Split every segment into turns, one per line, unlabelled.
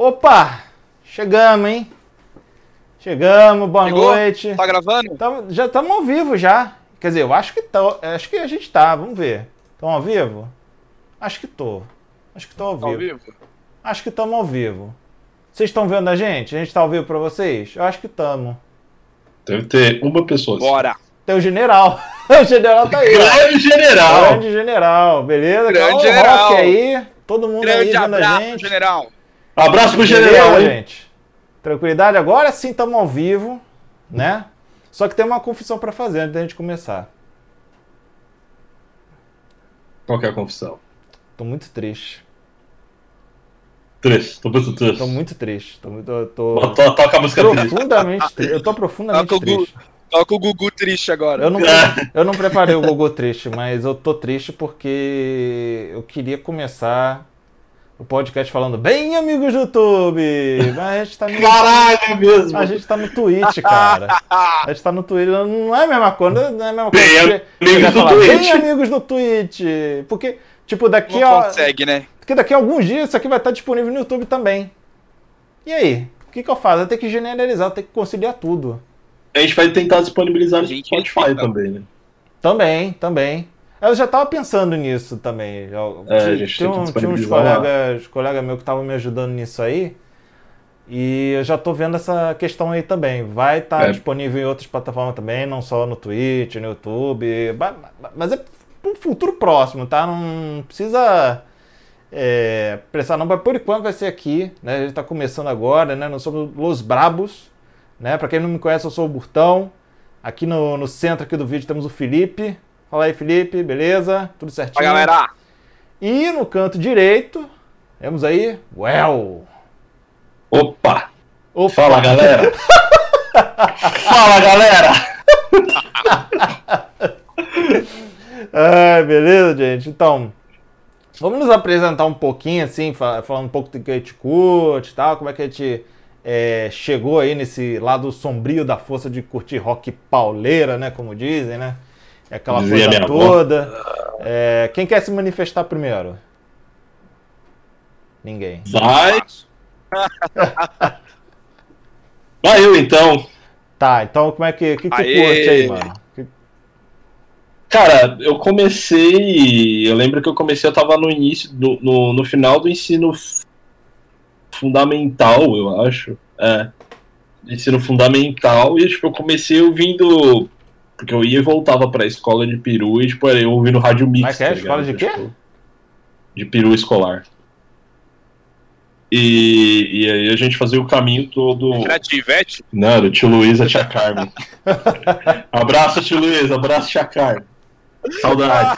Opa! Chegamos, hein? Chegamos, boa noite.
Tá gravando?
Já estamos ao vivo já. Quer dizer, eu acho que a gente tá, vamos ver. Estamos ao vivo? Acho que tô. Acho que tô ao vivo. Acho que estamos ao vivo. Vocês estão vendo a gente? A gente tá ao vivo pra vocês? Eu acho que estamos.
Deve ter uma pessoa.
Bora!
Tem o general. O general tá aí.
Grande general!
Grande general, beleza?
Grande
Então,
general.
Rock aí. Todo mundo aí
Grande
vendo a
abraço,
gente.
general!
Abraço pro
Beleza,
general, hein?
gente? Tranquilidade? Agora sim estamos ao vivo, né? Só que tem uma confissão pra fazer antes da gente começar.
Qual que é a confissão?
Tô muito triste.
Triste, tô muito triste.
Tô muito triste.
Toca a música triste.
Profundamente triste. Eu tô profundamente triste.
Toca o Gugu triste agora.
Eu não preparei o Gugu triste, mas eu tô triste porque eu queria começar o podcast falando bem, amigos do YouTube, mas a gente tá no...
Caralho, é mesmo.
A gente tá no Twitch, cara. A gente tá no Twitch, não é a mesma coisa, não é a mesma coisa.
Bem, amigos do Twitch.
Bem, amigos do Twitch. Porque, tipo, daqui
Não consegue, né?
Porque daqui a alguns dias isso aqui vai estar disponível no YouTube também. E aí? O que eu faço? Eu tenho que generalizar, eu tenho que conciliar tudo.
A gente vai tentar disponibilizar no Spotify também, né?
Também. Eu já tava pensando nisso também. Tinha uns colegas meus que estavam me ajudando nisso aí. E eu já tô vendo essa questão aí também. Vai estar disponível em outras plataformas também, não só no Twitch, no YouTube. Mas é pro futuro próximo, tá? Não precisa pressar não. Mas por enquanto vai ser aqui, né? A gente tá começando agora, né? Nós somos Los Brabos, né? Pra quem não me conhece, eu sou o Burtão. Aqui no centro aqui do vídeo temos o Felipe. Fala aí, Felipe, beleza? Tudo certinho?
Fala, galera!
E no canto direito, temos aí o El.
Opa! Fala, galera! Fala, galera!
Beleza, gente? Então, vamos nos apresentar um pouquinho, assim, falando um pouco do que a gente curte e tal, como é que a gente chegou aí nesse lado sombrio da força de curtir rock pauleira, né, como dizem, né? Aquela coisa toda. Quem quer se manifestar primeiro? Ninguém.
Vai eu, então.
Tá, então como é que tu curte aí, mano?
Cara, eu lembro que eu tava no início, no final do ensino fundamental, eu acho. Ensino fundamental, e tipo, eu comecei ouvindo... Porque eu ia e voltava pra escola de peru e, tipo, eu ouvindo Rádio Mix.
Mas escola de quê?
Tipo, de peru escolar. E aí a gente fazia o caminho todo...
Era Tivete?
Não, era o tio Luiz, a tia Carmen. Abraço, tio Luiz, abraço, tia Carmen. Saudade.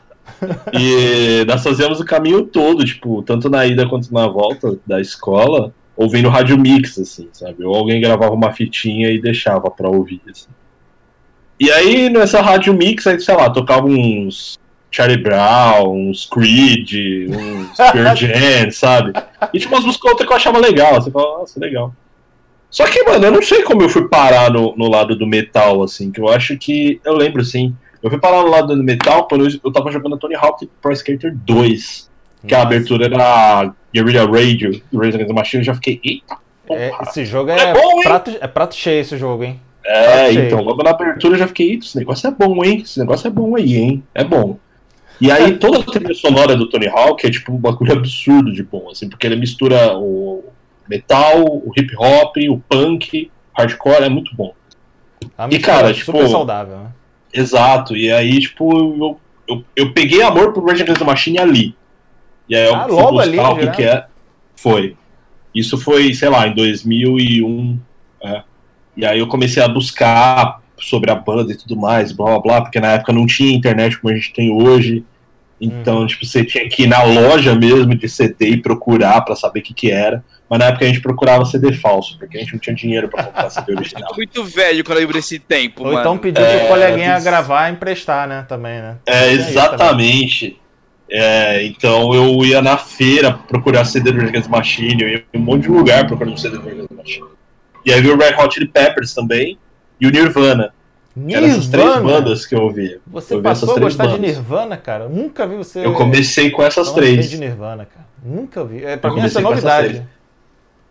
E nós fazíamos o caminho todo, tipo, tanto na ida quanto na volta da escola, ouvindo Rádio Mix, assim, sabe? Ou alguém gravava uma fitinha e deixava pra ouvir, assim. E aí, nessa Rádio Mix, aí, sei lá, tocava uns Charlie Brown, uns Creed, uns Pearl Jam, sabe? E tipo, umas músicas outras que eu achava legal, você fala, nossa, legal. Só que, mano, eu não sei como eu fui parar no lado do metal, assim, que eu acho que, eu lembro, assim, eu fui parar no lado do metal quando eu tava jogando Tony Hawk Pro Skater 2, que a abertura era Guerrilla Radio, do Rage Against the Machine, eu já fiquei, eita, porra.
Esse jogo
bom,
prato cheio, esse jogo, hein?
Então, logo na abertura eu já fiquei, esse negócio é bom, hein? Esse negócio é bom aí, hein? É bom. E aí toda a trilha sonora do Tony Hawk é tipo um bagulho absurdo de bom, assim, porque ele mistura o metal, o hip hop, o punk, hardcore, é muito bom.
E cara, tipo, super saudável, né?
Exato, e aí, tipo, eu peguei amor pro Rage Against the Machine ali. E aí eu fui
logo
buscar
ali,
o que é. Foi. Isso foi, sei lá, em 2001, E aí eu comecei a buscar sobre a banda e tudo mais, blá blá blá, porque na época não tinha internet como a gente tem hoje. Então, tipo, você tinha que ir na loja mesmo de CD e procurar pra saber o que era. Mas na época a gente procurava CD falso, porque a gente não tinha dinheiro pra comprar CD original.
Eu tô muito velho quando eu lembro desse tempo,
Ou
mano.
então pedir pro coleguinha gravar e emprestar, né, também, né?
Exatamente. Então eu ia na feira procurar CD do Rage Against the Machine, eu ia em um monte de lugar procurando CD do Rage Against the Machine. E aí veio o Red Hot Chili Peppers também, e o Nirvana. Que eram essas três bandas que eu ouvia.
Você passou a gostar de Nirvana, cara? Eu nunca vi você...
Eu comecei com essas três.
De Nirvana, cara. Nunca vi. Pra mim essa é novidade.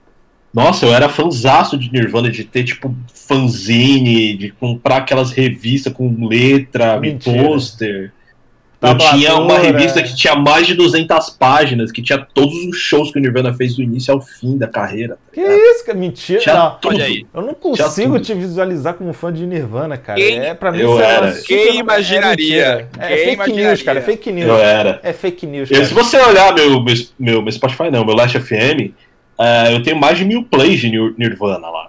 Nossa, eu era fãzaço de Nirvana, de ter, tipo, fanzine, de comprar aquelas revistas com letra, pôster. Eu tinha uma revista que tinha mais de 200 páginas, que tinha todos os shows que o Nirvana fez do início ao fim da carreira.
Tá, que isso, cara? Mentira.
Tinha tudo. Olha aí.
Eu não consigo te visualizar como fã de Nirvana, cara. Pra mim,
eu era.
Quem imaginaria?
Fake news, cara. É fake news.
Eu era.
É fake news, cara.
Se você olhar meu Spotify, não, meu Last FM, eu tenho mais de 1000 plays de Nirvana lá.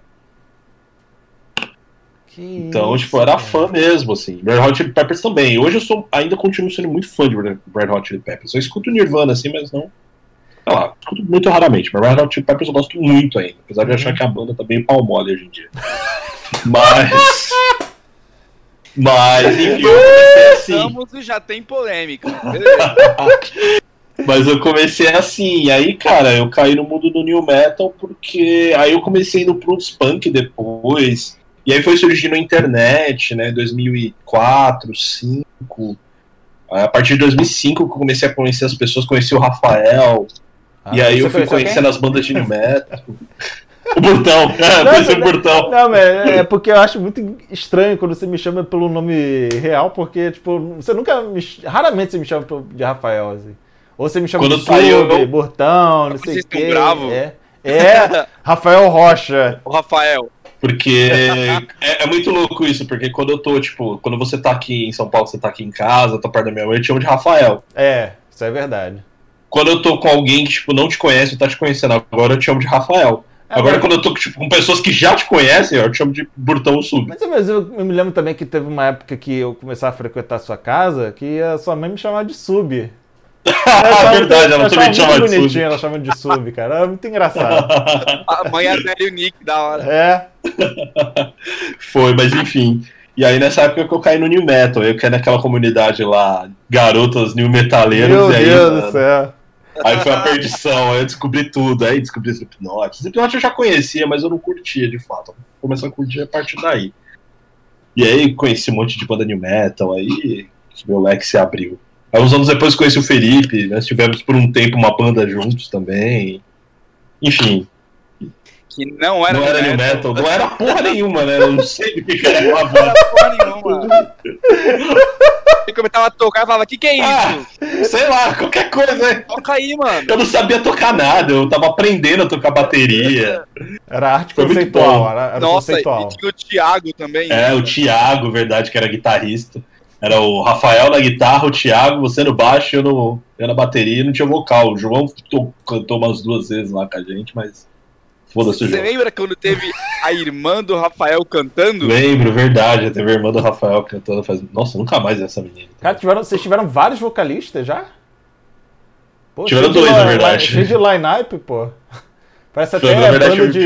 Então, tipo, eu era fã mesmo, assim. Red Hot Chili Peppers também. Hoje eu ainda continuo sendo muito fã de Red Hot Chili Peppers. Eu escuto Nirvana, assim, mas não... Sei lá, escuto muito raramente. Mas Red Hot Chili Peppers eu gosto muito ainda. Apesar de achar que a banda tá bem pau mole hoje em dia. Mas, enfim, eu comecei assim...
E já tem polêmica.
Mas eu comecei assim, e aí, cara, eu caí no mundo do New Metal porque aí eu comecei indo pros punk depois... E aí foi surgindo a internet, né, 2004, 2005. A partir de 2005 que eu comecei a conhecer as pessoas, conheci o Rafael. E aí eu fui conhecendo as bandas de New Metal. O Burtão, conheci o Burtão.
Não, mas é porque eu acho muito estranho quando você me chama pelo nome real, porque, tipo, você raramente você me chama de Rafael, assim. Ou você me chama de Sub, Burtão, não sei o quê.
Bravo.
Rafael Rocha.
O Rafael.
Porque é muito louco isso, porque quando eu tô, tipo, quando você tá aqui em São Paulo, você tá aqui em casa, tô perto da minha mãe, eu te chamo de Rafael.
Isso é verdade.
Quando eu tô com alguém que, tipo, não te conhece, tá te conhecendo agora, eu te chamo de Rafael. Agora, quando eu tô tipo, com pessoas que já te conhecem, eu te chamo de Burtão Sub.
Mas eu me lembro também que teve uma época que eu começava a frequentar a sua casa, que a sua mãe me chamava de Sub.
Verdade, ela também chama de Sub.
Ela chama de Sub, cara. É muito engraçado.
A mãe adere o nick, da hora.
Foi, mas enfim. E aí nessa época que eu caí no New Metal, eu caí naquela comunidade lá, garotas new metaleiros.
Meu Deus do céu.
Aí foi a perdição, aí eu descobri tudo, aí descobri Slipknot. Slipknot eu já conhecia, mas eu não curtia de fato. Comecei a curtir a partir daí. E aí conheci um monte de banda new metal, aí meu leque se abriu. Aí uns anos depois conheci o Felipe, nós tivemos por um tempo uma banda juntos também. Enfim.
Que não era
new metal. Não era porra nenhuma, né? Eu não sei do que era uma banda.
Não era porra nenhuma. Eu começava a tocar e falava, o que é isso?
Sei lá, qualquer coisa, hein?
Toca aí, mano.
Eu não sabia tocar nada, eu tava aprendendo a tocar bateria.
Era arte conceitual, era
nossa,
conceitual.
E tinha o Thiago também.
O Thiago, verdade, que era guitarrista. Era o Rafael na guitarra, o Thiago, você no baixo, eu na bateria, e não tinha vocal. O João cantou umas 2 vezes lá com a gente, mas foda-se o João.
Você lembra quando teve a irmã do Rafael cantando?
Lembro, verdade, teve a irmã do Rafael cantando. Nossa, nunca mais essa menina.
Cara, vocês tiveram vários vocalistas já? Pô,
tiveram 2, na verdade.
Cheio de line-up, pô. Parece até
na verdade,
banda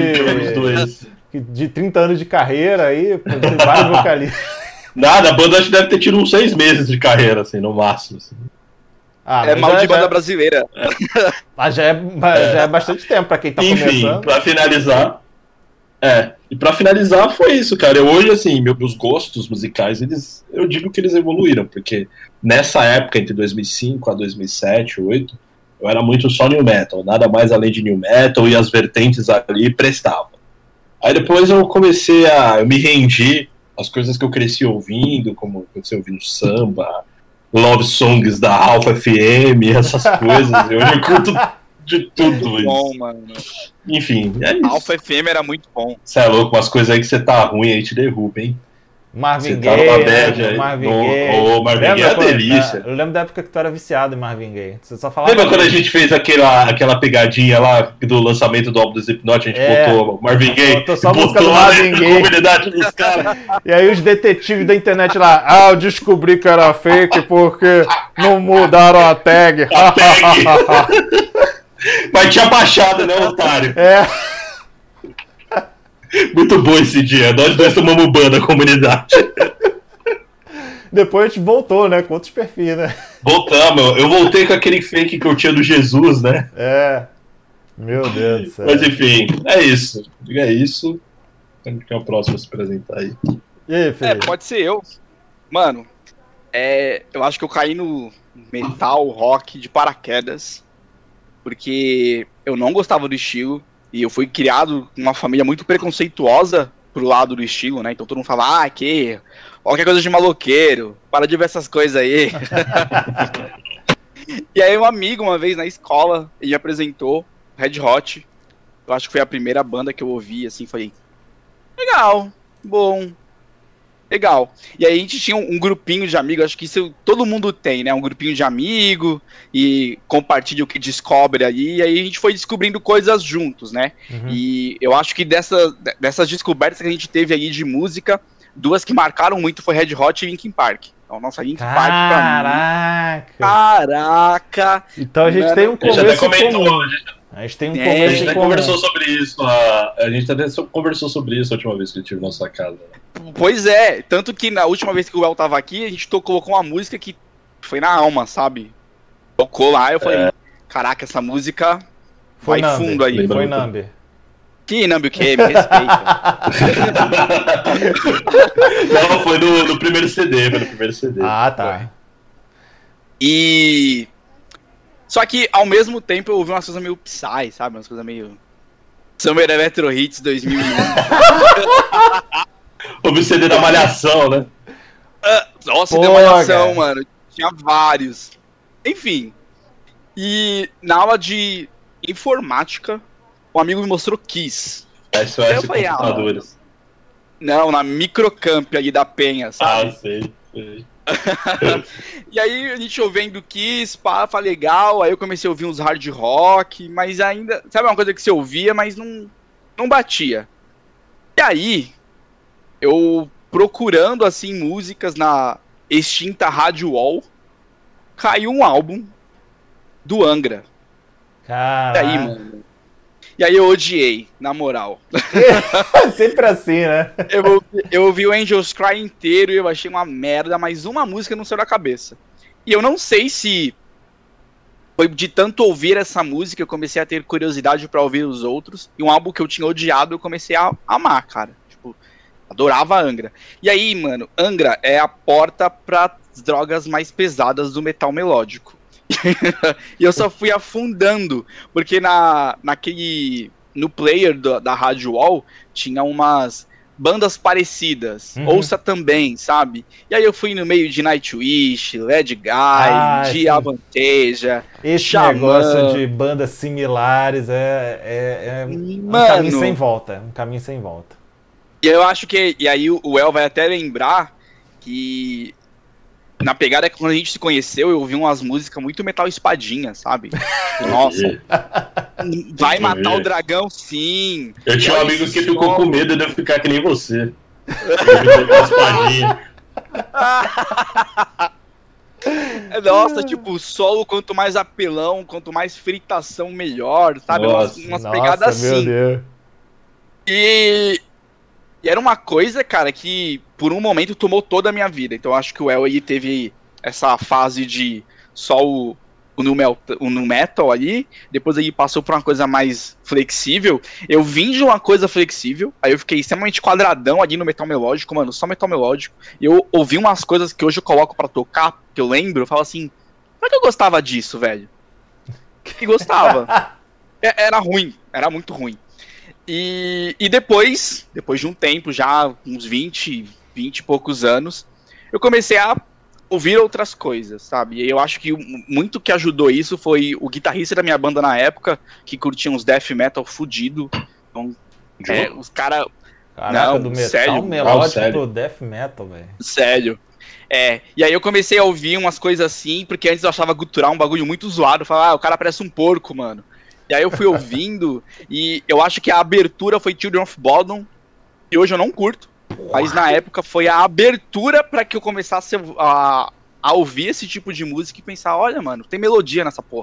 de 30 anos de carreira aí, pô, tem vários vocalistas.
Nada, a banda acho que deve ter tido uns 6 meses de carreira, assim, no máximo. Assim.
É mal de banda brasileira.
Mas já é bastante tempo pra quem tá começando.
Enfim, pra finalizar. E pra finalizar foi isso, cara. Hoje, assim, meus gostos musicais, eu digo que eles evoluíram, porque nessa época, entre 2005 a 2007, 2008, eu era muito só new metal, nada mais além de new metal, e as vertentes ali prestavam. Aí depois eu eu me rendi as coisas que eu cresci ouvindo, como eu cresci ouvindo samba, love songs da Alpha FM, essas coisas. Hoje eu curto de tudo isso.
Bom, mano.
Enfim, é isso.
Alpha FM era muito bom.
Você é louco, umas coisas aí que você tá ruim aí te derruba, hein?
Marvin Gaye,
Marvin Gaye é uma delícia.
Eu lembro da época que tu era viciado em Marvin Gaye. Você só falava.
Lembra quando a gente fez aquela pegadinha lá do lançamento do álbum do Slipknot? A gente botou Marvin Gaye.
Botou só a música do Marvin Gaye.
Comunidade dos caras.
E aí os detetives da internet lá, eu descobri que era fake porque não mudaram a tag.
Mas tinha baixado, né, otário? Muito bom esse dia. Nós dois tomamos ban da comunidade.
Depois a gente voltou, né? Com outros perfis, né?
Voltamos. Eu voltei com aquele fake que eu tinha do Jesus, né?
Meu Deus do céu.
Mas enfim, é isso. É isso. Quem é o próximo a se apresentar aí?
E aí, Felipe?
Pode ser eu. Mano, eu acho que eu caí no metal, rock de paraquedas. Porque eu não gostava do estilo. E eu fui criado com uma família muito preconceituosa pro lado do estilo, né? Então todo mundo fala, que qualquer coisa de maloqueiro, para de ver essas coisas aí. E aí um amigo, uma vez na escola, ele apresentou Red Hot. Eu acho que foi a primeira banda que eu ouvi, assim, falei, legal, bom, legal. E aí a gente tinha um grupinho de amigos, acho que isso todo mundo tem, né? Um grupinho de amigo e compartilha o que descobre ali, e aí a gente foi descobrindo coisas juntos, né? E eu acho que dessas descobertas que a gente teve aí de música, duas que marcaram muito foi Red Hot e Linkin Park. Então, nossa, Linkin Park pra mim... Caraca!
Então a gente tem um começo comum. A gente tem um começo
A gente até conversou sobre isso. A gente até conversou sobre isso a última vez que eu estive na sua casa.
Pois é, tanto que na última vez que o El tava aqui, a gente colocou uma música que foi na alma, sabe? Tocou lá, eu falei, caraca, essa música
foi
vai fundo aí.
Foi Number.
Que Number o quê? Me respeita.
Não, foi no primeiro CD,
Ah, tá.
Foi. E... Só que, ao mesmo tempo, eu ouvi umas coisas meio Psy, sabe? Umas coisas meio... Summer Electro Hits 2001.
Ouvi o CD da Malhação, né?
Nossa, CD da Malhação, mano. Tinha vários. Enfim. E na aula de informática, um amigo me mostrou Kiss.
SOS Computadores.
Não, na Microcamp ali da Penha, sabe?
Sei.
E aí a gente ouvindo Kiss, pá, legal. Aí eu comecei a ouvir uns hard rock, mas ainda... Sabe uma coisa que você ouvia, mas não batia. E aí, eu procurando, assim, músicas na extinta Rádio Wall, caiu um álbum do Angra.
Caraca.
E aí, mano... E aí eu odiei, na moral.
Sempre assim, né?
Eu ouvi o Angels Cry inteiro e eu achei uma merda, mas uma música não saiu da cabeça. E eu não sei se foi de tanto ouvir essa música, eu comecei a ter curiosidade pra ouvir os outros. E um álbum que eu tinha odiado, eu comecei a amar, cara. Tipo, adorava Angra. E aí, mano, Angra é a porta para drogas mais pesadas do metal melódico. E eu só fui afundando, porque no player da Rádio Wall tinha umas bandas parecidas, ouça também, sabe? E aí eu fui no meio de Nightwish, Led Guy, de Avanteja,
esse
Xamã.
Negócio de bandas similares é um caminho sem volta, E
eu acho que, e aí o El vai até lembrar que na pegada que quando a gente se conheceu, eu ouvi umas músicas muito metal espadinha, sabe? Nossa, vai matar o dragão, sim.
Eu tinha um amigo que ficou com medo de eu ficar que nem você.
Nossa, tipo, o solo, quanto mais apelão, quanto mais fritação, melhor, sabe? Umas pegadas assim.
Meu Deus.
E era uma coisa, cara, que por um momento tomou toda a minha vida. Então eu acho que o El aí teve essa fase de só o nu metal ali, depois ele passou por uma coisa mais flexível. Eu vim de uma coisa flexível, aí eu fiquei extremamente quadradão ali no metal melódico, mano, só metal melódico. E eu ouvi umas coisas que hoje eu coloco pra tocar, que eu lembro, eu falo assim, como é que eu gostava disso, velho? Que gostava. Era ruim, era muito ruim. E depois de um tempo, já uns 20 e poucos anos, eu comecei a ouvir outras coisas, sabe? E eu acho que muito que ajudou isso foi o guitarrista da minha banda na época, que curtia uns death metal fudido. Então, os caras...
Caraca, não, do metal sério, melódico pro death metal, velho.
Sério. E aí eu comecei a ouvir umas coisas assim, porque antes eu achava gutural um bagulho muito zoado. Eu falava, o cara parece um porco, mano. E aí eu fui ouvindo, e eu acho que a abertura foi Children of Bodom, e hoje eu não curto, mas na época foi a abertura pra que eu começasse a ouvir esse tipo de música e pensar, olha, mano, tem melodia nessa porra.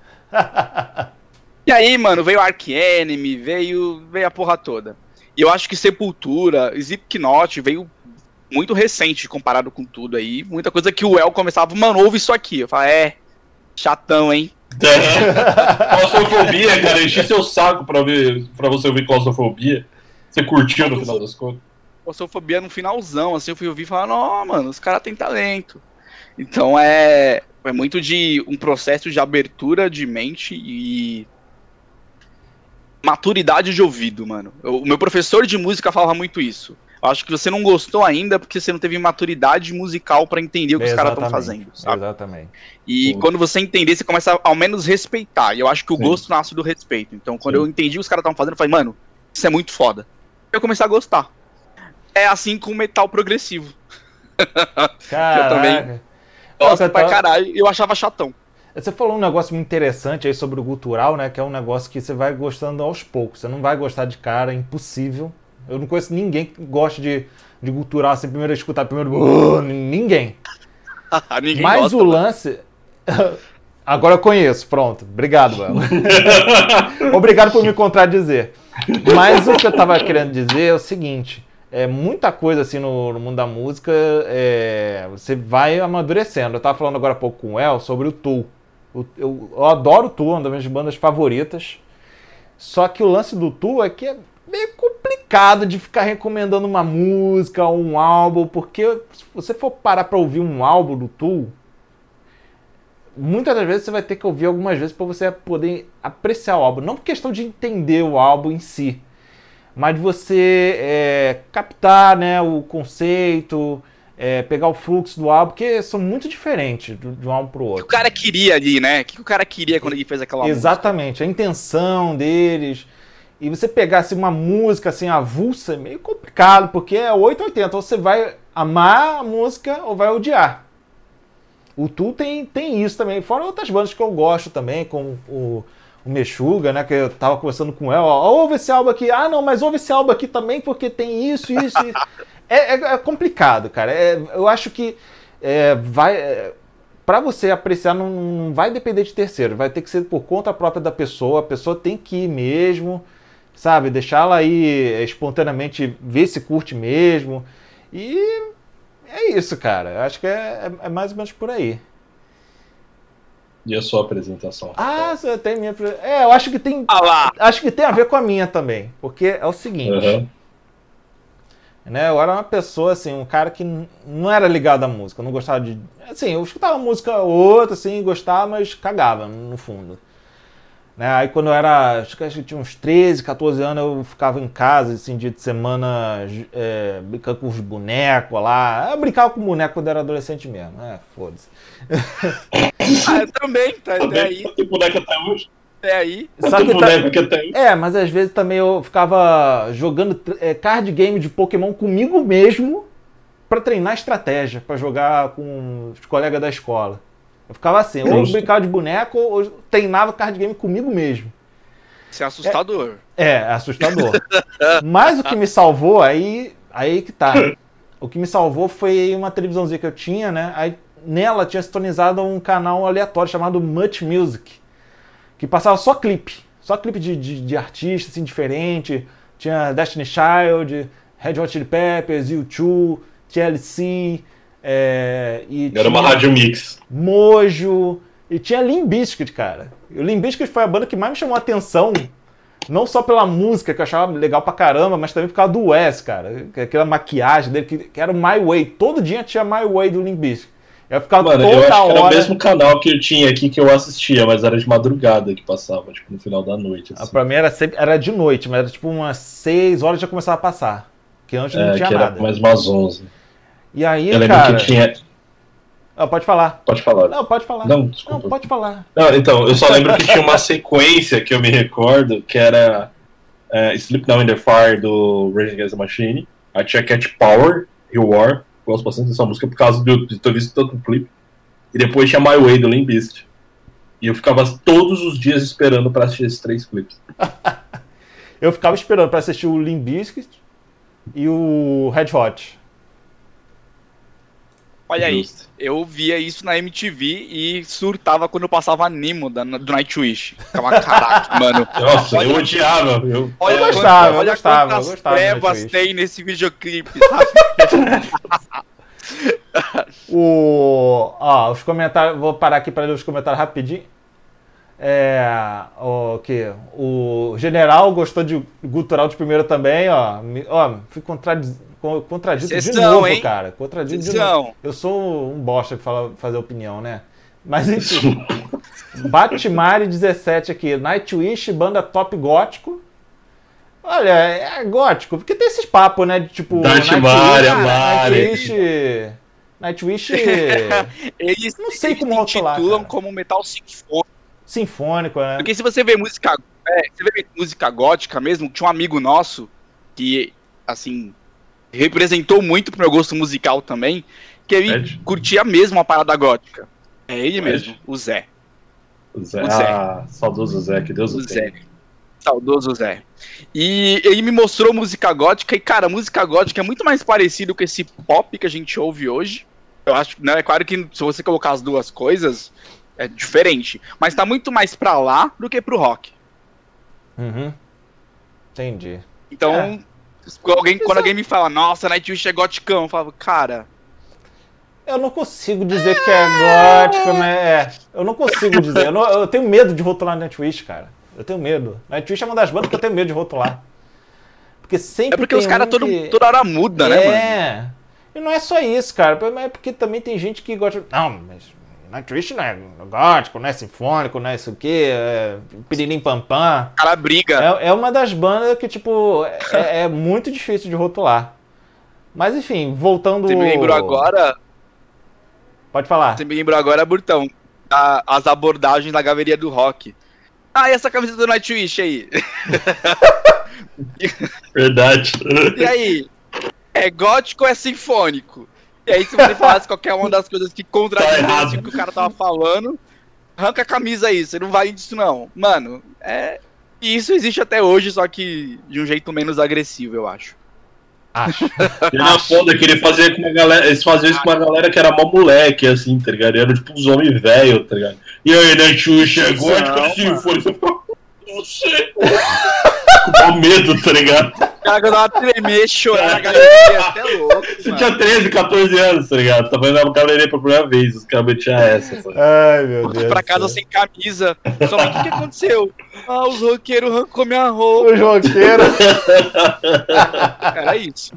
E aí, mano, veio Arch Enemy, veio a porra toda. E eu acho que Sepultura, Slipknot veio muito recente comparado com tudo aí, muita coisa que o El começava, mano, ouve isso aqui. Eu falava, chatão, hein?
Claustrofobia, cara, enchi seu saco pra você ouvir Claustrofobia. Você curtiu no final das contas?
Claustrofobia no finalzão, assim, eu fui ouvir e falar, não, mano, os caras têm talento. Então é muito de um processo de abertura de mente maturidade de ouvido, mano. O meu professor de música falava muito isso. Eu acho que você não gostou ainda porque você não teve maturidade musical pra entender o que os caras estão fazendo, sabe?
Exatamente.
E quando você entender, você começa a, ao menos, respeitar. E eu acho que o gosto nasce do respeito. Então, quando eu entendi o que os caras estavam fazendo, eu falei, mano, isso é muito foda. Eu comecei a gostar. É assim com o metal progressivo.
Caraca.
Eu também gosto pra caralho e eu achava chatão.
Você falou um negócio muito interessante aí sobre o gutural, né? Que é um negócio que você vai gostando aos poucos. Você não vai gostar de cara, é impossível. Eu não conheço ninguém que goste de gutural, assim, primeiro escutar, primeiro... ninguém.
Ninguém
Mas
gosta,
o lance... Agora eu conheço, pronto. Obrigado, mano. Obrigado por me contradizer. Mas o que eu tava querendo dizer é o seguinte... muita coisa assim no mundo da música, você vai amadurecendo. Eu tava falando agora há pouco com o El sobre o Tool. Eu adoro o Tool, uma das minhas bandas favoritas. Só que o lance do Tool é que é meio complicado de ficar recomendando uma música ou um álbum, porque se você for parar pra ouvir um álbum do Tool, muitas das vezes você vai ter que ouvir algumas vezes para você poder apreciar o álbum. Não por questão de entender o álbum em si, mas de você captar, né, o conceito, pegar o fluxo do álbum, porque são muito diferentes de um álbum pro outro.
O que o cara queria ali, né? O que o cara queria quando ele fez aquela música?
Exatamente, a intenção deles. E você pegar assim, uma música assim, avulsa, é meio complicado, porque é 880, ou você vai amar a música ou vai odiar. O Tool tem isso também, fora outras bandas que eu gosto também, como o Meshuggah, né, que eu tava conversando com ela, ouve esse álbum aqui, não, mas ouve esse álbum aqui também porque tem isso. É complicado, cara, eu acho que pra você apreciar não vai depender de terceiro, vai ter que ser por conta própria da pessoa, a pessoa tem que ir mesmo, sabe, deixar ela aí espontaneamente ver se curte mesmo, e é isso, cara, eu acho que é mais ou menos por aí.
E a sua apresentação?
Você tem minha... eu acho que tem... Acho que tem a ver com a minha também. Porque é o seguinte... Né, eu era uma pessoa, assim, um cara que não era ligado à música. Eu não gostava de... Assim, eu escutava música ou outra, assim, gostava, mas cagava, no fundo. Né, aí quando eu era... Acho que tinha uns 13, 14 anos, eu ficava em casa, assim, dia de semana, brincando com os bonecos lá. Eu brincava com boneco quando eu era adolescente mesmo. Foda-se.
Eu também, tá aí.
Tem boneco até hoje.
É aí.
Só que mas às vezes também eu ficava jogando card game de Pokémon comigo mesmo pra treinar estratégia, pra jogar com os colegas da escola. Eu ficava assim, ou brincava de boneco ou treinava card game comigo mesmo.
Isso é assustador.
É assustador. Mas o que me salvou, aí que tá. O que me salvou foi uma televisãozinha que eu tinha, né? Aí nela tinha sintonizado um canal aleatório chamado Much Music, que passava só clipe de artista, assim, diferente. Tinha Destiny Child, Red Hot Chili Peppers, U2, TLC,
era uma rádio mix.
Mojo, e tinha Limp Bizkit, cara. E o Limp Bizkit foi a banda que mais me chamou a atenção, não só pela música, que eu achava legal pra caramba, mas também por causa do Wes, cara. Aquela maquiagem dele, que era o My Way. Todo dia tinha My Way do Limp Bizkit. Eu ficava
Mano, eu acho que era o mesmo canal que eu tinha aqui que eu assistia, mas era de madrugada que passava, tipo, no final da noite. Assim.
Pra mim era de noite, mas era tipo umas 6 horas já começava a passar. Que antes não tinha nada.
Era mais umas 11.
E aí,
eu
cara...
Que tinha...
pode falar.
Pode falar.
Não, pode falar.
Não, desculpa.
Não, pode falar.
Não, então, eu só lembro que tinha uma sequência que eu me recordo, que era Sleep Now in the Fire, do Rage Against the Machine. Aí tinha Cat Power, Hill War. Gosto bastante dessa música por causa de ter visto tanto clipe. E depois tinha My Way do Limp Bizkit. E eu ficava todos os dias esperando pra assistir esses 3 clipes.
Eu ficava esperando pra assistir o Limp Bizkit e o Red Hot.
Olha aí, eu via isso na MTV e surtava quando eu passava Nemo do Nightwish. Ficava, caraca, mano.
Nossa, eu odiava. Eu
gostava quantas trevas tem nesse videoclipe, sabe?
Os comentários, vou parar aqui para ler os comentários rapidinho. O general gostou de gutural de primeiro também, fui contradito de novo, hein? Cara. Contradito de novo. Eu sou um bosta que fazer opinião, né? Mas enfim. Batmari 17 aqui. Nightwish, banda top gótico. Olha, é gótico, porque tem esses papos, né? De tipo. Nightwish.
Eles
não sei como rotular.
Eles intitulam
cara.
como metal sinfônico.
Sinfônico, né?
Porque se você vê música. Você vê música gótica mesmo, tinha um amigo nosso que, assim, representou muito pro meu gosto musical também, que ele curtia mesmo a parada gótica. É ele mesmo, o Zé.
O Zé. Saudoso Zé, que Deus o tenha.
Saudoso Zé. E ele me mostrou música gótica, e cara, música gótica é muito mais parecido com esse pop que a gente ouve hoje. Eu acho, né, é claro que se você colocar as duas coisas, é diferente. Mas tá muito mais pra lá do que pro rock.
Uhum. Entendi.
Então, quando alguém me fala, nossa, Nightwish é goticão, eu falo, cara...
Eu não consigo dizer que é gótico, mas eu não consigo dizer. Eu tenho medo de rotular Nightwish, cara. Eu tenho medo. Nightwish é uma das bandas que eu tenho medo de rotular. Porque sempre
porque os caras toda hora mudam, né, mano?
É. E não é só isso, cara. Mas é porque também tem gente que gosta... Não, mas Nightwish não é gótico, não é sinfônico, não é isso aqui, é piririm pampam.
O cara briga.
É uma das bandas que, tipo, é muito difícil de rotular. Mas, enfim, voltando...
Você me lembrou agora...
Pode falar.
Você me lembrou agora, Burtão, as abordagens da galeria do rock. Ah, e essa camiseta do Nightwish aí?
Verdade.
E aí? É gótico ou é sinfônico? E aí, se você falasse qualquer uma das coisas que contradizem o que o cara tava falando, arranca a camisa aí, você não vai disso não. Mano, e isso existe até hoje, só que de um jeito menos agressivo, eu acho.
Acho.
E na foda que ele fazia com uma galera. Eles faziam isso com uma galera que era mó moleque, assim, tá ligado? Era tipo uns homens velhos, tá ligado? E aí, Nightwish é gótico assim, foi. Você ficou. Não sei. Com mó medo, tá ligado?
O cara dava uma tremer, chorar na galeria, até louco.
Você tinha 13, 14 anos, tá ligado? Tava indo na galeria pela primeira vez, os caras metiam essa. Sabe?
Ai, meu Deus.
Fui pra casa sem camisa. Somente o que aconteceu? Ah, os roqueiros arrancou minha roupa.
Os roqueiros.
Era isso.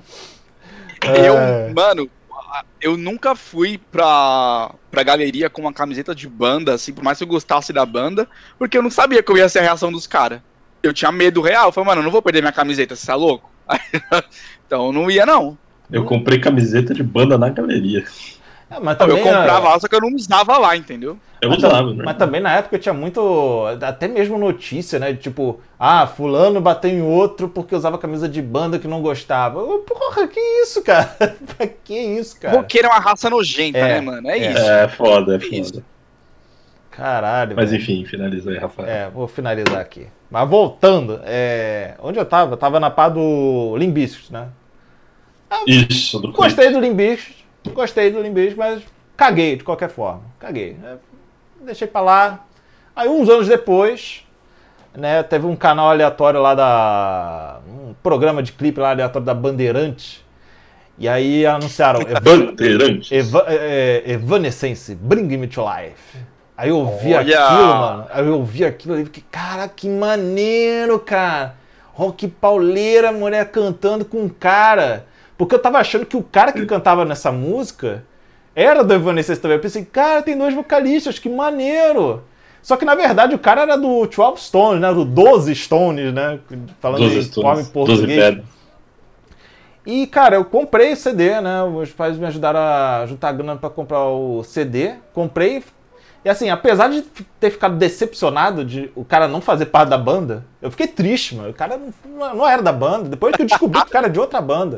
Mano, eu nunca fui pra galeria com uma camiseta de banda, assim, por mais que eu gostasse da banda, porque eu não sabia qual ia ser a reação dos caras. Eu tinha medo real. Eu falei, mano, eu não vou perder minha camiseta, você tá louco? Então eu não ia, não.
Eu comprei camiseta de banda na galeria.
Mas também,
eu comprava lá, só que eu não usava lá, entendeu?
Eu usava, né?
Mas também na época tinha muito, até mesmo notícia, né? Tipo, fulano bateu em outro porque usava camisa de banda que não gostava. Porra, que isso, cara? Pra que isso, cara?
Roqueiro é uma raça nojenta, né, mano? É isso.
É foda,
Isso.
Caralho.
Mas enfim, finaliza aí, Rafael.
Vou finalizar aqui. Mas voltando, onde eu tava? Eu tava na pá do Limp Bizkit, né?
Isso, do
Gostei do Limp Bizkit, mas caguei de qualquer forma. Caguei. Deixei pra lá. Aí uns anos depois, né, teve um canal aleatório lá um programa de clipe lá aleatório da Bandeirantes. E aí anunciaram
Bandeirantes.
Evanescence, Bring Me to Life. Aí eu ouvi aquilo, mano. Aí eu ouvi aquilo e fiquei, cara, que maneiro, cara. Rock pauleira, mulher cantando com um cara. Porque eu tava achando que o cara que cantava nessa música era do Evanescence também. Eu pensei, cara, tem 2 vocalistas, que maneiro. Só que na verdade o cara era do 12 Stones, né? Do 12 Stones, né? Falando em forma em português. E, cara, eu comprei o CD, né? Meus pais me ajudaram a juntar grana pra comprar o CD. Comprei. E assim, apesar de ter ficado decepcionado de o cara não fazer parte da banda, eu fiquei triste, mano. O cara não era da banda. Depois que eu descobri que o cara é de outra banda.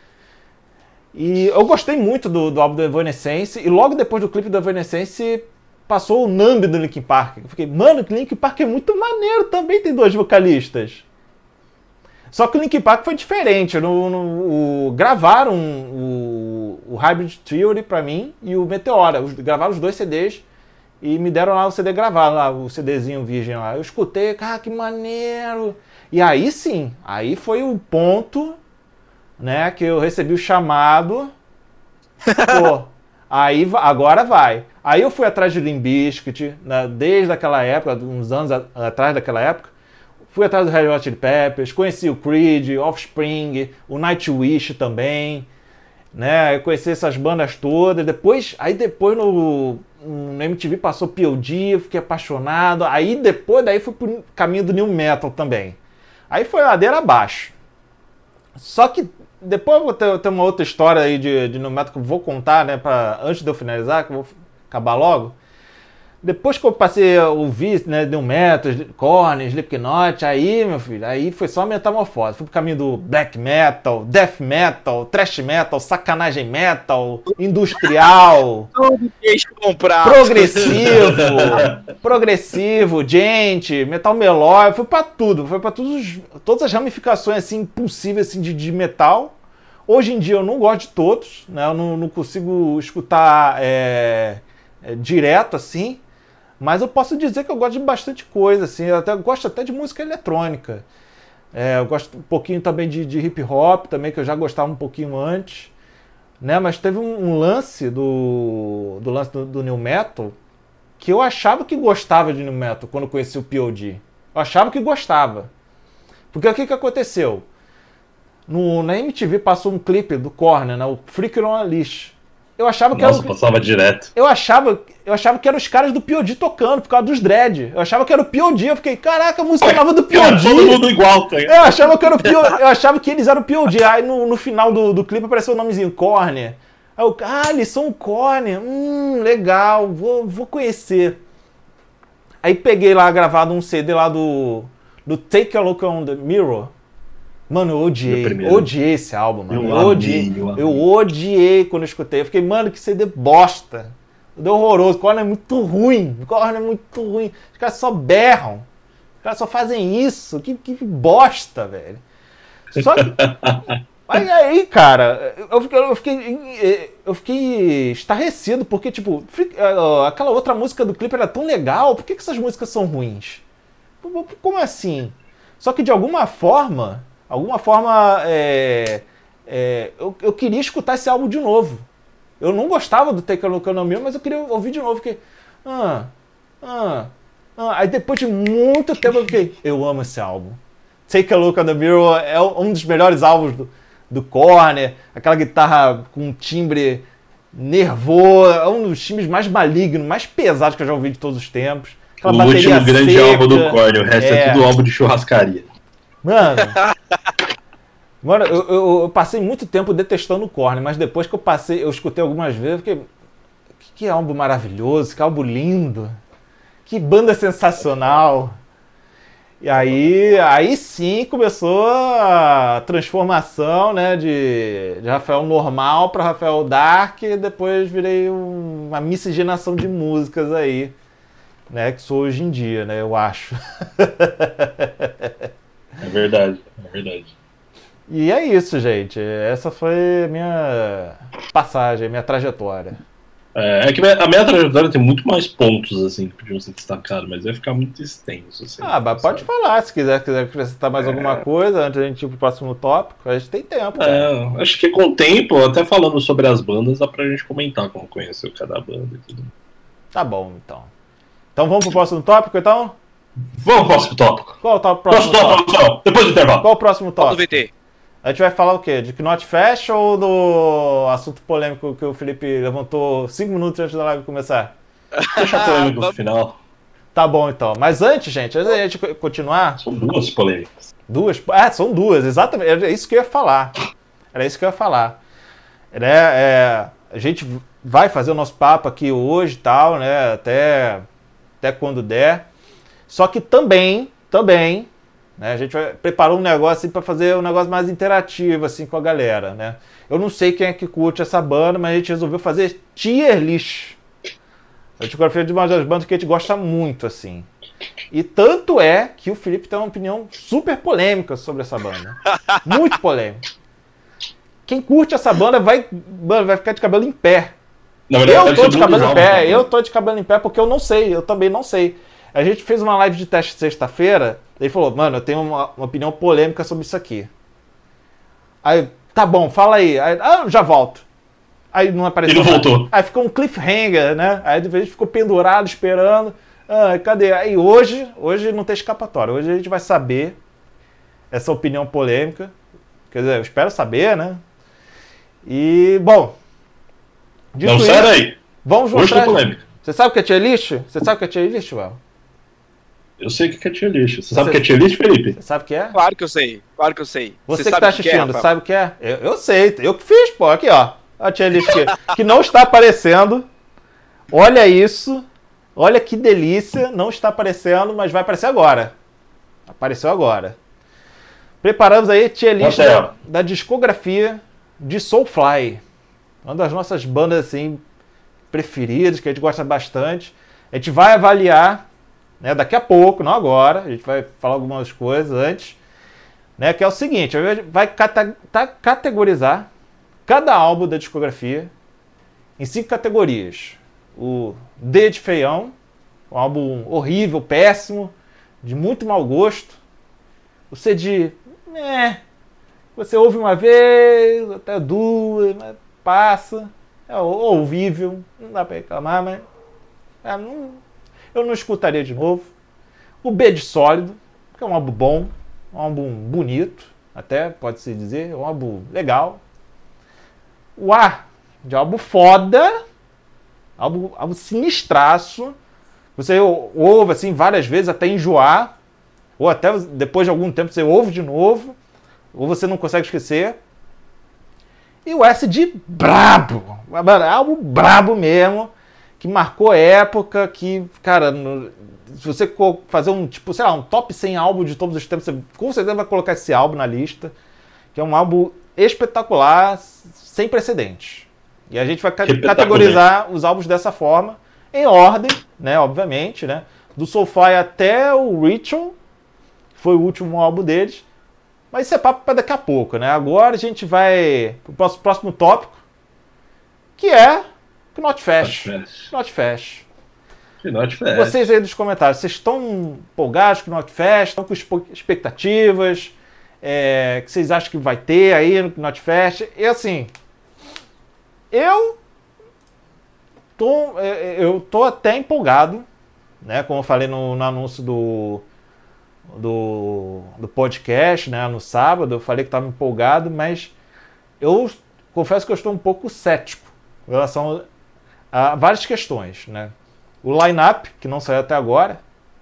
E eu gostei muito do álbum do Evanescence. E logo depois do clipe do Evanescence, passou o Numb do Linkin Park. Eu fiquei, mano, o Linkin Park é muito maneiro. Também tem 2 vocalistas. Só que o Linkin Park foi diferente. Gravaram o Hybrid Theory pra mim e o Meteora. Gravaram os 2 CDs. E me deram lá o CD gravado, lá, o CDzinho virgem lá. Eu escutei, cara, que maneiro. E aí sim, aí foi o ponto, né, que eu recebi o chamado. Pô, aí agora vai. Aí eu fui atrás de Limp Bizkit, né, desde aquela época, uns anos atrás daquela época. Fui atrás do Red Hot Chili Peppers, conheci o Creed, Offspring, o Nightwish também. Né, eu conheci essas bandas todas. Depois no MTV passou POD, eu fiquei apaixonado. Aí depois daí fui pro caminho do New Metal também. Aí foi ladeira abaixo. Só que depois eu vou ter uma outra história aí de New Metal que eu vou contar, né, antes de eu finalizar, que eu vou acabar logo. Depois que eu passei a ouvir, né, New Metal, Korn, Slipknot, aí, meu filho, aí foi só metamorfose. Fui pro caminho do black metal, death metal, thrash metal, sacanagem metal, industrial, progressivo, gente, metal melódico, foi pra tudo, foi pra todas as ramificações assim, possíveis assim, de metal. Hoje em dia eu não gosto de todos, né, eu não consigo escutar direto assim. Mas eu posso dizer que eu gosto de bastante coisa, assim, eu gosto até de música eletrônica. Eu gosto um pouquinho também de hip hop, também, que eu já gostava um pouquinho antes. Né? Mas teve um lance do New Metal que eu achava que gostava de New Metal quando eu conheci o POD. Eu achava que gostava. Porque o que aconteceu? Na MTV passou um clipe do Korn, né? O Freak on a Leash. Eu achava que
passava direto.
Eu achava que eram os caras do POD tocando, por causa dos dread. Eu achava que era o POD. Eu fiquei, caraca, a música nova do POD.
Todo mundo igual, tá?
Eu achava que era o POD. Eu achava que eles eram o POD. Aí no final do clipe apareceu o nomezinho, Korn. Aí eu, eles são Korn. Legal, vou conhecer. Aí peguei lá gravado um CD lá do Take a Look on the Mirror. Mano, eu odiei esse álbum, mano. Eu odiei quando eu escutei. Eu fiquei, mano, que CD bosta. Deu horroroso. O Korn é muito ruim. Os caras só berram. Os caras só fazem isso. Que bosta, velho. Só que... Aí, cara, eu fiquei estarrecido, porque, tipo, aquela outra música do clipe era tão legal. Por que essas músicas são ruins? Como assim? Só que de alguma forma, eu queria escutar esse álbum de novo. Eu não gostava do Take a Look on the Mirror, mas eu queria ouvir de novo, porque... Aí depois de muito tempo eu fiquei, eu amo esse álbum. Take a Look on the Mirror é um dos melhores álbuns do Korn, aquela guitarra com um timbre nervoso, é um dos timbres mais malignos, mais pesados que eu já ouvi de todos os tempos.
O último grande álbum do Korn, o resto é tudo álbum de churrascaria.
Mano, eu passei muito tempo detestando o Korn, mas depois que eu escutei algumas vezes, eu fiquei, que álbum maravilhoso, que álbum lindo, que banda sensacional. E aí sim começou a transformação, né, de Rafael normal para Rafael Dark, e depois virei uma miscigenação de músicas aí, né, que sou hoje em dia, né, eu acho.
É verdade.
E é isso, gente. Essa foi a minha passagem, minha trajetória.
É que a minha trajetória tem muito mais pontos, assim, que podiam ser destacados, mas vai ficar muito extenso, assim.
Mas pode falar, se quiser acrescentar mais alguma coisa antes da gente ir pro próximo tópico, a gente tem tempo.
Acho que com o tempo, até falando sobre as bandas, dá pra gente comentar como conheceu cada banda e tudo.
Tá bom, então. Então vamos pro próximo tópico, então?
Vamos pro próximo tópico.
Qual é o próximo tópico?
Depois do intervalo.
Qual o próximo tópico?
Do VT.
A gente vai falar o quê? De Knot Fest ou do assunto polêmico que o Felipe levantou 5 minutos antes da live começar?
Deixa a polêmica no final.
Tá bom, então. Mas antes da gente continuar...
São duas polêmicas.
Duas? São duas, exatamente. Era isso que eu ia falar. A gente vai fazer o nosso papo aqui hoje e tal, né? Até quando der. Só que também, né, a gente preparou um negócio assim, para fazer um negócio mais interativo assim, com a galera, né? Eu não sei quem é que curte essa banda, mas a gente resolveu fazer tier list. A gente gosta de uma das bandas que a gente gosta muito, assim. E tanto é que o Felipe tem uma opinião super polêmica sobre essa banda. Muito polêmica. Quem curte essa banda vai ficar de cabelo em pé. Eu tô de cabelo em pé. Eu tô de cabelo em pé porque eu também não sei. A gente fez uma live de teste sexta-feira, ele falou, mano, eu tenho uma opinião polêmica sobre isso aqui. Aí, tá bom, fala aí. Já volto. Aí não apareceu.
Ele voltou.
Aí ficou um cliffhanger, né? Aí a gente ficou pendurado, esperando. Cadê? Aí hoje não tem escapatória. Hoje a gente vai saber essa opinião polêmica. Quer dizer, eu espero saber, né? E, bom...
Não, sério aí.
Vamos mostrar...
Hoje tem polêmica.
Você sabe o que é tier list? Você sabe o que é tier list, Val?
Eu sei o que é tier list. Você sabe o que é tier list, Felipe? Você
sabe o que é?
Claro que eu sei.
Você que tá assistindo, sabe o que é? Eu sei, eu que fiz, pô. Aqui, ó. A tier list que não está aparecendo. Olha isso. Olha que delícia. Não está aparecendo, mas vai aparecer agora. Apareceu agora. Preparamos aí a tier list da discografia de Soulfly. Uma das nossas bandas, assim, preferidas, que a gente gosta bastante. A gente vai avaliar, né, daqui a pouco, não agora. A gente vai falar algumas coisas antes. Né, que é o seguinte, a gente vai categorizar cada álbum da discografia em 5 categorias. O D de feião, um álbum horrível, péssimo, de muito mau gosto. O C de você ouve uma vez, até duas, mas passa, é ouvível, não dá pra reclamar, mas eu não escutaria de novo. O B de sólido, que é um álbum bom, um álbum bonito, até pode-se dizer, um álbum legal. O A de álbum foda, álbum sinistraço, você ouve assim várias vezes até enjoar, ou até depois de algum tempo você ouve de novo, ou você não consegue esquecer. E o S de brabo, mano, álbum brabo mesmo, que marcou época, que, cara, se você fazer um, tipo, sei lá, um top 100 álbum de todos os tempos, você com certeza vai colocar esse álbum na lista, que é um álbum espetacular, sem precedentes. E a gente vai categorizar os álbuns dessa forma, em ordem, né, obviamente, né, do Soulfly até o Ritual, foi o último álbum deles, mas isso é papo para daqui a pouco, né? Agora a gente vai para o próximo tópico, que é Knot Fest. Vocês aí dos comentários, vocês estão empolgados com o Knot Fest? Estão com expectativas? Que vocês acham que vai ter aí no Knot Fest? E assim, eu tô até empolgado, né? Como eu falei no anúncio do podcast, né, no sábado, eu falei que estava empolgado, mas eu confesso que eu estou um pouco cético em relação a várias questões, né? O line-up, que não saiu até agora,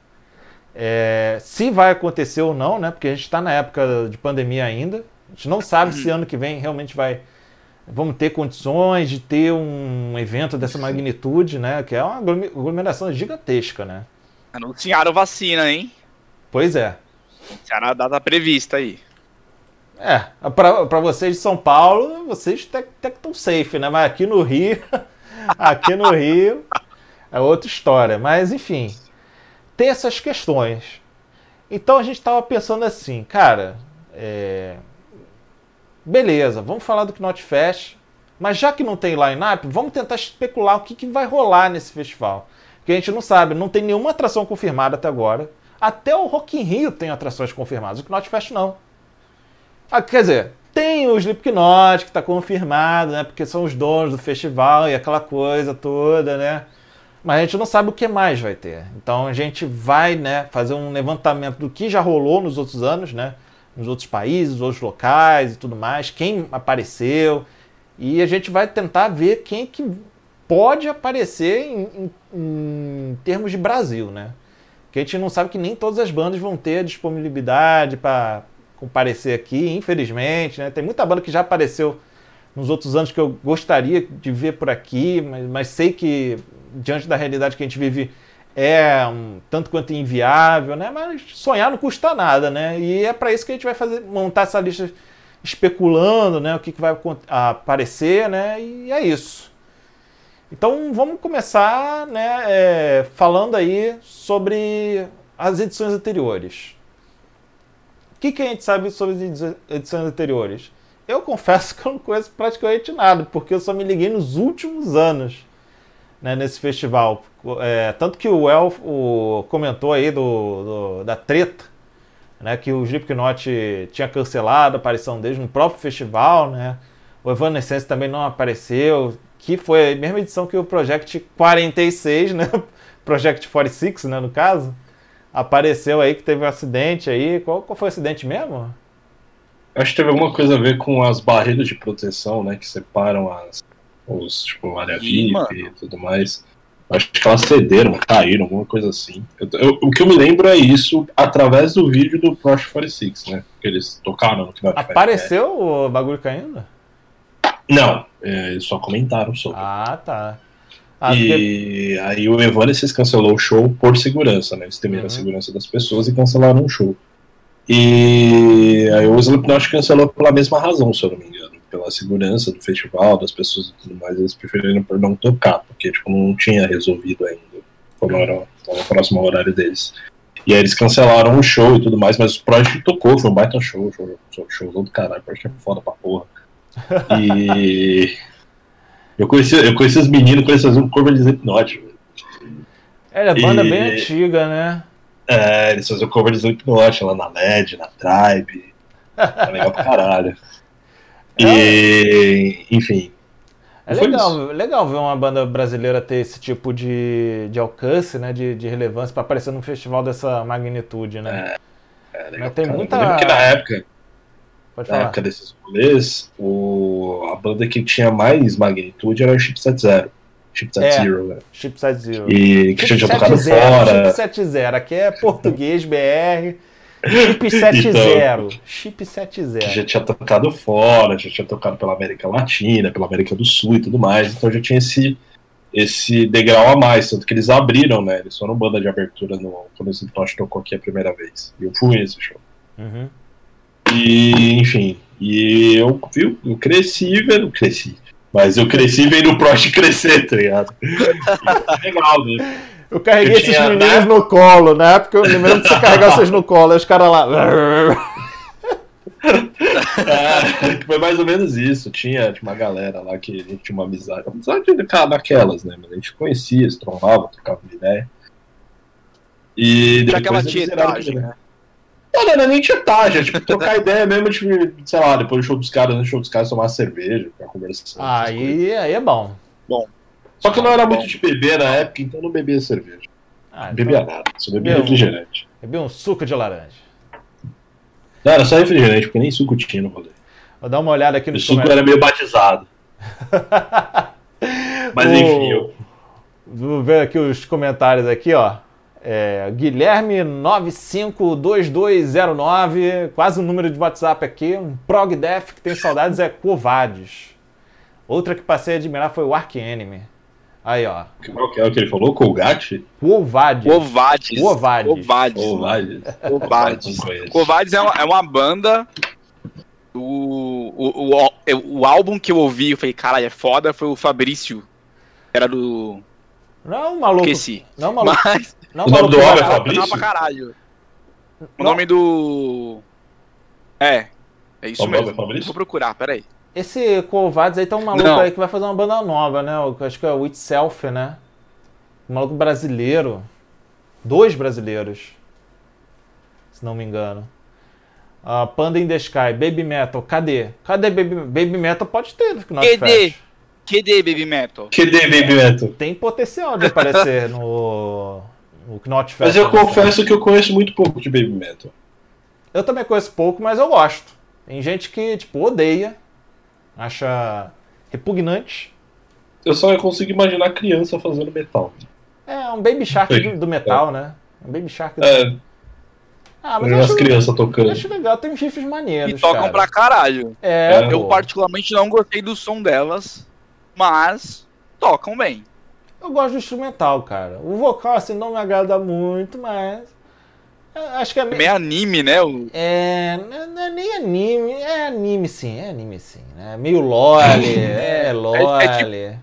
se vai acontecer ou não, né? Porque a gente está na época de pandemia ainda, a gente não sabe se ano que vem realmente vamos ter condições de ter um evento dessa magnitude, né? Que é uma aglomeração gigantesca, né?
Anunciaram vacina, hein?
Pois é.
Anunciaram a data prevista aí.
Para vocês de São Paulo, vocês até que estão safe, né? Mas aqui no Rio é outra história. Mas, enfim, tem essas questões. Então a gente estava pensando assim, cara, beleza, vamos falar do Knot Fest, mas já que não tem line-up, vamos tentar especular o que vai rolar nesse festival. Porque a gente não sabe, não tem nenhuma atração confirmada até agora. Até o Rock in Rio tem atrações confirmadas, o Knot Fest não. Quer dizer, tem o Slipknot que está confirmado, né? Porque são os donos do festival e aquela coisa toda, né? Mas a gente não sabe o que mais vai ter. Então a gente vai, né, fazer um levantamento do que já rolou nos outros anos, né? Nos outros países, nos outros locais e tudo mais, quem apareceu. E a gente vai tentar ver quem que pode aparecer em termos de Brasil, né? Porque a gente não sabe que nem todas as bandas vão ter disponibilidade para comparecer aqui, infelizmente, né? Tem muita banda que já apareceu nos outros anos que eu gostaria de ver por aqui, mas sei que, diante da realidade que a gente vive, é tanto quanto inviável, né? Mas sonhar não custa nada, né? E é para isso que a gente vai montar essa lista especulando, né? O que vai aparecer, né? E é isso. Então vamos começar, né, falando aí sobre as edições anteriores. O que a gente sabe sobre as edições anteriores? Eu confesso que eu não conheço praticamente nada, porque eu só me liguei nos últimos anos, né, nesse festival. Tanto que o Elfo comentou aí da treta, né, que o Slipknot tinha cancelado a aparição deles no próprio festival, né? O Evanescence também não apareceu, que foi a mesma edição que o Project 46, né? Project 46, né, no caso, apareceu aí, que teve um acidente aí. Qual foi o acidente mesmo?
Acho que teve alguma coisa a ver com as barreiras de proteção, né, que separam tipo, área VIP e tudo mais. Acho que elas cederam, caíram, alguma coisa assim. O que eu me lembro é isso através do vídeo do Project 46, né? Que eles tocaram no Knot Fest.
Apareceu o bagulho caindo?
Não, eles só comentaram sobre.
Ah, tá.
E aí o Evanescence cancelou o show por segurança, né? Eles temeram a segurança das pessoas e cancelaram o show. E aí o Slipknot cancelou pela mesma razão, se eu não me engano. Pela segurança do festival, das pessoas e tudo mais, eles preferiram por não tocar, porque tipo, não tinha resolvido ainda quando era o próximo horário deles. E aí eles cancelaram o show e tudo mais, mas o Project tocou, foi um baita show do caralho, o Project é foda pra porra. E eu conheci os meninos que eles faziam um cover de Slipknot.
É banda bem antiga, né?
É, eles faziam cover de Slipknot lá na LED, na Tribe. É legal pra caralho. E, enfim.
É legal ver uma banda brasileira ter esse tipo de alcance, né? De relevância pra aparecer num festival dessa magnitude, né?
Legal.
Mas tem muita.
Eu lembro que na época.
Pode falar.
Na época desses rolês, a banda que tinha mais magnitude era o Chipset Zero. Chipset Zero, né?
Chipset Zero.
E que tinha tocado fora.
Chipset Zero. Aqui é português, BR. Chipset Zero. Chipset Zero.
Já tinha tocado fora, já tinha tocado pela América Latina, pela América do Sul e tudo mais. Então já tinha esse degrau a mais. Tanto que eles abriram, né? Eles foram banda de abertura quando o Slipknot tocou aqui a primeira vez. E eu fui nesse show.
Uhum.
E, enfim, eu cresci vendo. Mas eu cresci vendo o Prost crescer, tá ligado? É legal, né?
Eu carreguei esses meninos no colo, né? Porque eu lembro de você carregar vocês no colo, aí os caras lá.
Foi mais ou menos isso. Tinha uma galera lá que a gente tinha uma amizade daquelas, né? Mas a gente conhecia, se trombava, trocava uma ideia. E
depois aquela tietagem, né?
Não era nem tietagem, tipo, trocar ideia mesmo, tipo, sei lá, depois do show dos caras, tomar cerveja, ficar conversando.
Aí é bom.
Só que eu não era muito de beber na época, então não bebia cerveja. Não bebia nada, só bebia refrigerante.
Bebia um suco de laranja.
Não, era só refrigerante, porque nem suco tinha no rolê.
Vou dar uma olhada aqui no
suco era meio batizado. Mas enfim,
Vou ver aqui os comentários aqui, ó. Guilherme 952209, quase o número de WhatsApp aqui. Um prog-def que tem saudades é Covades. Outra que passei a admirar foi o Arch Enemy. Aí, ó.
Qual que é o que ele falou? Colgate?
Covades.
Covades é uma banda. O álbum que eu ouvi, eu falei, caralho, é foda, foi o Fabrício. Era do...
Não, maluco.
Esqueci.
Não, maluco.
Mas...
o nome do álbum é Fabrício?
Pra caralho. O nome do... É isso mesmo. Vou procurar, peraí.
Esse Covades aí tá um maluco aí que vai fazer uma banda nova, né? Acho que é o Itself, né? Um maluco brasileiro. 2 brasileiros. Se não me engano. Panda in the Sky, Baby Metal. Cadê? Cadê Baby Metal? Pode ter no Knot Fest.
Cadê Baby Metal?
Tem potencial de aparecer no Knot Fest.
Mas eu confesso que eu conheço muito pouco de Baby Metal.
Eu também conheço pouco, mas eu gosto. Tem gente que, tipo, odeia. Acha repugnante.
Eu só consigo imaginar criança fazendo metal.
É um Baby Shark do metal, né? Um Baby Shark do...
mas eu acho crianças tocando.
Eu acho legal, tem uns riffs maneiros.
E tocam pra caralho. Eu particularmente não gostei do som delas, mas tocam bem.
Eu gosto do instrumental, cara. O vocal, assim, não me agrada muito, mas... Acho que é
meio anime, né?
Não é nem anime. É anime sim, né? Meio lore, lore.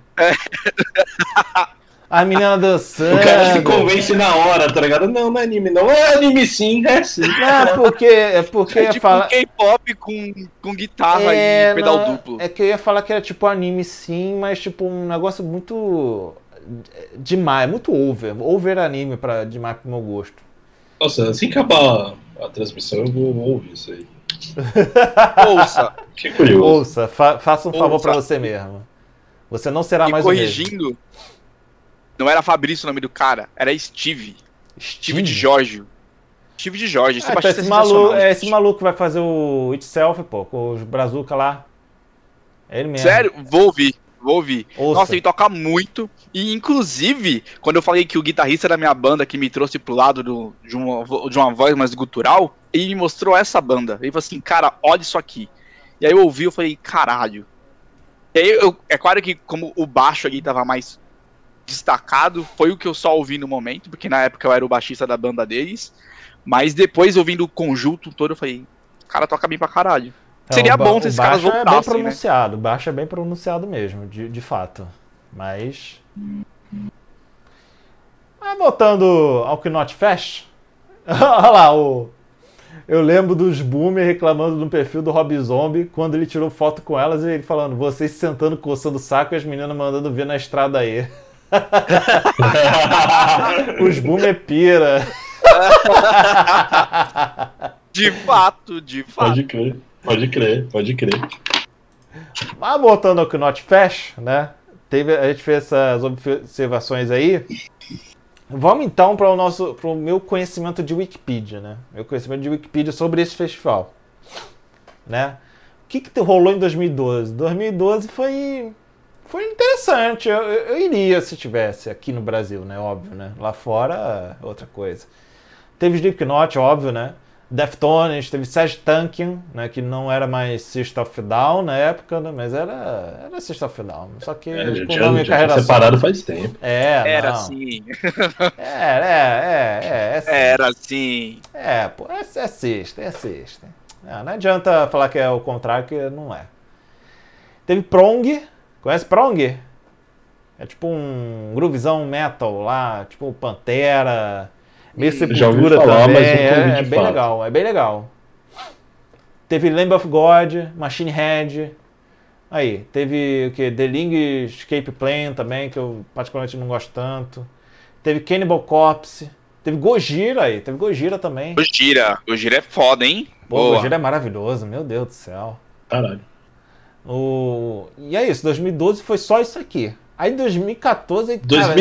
A menina dançando.
O cara se convence na hora, tá ligado? Não é anime, não. É anime sim, é sim.
Não, porque
tipo fala... um K-pop com guitarra e pedal duplo.
É que eu ia falar que era tipo anime sim, mas tipo um negócio muito... demais, muito over anime demais pro meu gosto.
Nossa, assim que acabar a transmissão eu vou ouvir isso aí.
Ouça.
Que curioso.
Ouça, faça um favor pra você mesmo. Você não será mais
corrigindo, o mesmo. Não era Fabrício o nome do cara, era Steve. Steve de Jorge. Steve de Jorge.
Esse maluco que vai fazer o Itself, pô, com os Brazuca lá. É ele mesmo.
Sério? Vou ouvir. Vou ouvir.
Ouça.
Nossa, ele toca muito. E, inclusive, quando eu falei que o guitarrista da minha banda que me trouxe pro lado de uma voz mais gutural, ele me mostrou essa banda. Ele falou assim, cara, olha isso aqui. E aí eu ouvi, eu falei, caralho. E aí, é claro que como o baixo ali tava mais destacado, foi o que eu só ouvi no momento, porque na época eu era o baixista da banda deles. Mas depois, ouvindo o conjunto todo, eu falei, cara, toca bem pra caralho. Seria bom se esses caras voltassem,
bem pronunciado, né? O baixo é bem pronunciado mesmo, de fato. Mas... voltando ao Knot Fest, olha lá, eu lembro dos boomers reclamando no perfil do Rob Zombie quando ele tirou foto com elas e ele falando, vocês se sentando, coçando o saco e as meninas mandando ver na estrada aí. Os boomers pira.
De fato.
Pode crer.
Mas voltando ao Knot Fest, né? A gente fez essas observações aí. Vamos então para o meu conhecimento de Wikipedia, né? Meu conhecimento de Wikipedia sobre esse festival, né? O que rolou em 2012? 2012 foi interessante. Eu iria se tivesse aqui no Brasil, né? Óbvio, né? Lá fora, outra coisa. Teve Slipknot, óbvio, né? Deftones, teve Serj Tankian, né, que não era mais System of a Down na época, né, mas era System of a Down, só que
com o nome e carreira separado faz tempo.
Era assim.
Era assim. Pô, é System. Não adianta falar que é o contrário, que não é. Teve Prong, conhece Prong? É tipo um groovizão metal lá, tipo Pantera... Meio Sepultura também, é bem legal. Teve Lamb of God, Machine Head, aí, teve o que? The Ling Escape Plan também, que eu particularmente não gosto tanto. Teve Cannibal Corpse, teve Gojira também.
Gojira é foda, hein?
Pô, Gojira é maravilhoso, meu Deus do céu.
Caralho.
E é isso, 2012 foi só isso aqui. Aí em 2014...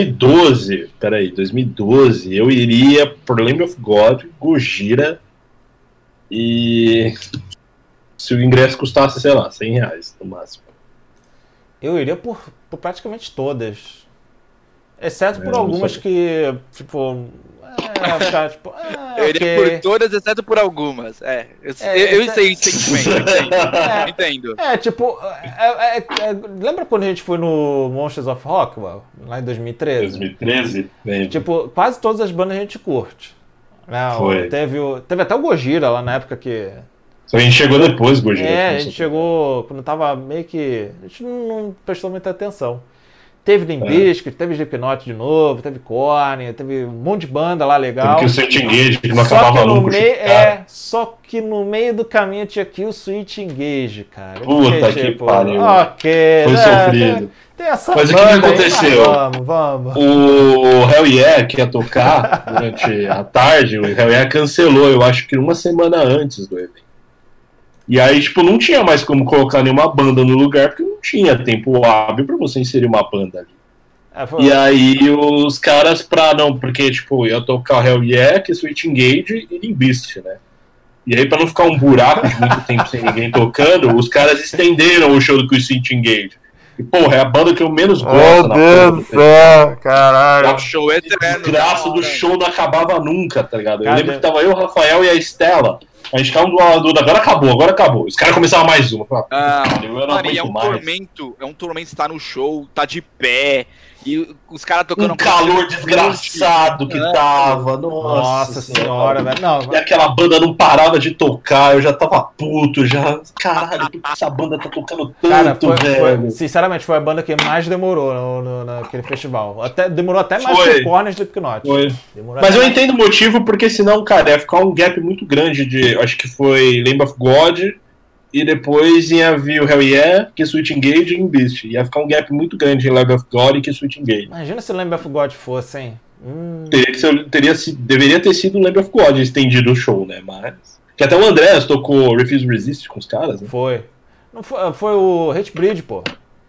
2012, eu iria por Lamb of God, Gojira e... se o ingresso custasse, sei lá, R$100 no máximo.
Eu iria por praticamente todas. Exceto por algumas que, tipo...
eu iria por todas, exceto por algumas. Eu sei sentimento, entendo.
Lembra quando a gente foi no Monsters of Rockwell, lá em 2013?
2013? Lembro.
Tipo, quase todas as bandas a gente curte.
Foi.
Teve até o Gojira lá na época que...
Só a gente chegou depois, Gojira.
A gente chegou quando tava meio que... A gente não prestou muita atenção. Teve Limp Bizkit, teve Slipknot de novo, teve Korn, teve um monte de banda lá legal.
Teve Kill Switch Engage, que não acabava nunca.
Só que no meio do caminho tinha Kill Switch Engage, cara.
Puta que pariu.
Ok.
Foi sofrido.
Tem essa
Mas o que aconteceu?
Vamos.
O Hell Yeah, que ia tocar durante a tarde, o Hell Yeah cancelou, eu acho que uma semana antes do evento. E aí, tipo, não tinha mais como colocar nenhuma banda no lugar, porque não tinha tempo hábil pra você inserir uma banda ali. E aí os caras porque, tipo, ia tocar o Hell Yeah, que Switch Engage e Limp Bizkit, né? E aí, pra não ficar um buraco de muito tempo sem ninguém tocando, os caras estenderam o show do Switch Engage. E, porra, é a banda que eu menos gosto.
Meu Deus do céu, caralho.
O show é eterno.
O graço do show não acabava nunca, tá ligado? Eu lembro que tava eu, o Rafael e a Estela. A gente ficava um do lado do outro, agora acabou. Os caras começavam mais uma.
É um tormento estar no show, tá de pé, e os caras tocando...
Um calor desgraçado que tava, nossa
senhora, velho.
E aquela banda não parava de tocar, eu já tava puto, caralho, por que essa banda tá tocando tanto, velho?
Sinceramente, foi a banda que mais demorou naquele festival. Demorou até mais que o Korn e Slipknot.
Mas eu entendo o motivo, porque senão, cara, ia ficar um gap muito grande de... Acho que foi Lamb of God... E depois ia vir o Hell Yeah, que Switch Engage e Limp Bizkit. Ia ficar um gap muito grande em Lamb of God e que Switch Engage.
Imagina se Lamb of God fosse, hein?
Deveria ter sido o Lamb of God estendido o show, né? Mas... Que até o Andreas tocou Refuse Resist com os caras, né?
Foi. Não foi o Hatebreed, pô.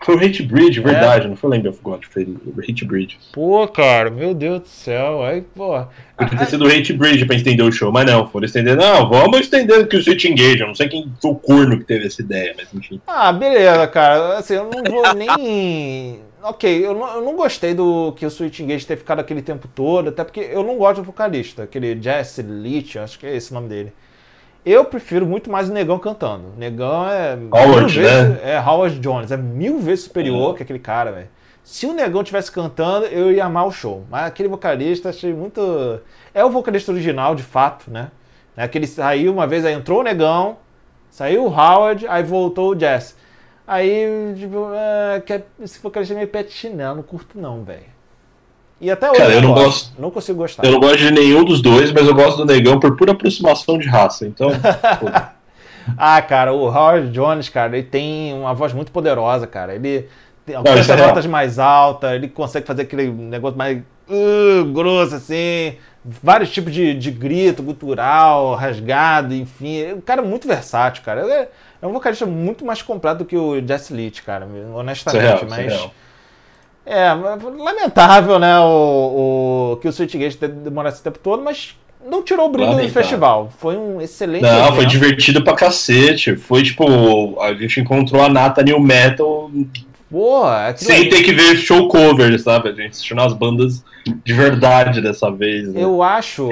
Foi o Hatebreed, verdade, não foi Lamb of God, foi o Hatebreed.
Pô, cara, meu Deus do céu, aí, pô...
Podia ter sido o Hatebreed pra estender o show, mas não, foram estender, não, vamos estender aqui o Switch Engage, eu não sei quem foi o corno que teve essa ideia, mas enfim.
Ah, beleza, cara, assim, eu não vou nem... Ok, eu não gostei do que o Switch Engage ter ficado aquele tempo todo, até porque eu não gosto do vocalista, aquele Jesse Leach, acho que é esse o nome dele. Eu prefiro muito mais o Negão cantando. O Negão é...
Howard, né?
É, Howard Jones. É 1000 vezes superior que aquele cara, velho. Se o Negão tivesse cantando, eu ia amar o show. Mas aquele vocalista, achei muito... É o vocalista original, de fato, né? Aquele saiu uma vez, aí entrou o Negão, saiu o Howard, aí voltou o Jess. Aí, tipo, esse vocalista é meio pet chinelo, não curto não, velho. E até hoje
cara, eu não gosto.
Não consigo gostar.
Eu não gosto de nenhum dos dois, mas eu gosto do Negão por pura aproximação de raça, então...
Ah, cara, o Howard Jones, cara, ele tem uma voz muito poderosa, cara. Ele alcança notas mais altas, ele consegue fazer aquele negócio mais grosso, assim. Vários tipos de grito, gutural, rasgado, enfim. É um cara muito versátil, cara. É um vocalista muito mais completo do que o Jesse Leach, cara, honestamente. Mas... É, lamentável, né, que o Switch Engage demora esse tempo todo, mas não tirou o brilho do festival. Foi um excelente evento.
Foi divertido pra cacete. Foi tipo, a gente encontrou a nata New Metal sem ter que ver show cover, sabe? A gente assistiu nas bandas de verdade dessa vez. Né?
Eu acho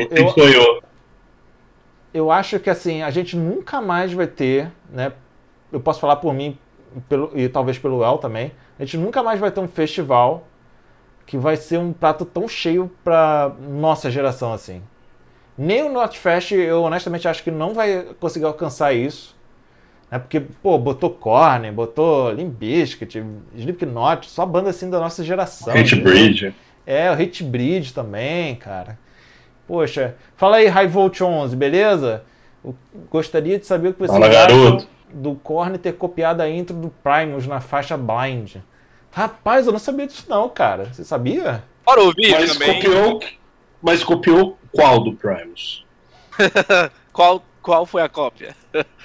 que assim, a gente nunca mais vai ter, né? Eu posso falar por mim e talvez pelo El também. A gente nunca mais vai ter um festival que vai ser um prato tão cheio pra nossa geração assim. Nem o Notfest, eu honestamente acho que não vai conseguir alcançar isso. Né? Porque, pô, botou Korn, botou Limp Bizkit, Slipknot, só banda assim da nossa geração.
Hatebreed.
É, o Hatebreed também, cara. Poxa, fala aí, High Volt 11, beleza? Eu gostaria de saber o que você
acha
do Korn ter copiado a intro do Primus na faixa Blind. Rapaz, eu não sabia disso não, cara. Você sabia?
Para ouvir também.
Mas copiou qual do Primus?
Qual foi a cópia?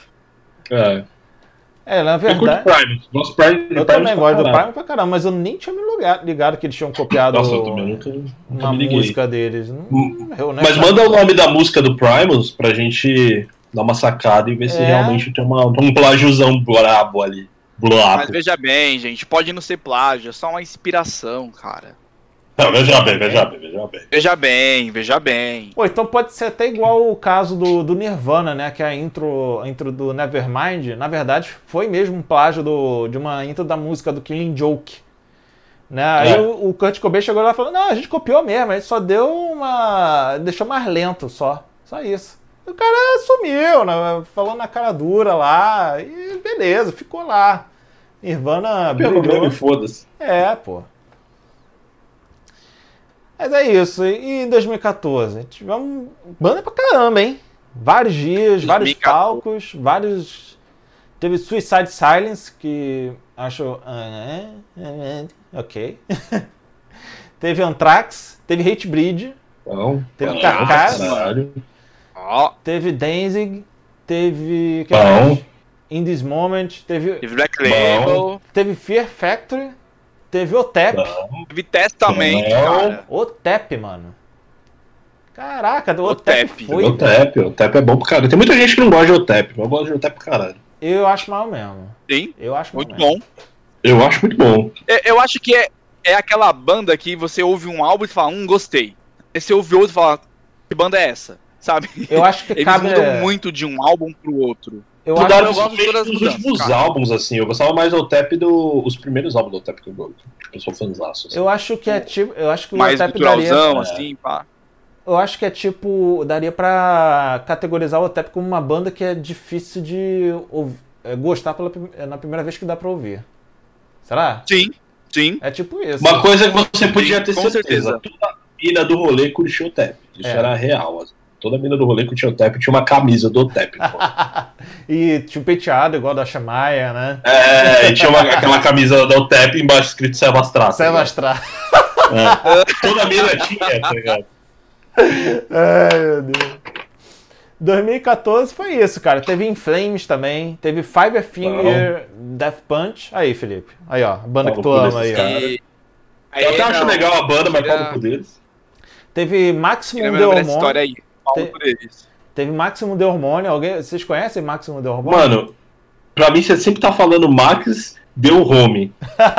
Na verdade...
Eu Primus.
Eu também gosto do Primus pra caramba, mas eu nem tinha me ligado que eles tinham copiado uma música deles.
Mas manda o nome da música do Primus pra gente dar uma sacada e ver se realmente tem um plágiozão brabo ali.
Mas veja bem, gente, pode não ser plágio, é só uma inspiração, cara.
Não, veja bem.
Veja bem.
Pô, então pode ser até igual o caso do Nirvana, né? Que a intro do Nevermind, na verdade, foi mesmo um plágio de uma intro da música do Killing Joke. Né? Aí o Kurt Cobain chegou lá e falou, não, a gente copiou mesmo, a gente só deixou mais lento só isso. O cara sumiu, né? Falou na cara dura lá, e beleza, ficou lá. Nirvana
brilhou. Foda-se.
Pô. Mas é isso. E em 2014? Tivemos banda pra caramba, hein? Vários dias, vários palcos, vários... Teve Suicide Silence, que acho... ok. Teve Anthrax, teve Hatebreed, teve Carcass, teve Danzig, teve... In This Moment, teve
Black Label,
teve Fear Factory, teve OTEP.
Teve Testament, cara.
OTEP, mano. Caraca, o OTEP foi...
OTEP é bom pro caralho. Tem muita gente que não gosta de OTEP, mas eu gosto de OTEP pro caralho.
Eu acho mal mesmo.
Sim,
eu acho
muito bom.
Eu acho muito bom.
Eu acho que é aquela banda que você ouve um álbum e fala, gostei. Aí você ouve outro e fala, que banda é essa? Sabe?
Eu acho que
eles mudam muito de um álbum pro outro.
Eu gosto de todas os últimos álbuns, assim. Eu gostava mais do OTEP os primeiros álbuns do OTEP que eu gosto. Tipo, eu sou fãzaço. Assim.
Eu acho que é tipo. Eu acho que o
mais
OTEP
daria. Assim, pá.
Eu acho que é tipo. Daria pra categorizar o OTEP como uma banda que é difícil de gostar na primeira vez que dá pra ouvir. Será?
Sim.
É tipo isso.
Uma coisa que você podia ter certeza. Toda a mina do rolê curtiu o OTEP. Isso era real, assim. Toda mina do rolê que tinha o OTEP tinha uma camisa do OTEP.
E tinha um penteado igual da Shamaia, né?
E tinha aquela camisa da OTEP embaixo escrito Sevastrar.
Sevastrar.
Toda mina tinha, tá ligado?
Ai, meu Deus. 2014 foi isso, cara. Teve In Flames também. Teve Five Finger Death Punch. Aí, Felipe. Aí, ó. A banda que tu ama aí, ó.
Eu até acho legal a banda, mas pau no cu deles.
Teve Maximum de Hormônio. Teve Maximum de Hormônio. Vocês conhecem Maximum de Hormônio?
Mano, pra mim você sempre tá falando Max Deu Home.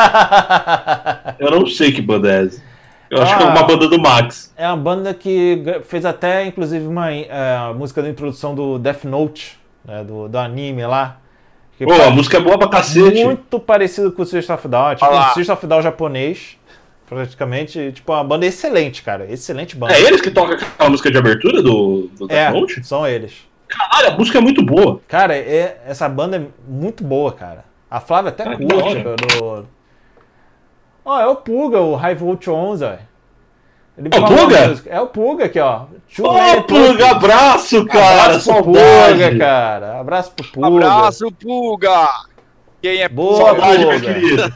Eu não sei que banda é essa. Eu acho que é uma banda do Max.
É uma banda que fez até, inclusive, uma música da introdução do Death Note, né, do anime lá.
Pô, a música é boa pra cacete.
Muito parecido com o System of a Down. Tipo, o System of a Down japonês, praticamente. Tipo, uma banda excelente, cara. Excelente banda.
É eles que tocam aquela música de abertura do Death Note?
São eles.
Caralho, a música é muito boa.
Cara, essa banda é muito boa, cara. A Flávia até curte, cara. Ó, é o Puga, o High Volt 11, ó.
É o Puga?
É o Puga aqui, ó.
Ô, Puga, abraço, cara.
Abraço pro Puga, cara. Abraço pro Puga.
Abraço, Puga. Quem é
boa,
saudade, meu querido.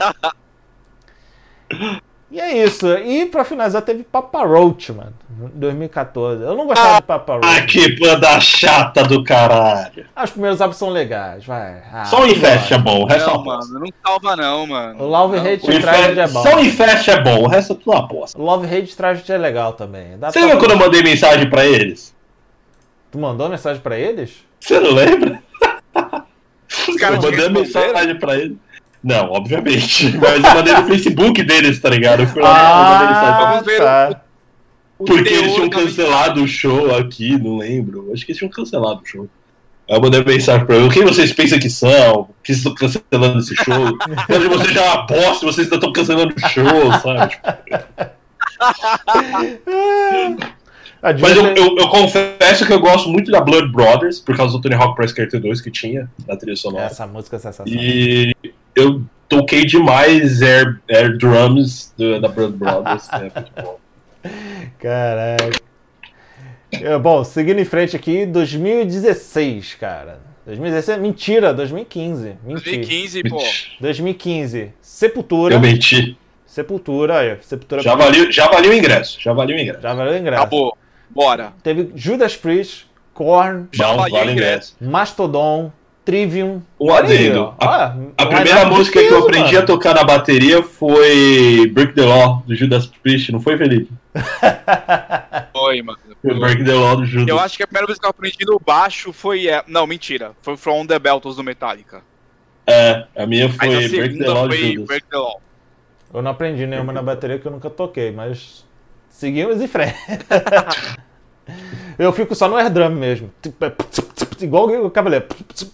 E é isso. E pra finalizar, teve Papa Roach, mano. 2014. Eu não gostava de Papa Roach.
Ah, que banda chata do caralho.
Os primeiros álbuns são legais, vai.
Só o Infest é bom, o resto
não, mano. Não salva não, mano.
O Love Hate Tragedy é bom.
Só o Infest é bom, o resto é tudo uma aposta.
O Love Hate Tragedy é legal também.
Você lembra quando eu mandei mensagem pra eles?
Tu mandou mensagem pra eles?
Você não lembra?
Eu
mandei mensagem pra eles. Não, obviamente. Mas eu mandei no Facebook deles, tá ligado? Eu fui lá
vamos ver
porque eles tinham cancelado o show aqui, não lembro. Acho que eles tinham cancelado o show. Aí eu mandei mensagem pra eles. Quem vocês pensam que são? Que estão cancelando esse show? Onde vocês já apostam, vocês ainda estão cancelando o show, sabe?
Mas
eu confesso que eu gosto muito da Blood Brothers, por causa do Tony Hawk Pro Skater 2 que tinha na trilha sonora.
Essa música é sensacional.
E eu toquei demais Air Drums da Blood Brothers, é muito bom.
Caraca. Bom, seguindo em frente aqui, 2016, cara. 2016? Mentira, 2015.
2015, pô.
2015. Sepultura.
Eu menti.
Sepultura, aí. Sepultura.
Já valeu o ingresso. Já valeu o ingresso.
Acabou. Bora.
Teve Judas Priest, Korn,
não vale o ingresso.
Mastodon, Trivium.
Um adendo. A primeira música que eu aprendi a tocar na bateria foi Break the Law, do Judas Priest, não foi, Felipe?
Foi, mano.
Foi Break the Law do Judas.
Eu acho que a primeira música que eu aprendi no baixo foi... Não, mentira. Foi From the Beltles do Metallica.
A minha foi Break the Law do Judas.
Break the Law.
Eu não aprendi nenhuma na bateria que eu nunca toquei, mas seguimos em frente. Eu fico só no air drum mesmo. Igual o Cavaleiro.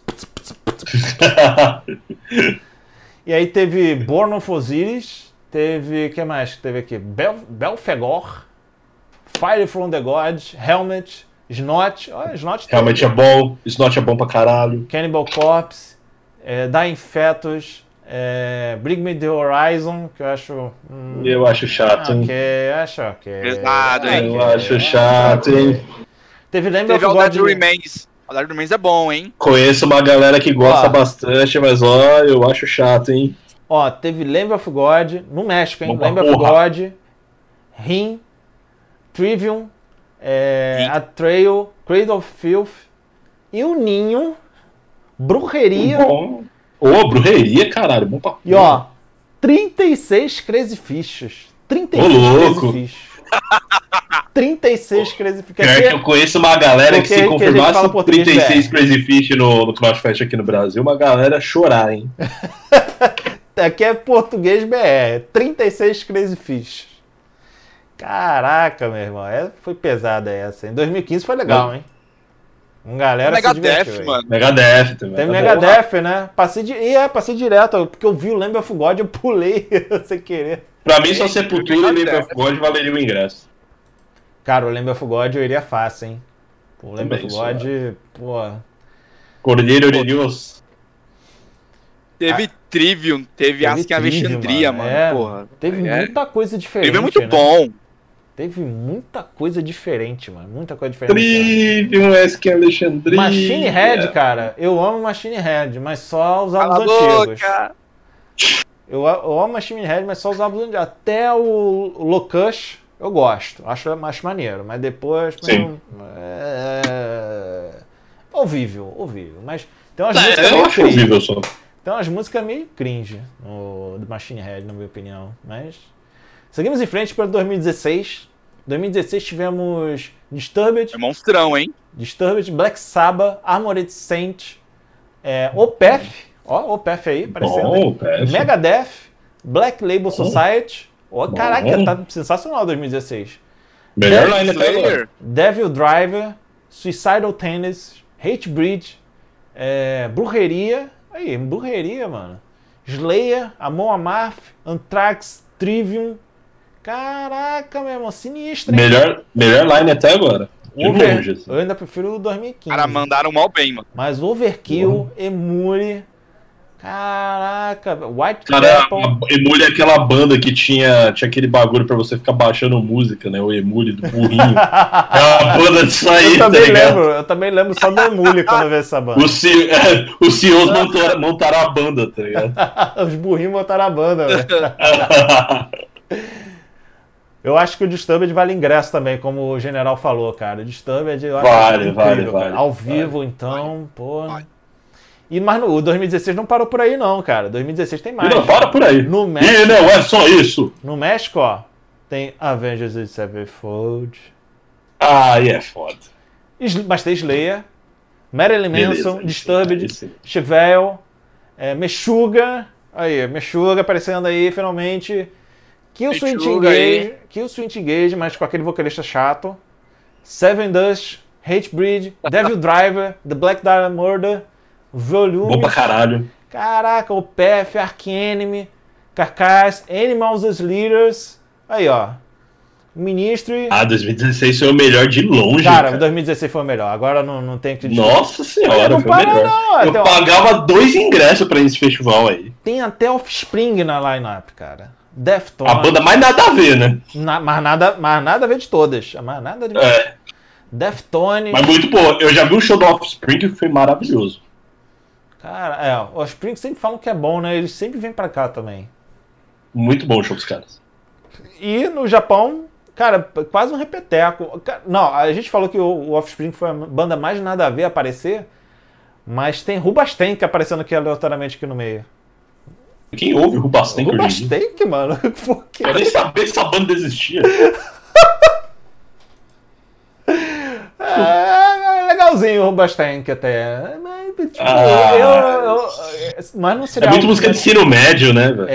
E aí teve Born of Osiris, teve... O que mais que teve aqui? Belphegor, Fire from the Gods, Helmet, Snot.
Helmet é bom, Snot é bom pra caralho.
Cannibal Corpse, Dying Fetus, Bring Me the Horizon, que eu acho...
Eu acho chato, hein?
Ok. Pesado, hein?
Eu acho chato, hein?
Teve Lamb of
God...
God
Remains. A Dark Remains é bom, hein?
Conheço uma galera que gosta bastante, mas eu acho chato, hein?
Teve Lamb of God, no México, hein? Lamb of God, Rim, Trivium, Atreio, Cradle of Filth e o Ninho, Brujeria.
Brujeria, caralho, bom pra
porra. E 36 Crazy Fishes. 36
louco.
Crazy Fish. 36 Crazy Fish.
Eu conheço uma galera que se confirmasse 36 Crazy Fish no Crossfest aqui no Brasil, uma galera chorar, hein?
Aqui é português BR. 36 Crazy Fish. Caraca, meu irmão. Foi pesada essa. Em 2015 foi legal, hein? Galera
Megadeth, mano.
Megadeth também.
Tem Megadeth, né? Passei direto, porque eu vi o Lamb of God, eu pulei sem querer.
Pra mim, só Sepultura e Lamb of God valeria o ingresso.
Cara, o Lamb of God eu iria fácil, hein? O Lamb of God, pô...
Cordeiro de Deus.
Teve Trivium, teve Asking Alexandria, mano. Porra.
Teve muita coisa diferente.
Trivium é muito bom.
Teve muita coisa diferente, mano. Muita coisa diferente.
Trivium, Asking Alexandria.
Machine Head, cara. Eu amo Machine Head, mas só os álbuns antigos. Eu amo Machine Head, mas só os álbuns antigos. Até o Locush, Eu gosto, acho maneiro, mas depois...
Sim.
Ouvível. Mas tem umas músicas
eu acho ouvível só.
Tem umas músicas meio cringe do Machine Head, na minha opinião. Mas seguimos em frente para 2016. 2016 tivemos Disturbed.
É monstrão, hein?
Disturbed, Black Sabbath, Armored Saint, Opeth. Ó, Opeth aí, aparecendo. Megadeth, Black Label Society. Caraca, tá sensacional 2016.
Melhor line até agora.
Devil Driver, Suicidal Tendencies, Hatebreed, Brujeria. Aí, Brujeria, mano. Slayer, Amon Amarth, Anthrax, Trivium. Caraca, meu irmão, sinistro, hein?
Melhor line até agora. Longe, assim.
Eu ainda prefiro o 2015.
Cara, mandaram mal bem, mano.
Mas Overkill, Emule. Caraca, White
Cara,
Pepper.
Emule é aquela banda que tinha aquele bagulho pra você ficar baixando música, né? O Emule do burrinho. É uma banda disso aí,
Eu também lembro só do Emule quando eu vi essa banda.
Os CEOs montaram a banda, tá ligado?
Os burrinhos montaram a banda, velho. Eu acho que o Disturbed vale ingresso também, como o General falou, cara. O Disturbed eu acho incrível,
vale.
Ao vivo, então, pô... Mas o 2016 não parou por aí, não, cara. 2016 tem mais.
Não, para por aí.
No México,
e não é só isso.
No México, ó, tem Avengers Sevenfold.
Aí é foda.
Mas tem Slayer, Marilyn Manson, Disturbed, Chevelle, Meshuggah. Aí, Meshuggah aparecendo aí, finalmente. Killswitch Engage, mas com aquele vocalista chato. Seven Dust, Hatebreed, Devil Driver, The Black Dahlia Murder, Volume.
Bom pra caralho.
Caraca, o PF, Arch Enemy, Carcass, Animals as Leaders. Aí, ó. Ministry.
2016 foi o melhor de longe.
Cara, 2016 foi o melhor. Agora não tem que discutir.
Nossa senhora,
não
foi o melhor.
Não,
eu pagava 2 ingressos pra esse festival aí.
Tem até Offspring na line-up, cara. Deftones.
A banda mais nada a ver, né?
Mas nada a ver de todas. Mais nada de Deftones.
Mas muito boa. Eu já vi um show do Offspring que foi maravilhoso.
Cara, o Offspring sempre falam que é bom, né? Eles sempre vêm pra cá também.
Muito bom o show dos caras.
E no Japão, cara, quase um repeteco. Não, a gente falou que o Offspring foi a banda mais nada a ver aparecer, mas tem Rubastank aparecendo aqui aleatoriamente aqui no meio.
Quem ouve o Rubastank?
Rubastank, mano? Por quê?
Eu nem sabia que essa banda existia.
Legalzinho o Rubastank até. Mas, tipo, mas não seria.
É muito música de ensino médio, né, velho?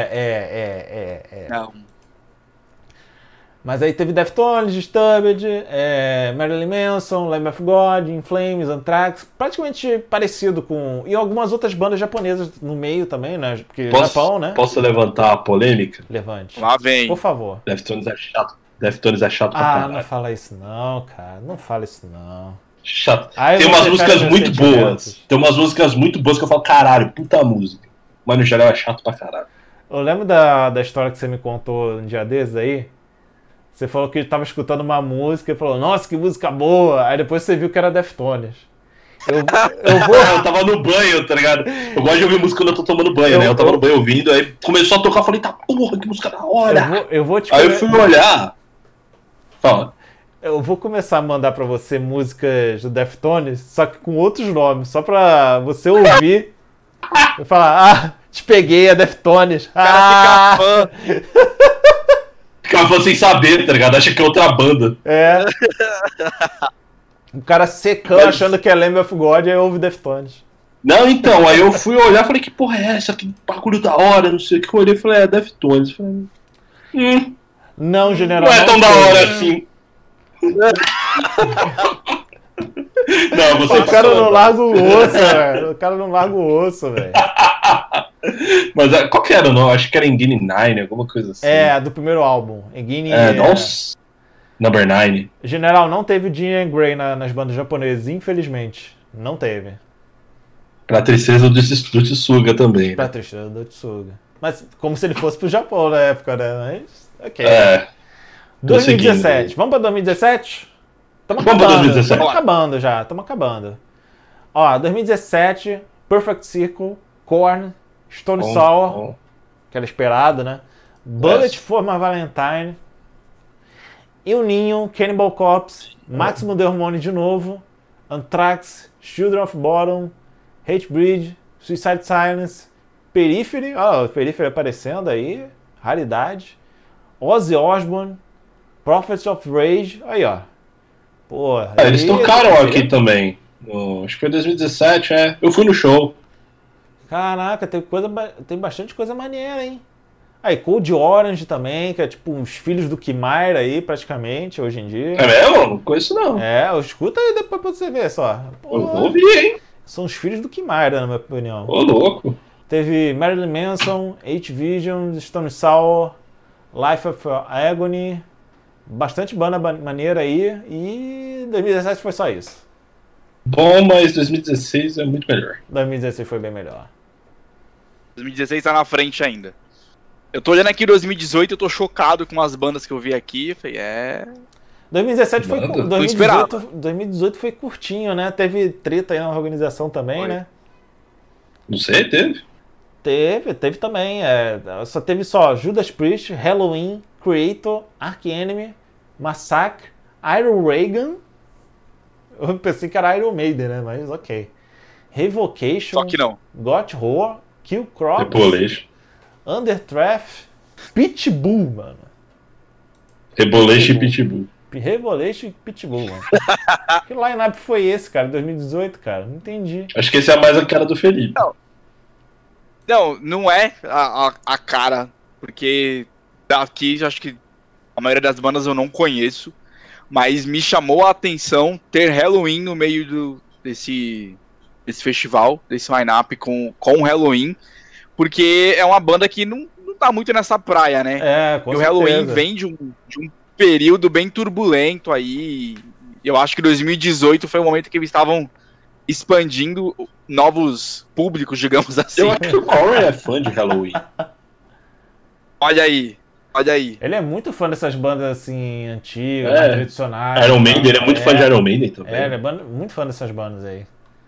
Não.
Mas aí teve Deftones, Disturbed, Marilyn Manson, Lamb of God, In Flames, Anthrax, praticamente parecido com... E algumas outras bandas japonesas no meio também, né? Porque Japão, né?
Posso levantar a polêmica?
Levante.
Lá vem.
Por favor.
Deftones é chato. Deftones é chato pra caralho.
Não fala isso não, cara. Não fala isso não.
Chato. Tem umas músicas muito boas. Tem umas músicas muito boas que eu falo, caralho, puta música. Mas no geral é chato pra caralho.
Eu lembro da história que você me contou um dia desses aí. Você falou que estava escutando uma música e falou, nossa, que música boa. Aí depois você viu que era Deftones. Eu
tava no banho, tá ligado? Eu gosto de ouvir música quando eu tô tomando banho, né? Eu tava no banho ouvindo, aí começou a tocar, eu falei, tá porra, que música da hora. Aí eu fui olhar. Fala.
Eu vou começar a mandar pra você músicas do Deftones, só que com outros nomes, só pra você ouvir e falar, te peguei, a Deftones.
O cara fica fã.
Ficava fã sem saber, tá ligado? Acha que é outra banda.
O cara secando, achando que é Lamb of God, aí ouve Deftones.
Não, então, aí eu fui olhar, falei, que porra é essa? Que bagulho da hora, não sei o que. Eu olhei e falei, Deftones. Falei,
Não, general.
Não é tão da hora assim. Não, você
o cara não larga o osso, velho. O cara não larga o osso, velho.
Mas qual que era o nome? Acho que era Engine 9, alguma coisa assim.
Do primeiro álbum. Engine.
Nossa. Number 9.
General, não teve o Jean Grey nas bandas japonesas, infelizmente. Não teve.
Pra tristeza do Tsuga também. Né?
Pra tristeza do Tsuga. Mas como se ele fosse pro Japão na época, né? Mas, ok. 2017. Vamos pra 2017? Vamos pra 2017. Estamos acabando já. Estamos acabando. Ó, 2017, Perfect Circle, Korn, Stone Sour, que era esperado, né? Bullet for My Valentine. El Ninho, Cannibal Corpse, Maximum The Hormone de novo, Anthrax, Children of Bodom, Hatebreed, Suicide Silence, Periphery, ó, o Periphery aparecendo aí, raridade, Ozzy Osbourne, Prophets of Rage, aí ó. Porra,
eles tocaram aqui também. Acho que foi 2017, eu fui no show.
Caraca, tem bastante coisa maneira, hein? Aí, Cold Orange também, que é tipo uns filhos do Kimaira aí, praticamente, hoje em dia.
É mesmo? Não conheço, não.
Escuta aí depois pra você ver só.
Pô, eu vou ouvir, hein?
São os filhos do Kimaira, na minha opinião.
Ô, louco.
Teve Marilyn Manson, H-Vision, Stone Sour, Life of Agony, bastante banda maneira aí, e 2017 foi só isso.
Bom, mas 2016 é muito melhor.
2016 foi bem melhor.
2016 tá na frente ainda. Eu tô olhando aqui 2018, eu tô chocado com as bandas que eu vi aqui. Eu falei,
2017 foi 2018 foi curtinho, né? Teve treta aí na organização também, né?
Não sei, teve?
Teve também. Só teve Judas Priest, Halloween, Creator, Arch Enemy, Massacre, Iron Reagan. Eu pensei que era Iron Maiden, né? Mas ok. Revocation,
só que não.
Got Horror, Kill Crops, Undertraff, Pitbull, mano.
Rebolation e Pitbull.
Rebolation e Pitbull, mano. Que line-up foi esse, cara? 2018, cara? Não entendi.
Acho que esse é mais a cara do Felipe.
Não é a cara, porque daqui acho que a maioria das bandas eu não conheço, mas me chamou a atenção ter Halloween no meio desse festival, desse line-up com Halloween, porque é uma banda que não tá muito nessa praia, né?
Com
e o
certeza.
Halloween vem de um período bem turbulento aí. Eu acho que 2018 foi o momento que eles estavam expandindo novos públicos, digamos assim.
Eu acho que o Corey é fã de Halloween.
Olha aí.
Ele é muito fã dessas bandas assim, antigas, mais tradicionais.
Iron Maiden, ele é muito fã de Iron Maiden também.
Ele é muito fã dessas bandas aí.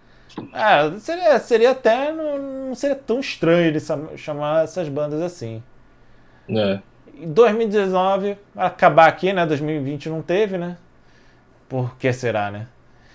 Seria até. Não seria tão estranho ele chamar essas bandas assim. Em 2019, acabar aqui, né? 2020 não teve, né? Por que será, né?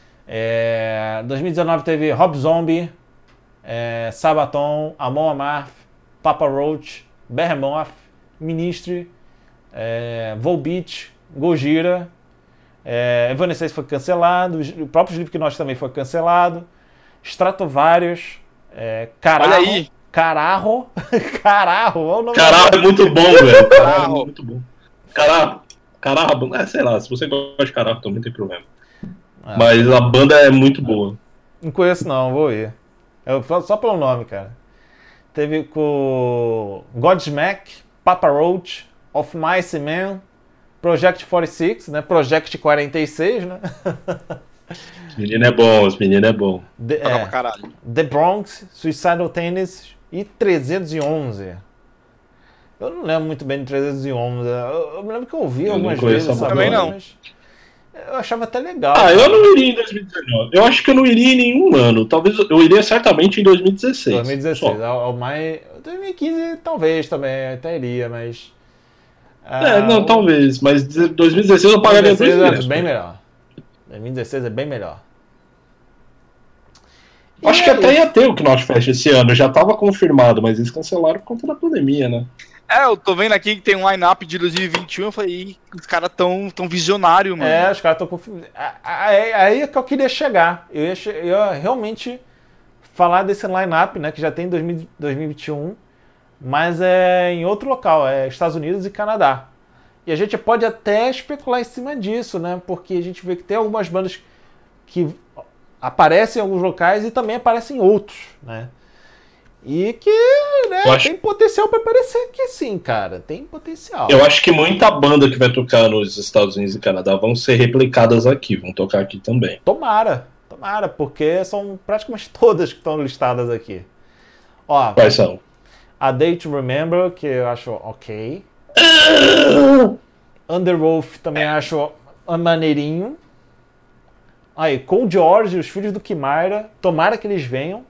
2019 teve Rob Zombie, Sabaton, Amon Amarth, Papa Roach, Behemoth, Ministry, Volbeat, Gojira, Evanescence foi cancelado, o próprio Slipknot também foi cancelado, Stratovarius,
Olha aí!
Cararro, olha o nome.
Cararro é muito bom, velho. Cararro é muito bom. Cararro, sei lá, se você gosta de Cararro também não tem problema. Mas a banda é muito boa.
Não conheço não, vou ir. Só pelo nome, cara. Teve com Godsmack, Papa Roach, Of Mice and Men, Project 46, né? Project 46, né?
Os meninos é bom.
The Bronx, Suicidal Tennis e 311. Eu não lembro muito bem de 311. Eu me lembro que eu ouvi algumas vezes essa
também
banda,
não.
mas eu achava até legal.
Eu não iria em 2019. Eu acho que eu não iria em nenhum ano. Talvez eu iria certamente em 2016.
2016. Ao mais... 2015 talvez também, até iria, mas...
não, talvez. Mas 2016 eu pagaria
2016 é bem melhor. 2016 é bem melhor.
Acho que até ia ter o Knot Fest esse ano. Já estava confirmado, mas eles cancelaram por conta da pandemia, né?
Eu tô vendo aqui que tem um line-up de 2021, eu falei, os caras tão visionários, mano.
Os caras tão confusos. Aí é que eu queria chegar. Eu ia realmente falar desse line-up, né, que já tem em 2021, mas é em outro local, Estados Unidos e Canadá. E a gente pode até especular em cima disso, né, porque a gente vê que tem algumas bandas que aparecem em alguns locais e também aparecem em outros, né. E que, né, tem potencial para aparecer aqui sim, cara. Tem potencial.
Eu acho que muita banda que vai tocar nos Estados Unidos e Canadá vão ser replicadas aqui, vão tocar aqui também.
Tomara, porque são praticamente todas que estão listadas aqui. Ó,
quais são?
A Day to Remember, que eu acho ok. Underwolf também acho maneirinho. Aí, Cold George, os filhos do Kimaira, tomara que eles venham.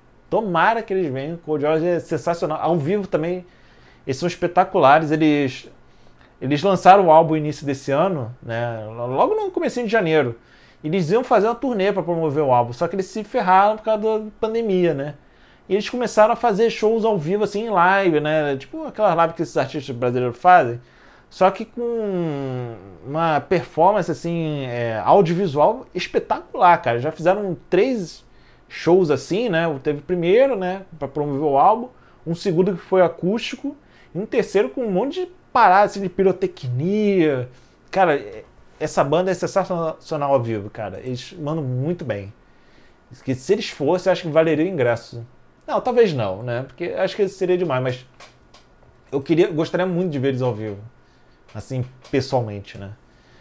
Cold George é sensacional. Ao vivo também, eles são espetaculares. Eles Eles lançaram o álbum no início desse ano, né? Logo no comecinho de janeiro. Eles iam fazer uma turnê para promover o álbum, só que eles se ferraram por causa da pandemia, né? E eles começaram a fazer shows ao vivo, assim, em live, né? Tipo aquela live que esses artistas brasileiros fazem, só que com uma performance, assim, audiovisual espetacular, cara. Já fizeram 3 shows assim, né? Teve o primeiro, né, para promover o álbum, um segundo que foi acústico, e um terceiro com um monte de parada, assim, de pirotecnia. Cara, essa banda é sensacional ao vivo, cara. Eles mandam muito bem. Que se eles fossem, eu acho que valeria o ingresso. Não, talvez não, né? Porque acho que seria demais, mas eu gostaria muito de ver eles ao vivo. Assim, pessoalmente, né?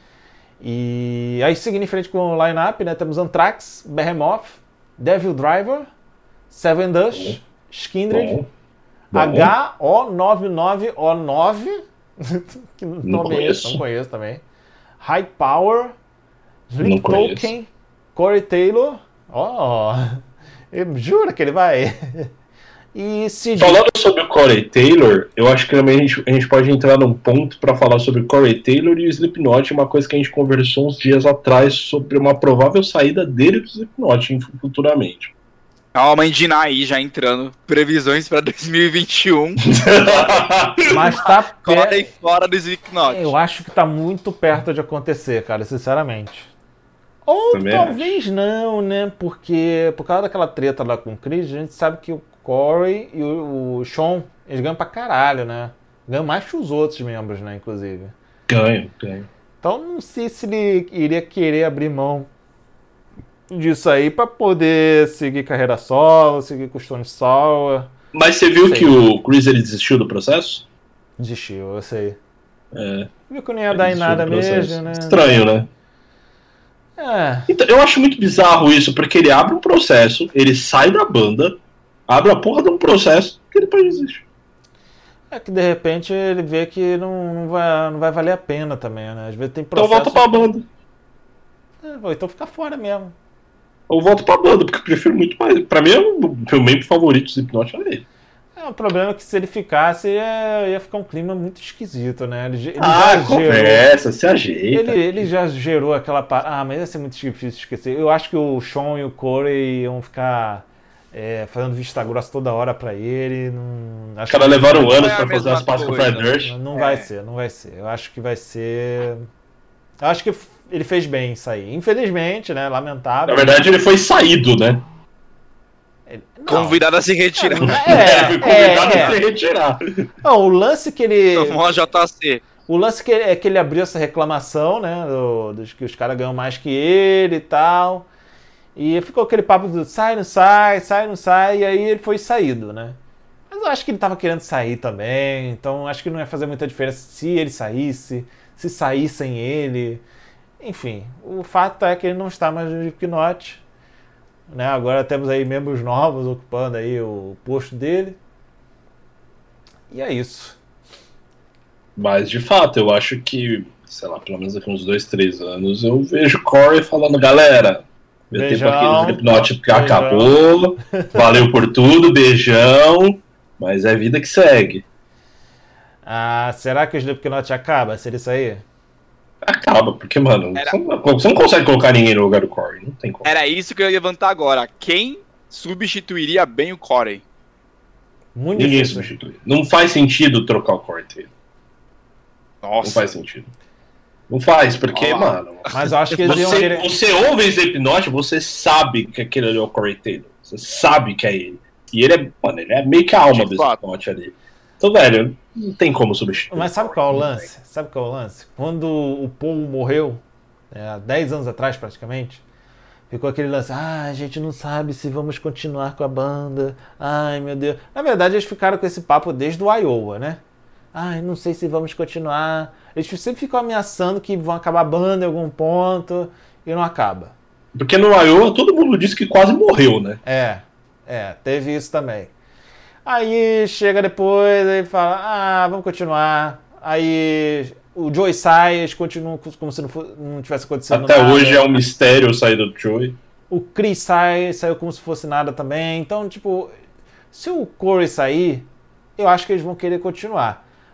E aí, seguindo em frente com o line-up, né? Temos Anthrax, Behemoth, Devil Driver, Seven Dust, Skindred, HO99O9, que nome é esse? Não conheço também. High Power, Slick Token, Corey Taylor. Jura que ele vai? E
falando sobre o Corey Taylor, eu acho que também a gente pode entrar num ponto para falar sobre o Corey Taylor e o Slipknot, uma coisa que a gente conversou uns dias atrás sobre uma provável saída dele do Slipknot futuramente.
Ó, a mãe de Ná aí já entrando. Previsões pra 2021.
Mas tá perto.
Fora do Slipknot.
Eu acho que tá muito perto de acontecer, cara, sinceramente. Ou também talvez acho. Não, né? Porque por causa daquela treta lá com o Chris, a gente sabe que o Corey e o Sean, eles ganham pra caralho, né? Ganham mais que os outros membros, né, inclusive.
Ganham.
Então não sei se ele iria querer abrir mão disso aí pra poder seguir carreira solo, seguir com o Stone Sour.
Mas você viu que o Chris, ele desistiu do processo?
Desistiu, eu sei. Viu que não ia
ele
dar em nada mesmo, né?
Estranho, né? Então, eu acho muito bizarro isso, porque ele abre um processo, ele sai da banda, abre a porra de um processo que depois desiste.
É que de repente ele vê que não vai valer a pena também, né? Às vezes tem processo...
Então volta pra banda.
Então fica fora mesmo.
Ou volto pra banda, porque eu prefiro muito mais. Pra mim, o meu membro favorito do Slipknot é ele.
O problema é que se ele ficasse, ia ficar um clima muito esquisito, né? Ele
já conversa, se ajeita.
Ele já gerou aquela... mas ia ser muito difícil de esquecer. Eu acho que o Sean e o Corey iam ficar fazendo vista grossa toda hora pra ele.
Os caras levaram anos pra fazer as pazes com o Fred Durst.
Não vai ser. Eu acho que vai ser... Eu acho que ele fez bem em sair. Infelizmente, né? Lamentável.
Na verdade, ele foi saído, né?
Convidado a se retirar.
Foi convidado a se retirar.
Não, o lance que ele...
Tomou JC.
O lance é que ele abriu essa reclamação, né? Que os caras ganham mais que ele e tal. E ficou aquele papo do sai, não sai, e aí ele foi saído, né? Mas eu acho que ele tava querendo sair também, então acho que não ia fazer muita diferença se ele saísse, se saíssem ele. Enfim, o fato é que ele não está mais no Slipknot, né? Agora temos aí membros novos ocupando aí o posto dele. E é isso.
Mas, de fato, eu acho que, sei lá, pelo menos daqui uns 2, 3 anos, eu vejo Corey falando, galera, meu tempo aqui no Slipknot acabou, valeu por tudo, beijão, mas é vida que segue.
Será que o Slipknot acaba se ele sair?
Acaba, porque, mano, você não consegue colocar ninguém no lugar do Corey, não tem como.
Era isso que eu ia levantar agora. Quem substituiria bem o Corey?
Ninguém substitui. Não faz sentido trocar o Corey Taylor.
Nossa.
Não faz sentido. Não faz, porque, mano...
Mas eu acho que
você ouve Slipknot, você sabe que aquele ali é o Corey Taylor. Você sabe que é ele. E ele é meio que a alma do Slipknot ali. Então, velho, não tem como substituir.
Mas sabe qual é o lance? Quando o Paul morreu, há 10 anos atrás praticamente, ficou aquele lance, a gente não sabe se vamos continuar com a banda, ai meu Deus. Na verdade eles ficaram com esse papo desde o Iowa, né? Não sei se vamos continuar. Eles sempre ficam ameaçando que vão acabar a banda em algum ponto e não acaba.
Porque no Iowa todo mundo disse que quase morreu, né?
Teve isso também. Aí chega depois e fala, vamos continuar. Aí o Joey sai, eles continuam como se não tivesse acontecido
nada. Até hoje é um mistério a saída do Joey.
O Chris saiu como se fosse nada também. Então, tipo, se o Corey sair, eu acho que eles vão querer continuar.